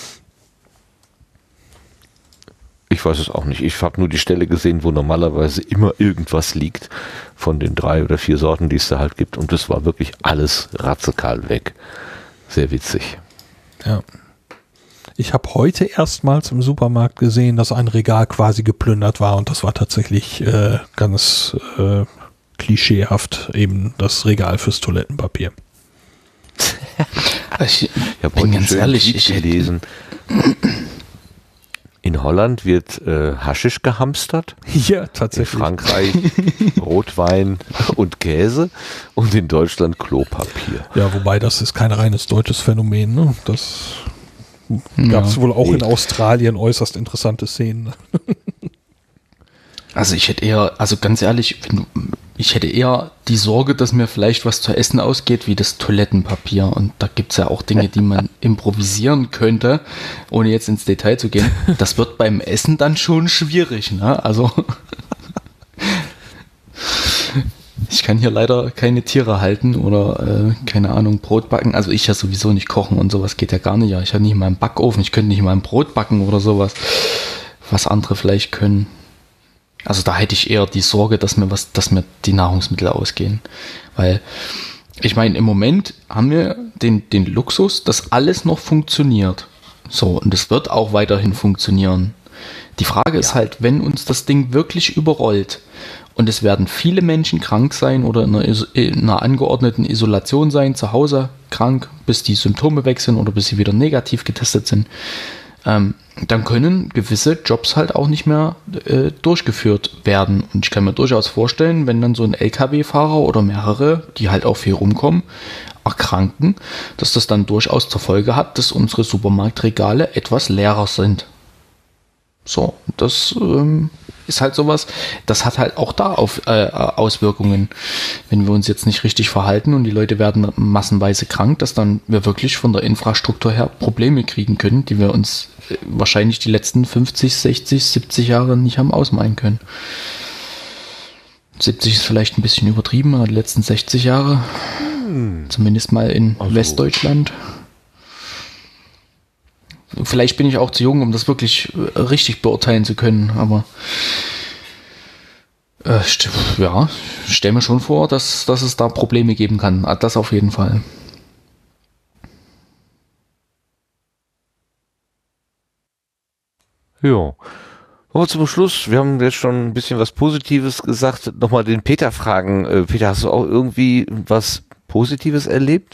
Ich weiß es auch nicht. Ich habe nur die Stelle gesehen, wo normalerweise immer irgendwas liegt von den drei oder vier Sorten, die es da halt gibt. Und das war wirklich alles radikal weg. Sehr witzig. Ja. Ich habe heute erstmals im Supermarkt gesehen, dass ein Regal quasi geplündert war und das war tatsächlich äh, ganz äh, klischeehaft eben das Regal fürs Toilettenpapier. Ich, Ich habe bin heute ganz schön ehrlich, Tweet ich hätte- gelesen. In Holland wird äh, Haschisch gehamstert, Ja, in tatsächlich. Frankreich Rotwein und Käse und in Deutschland Klopapier. Ja, wobei das ist kein reines deutsches Phänomen. Ne? Das gab es Ja. wohl auch Nee. in Australien äußerst interessante Szenen. Also ich hätte eher, also ganz ehrlich, wenn du, ich hätte eher die Sorge, dass mir vielleicht was zu essen ausgeht, wie das Toilettenpapier. Und da gibt es ja auch Dinge, die man improvisieren könnte, ohne jetzt ins Detail zu gehen. Das wird beim Essen dann schon schwierig, ne? Also ich kann hier leider keine Tiere halten oder, äh, keine Ahnung, Brot backen. Also ich ja sowieso nicht kochen und sowas geht ja gar nicht. Ja, ich habe nicht mal einen Backofen, ich könnte nicht mal ein Brot backen oder sowas, was andere vielleicht können. Also da hätte ich eher die Sorge, dass mir was, dass mir die Nahrungsmittel ausgehen. Weil, ich meine, im Moment haben wir den, den Luxus, dass alles noch funktioniert. So, und es wird auch weiterhin funktionieren. Die Frage ist halt, wenn uns das Ding wirklich überrollt und es werden viele Menschen krank sein oder in einer, Iso- in einer angeordneten Isolation sein, zu Hause krank, bis die Symptome weg sind oder bis sie wieder negativ getestet sind, ähm, dann können gewisse Jobs halt auch nicht mehr äh, durchgeführt werden. Und ich kann mir durchaus vorstellen, wenn dann so ein L K W-Fahrer oder mehrere, die halt auch viel rumkommen, erkranken, dass das dann durchaus zur Folge hat, dass unsere Supermarktregale etwas leerer sind. So, das ähm, ist halt sowas, das hat halt auch da auf, äh, Auswirkungen, wenn wir uns jetzt nicht richtig verhalten und die Leute werden massenweise krank, dass dann wir wirklich von der Infrastruktur her Probleme kriegen können, die wir uns äh, wahrscheinlich die letzten fünfzig, sechzig, siebzig Jahre nicht haben ausmalen können. siebzig ist vielleicht ein bisschen übertrieben, aber die letzten sechzig Jahre. Hm. Zumindest mal in also. Westdeutschland. Vielleicht bin ich auch zu jung, um das wirklich richtig beurteilen zu können, aber äh, st- ja, ich stelle mir schon vor, dass, dass es da Probleme geben kann. Das auf jeden Fall. Ja. Aber zum Schluss, wir haben jetzt schon ein bisschen was Positives gesagt, nochmal den Peter fragen. Äh, Peter, hast du auch irgendwie was Positives erlebt?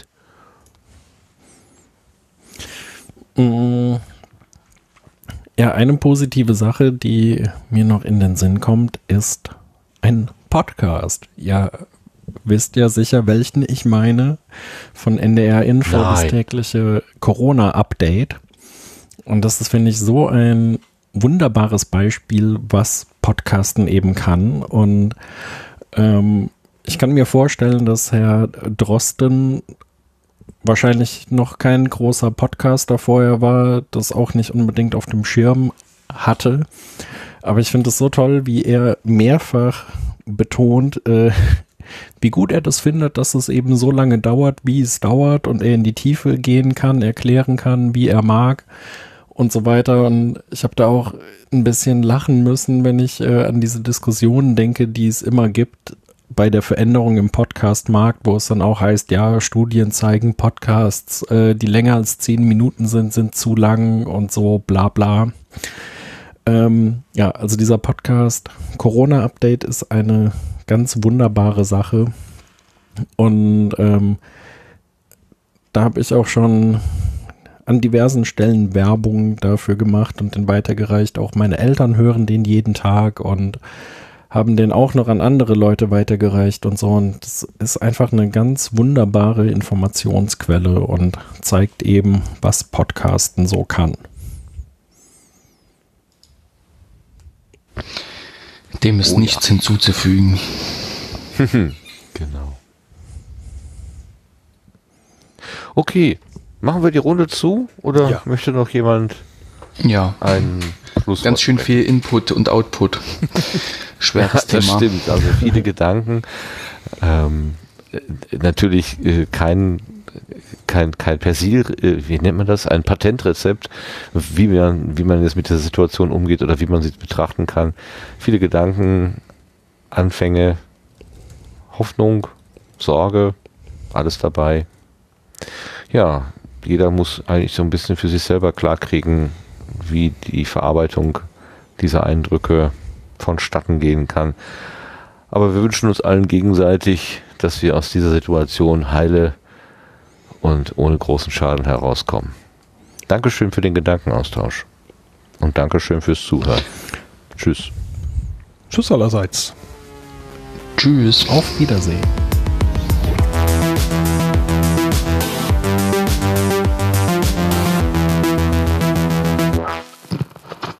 Ja, eine positive Sache, die mir noch in den Sinn kommt, ist ein Podcast. Ja, wisst ja sicher, welchen ich meine. Von N D R Info, Nein. das tägliche Corona-Update. Und das ist, finde ich, so ein wunderbares Beispiel, was Podcasten eben kann. Und ähm, ich kann mir vorstellen, dass Herr Drosten wahrscheinlich noch kein großer Podcaster vorher war, das auch nicht unbedingt auf dem Schirm hatte. Aber ich finde es so toll, wie er mehrfach betont, äh, wie gut er das findet, dass es eben so lange dauert, wie es dauert und er in die Tiefe gehen kann, erklären kann, wie er mag und so weiter. Und ich habe da auch ein bisschen lachen müssen, wenn ich äh, an diese Diskussionen denke, die es immer gibt bei der Veränderung im Podcast-Markt, wo es dann auch heißt, ja, Studien zeigen, Podcasts, äh, die länger als zehn Minuten sind, sind zu lang und so bla bla. Ähm, ja, also dieser Podcast Corona-Update ist eine ganz wunderbare Sache und ähm, da habe ich auch schon an diversen Stellen Werbung dafür gemacht und den weitergereicht. Auch meine Eltern hören den jeden Tag und haben den auch noch an andere Leute weitergereicht und so. Und das ist einfach eine ganz wunderbare Informationsquelle und zeigt eben, was Podcasten so kann. Dem ist oh, nichts ja. hinzuzufügen. Genau. Okay, machen wir die Runde zu oder ja. möchte noch jemand ja. ein Schlusswort Ganz schön viel Input und Output. Schweres ja, das Thema. Stimmt, also viele Gedanken. Ähm, natürlich äh, kein, kein, kein Persil, äh, wie nennt man das? Ein Patentrezept, wie man, wie man jetzt mit der Situation umgeht oder wie man sie betrachten kann. Viele Gedanken, Anfänge, Hoffnung, Sorge, alles dabei. Ja, jeder muss eigentlich so ein bisschen für sich selber klarkriegen, wie die Verarbeitung dieser Eindrücke vonstatten gehen kann. Aber wir wünschen uns allen gegenseitig, dass wir aus dieser Situation heile und ohne großen Schaden herauskommen. Dankeschön für den Gedankenaustausch. Und Dankeschön fürs Zuhören. Tschüss. Tschüss allerseits. Tschüss. Auf Wiedersehen.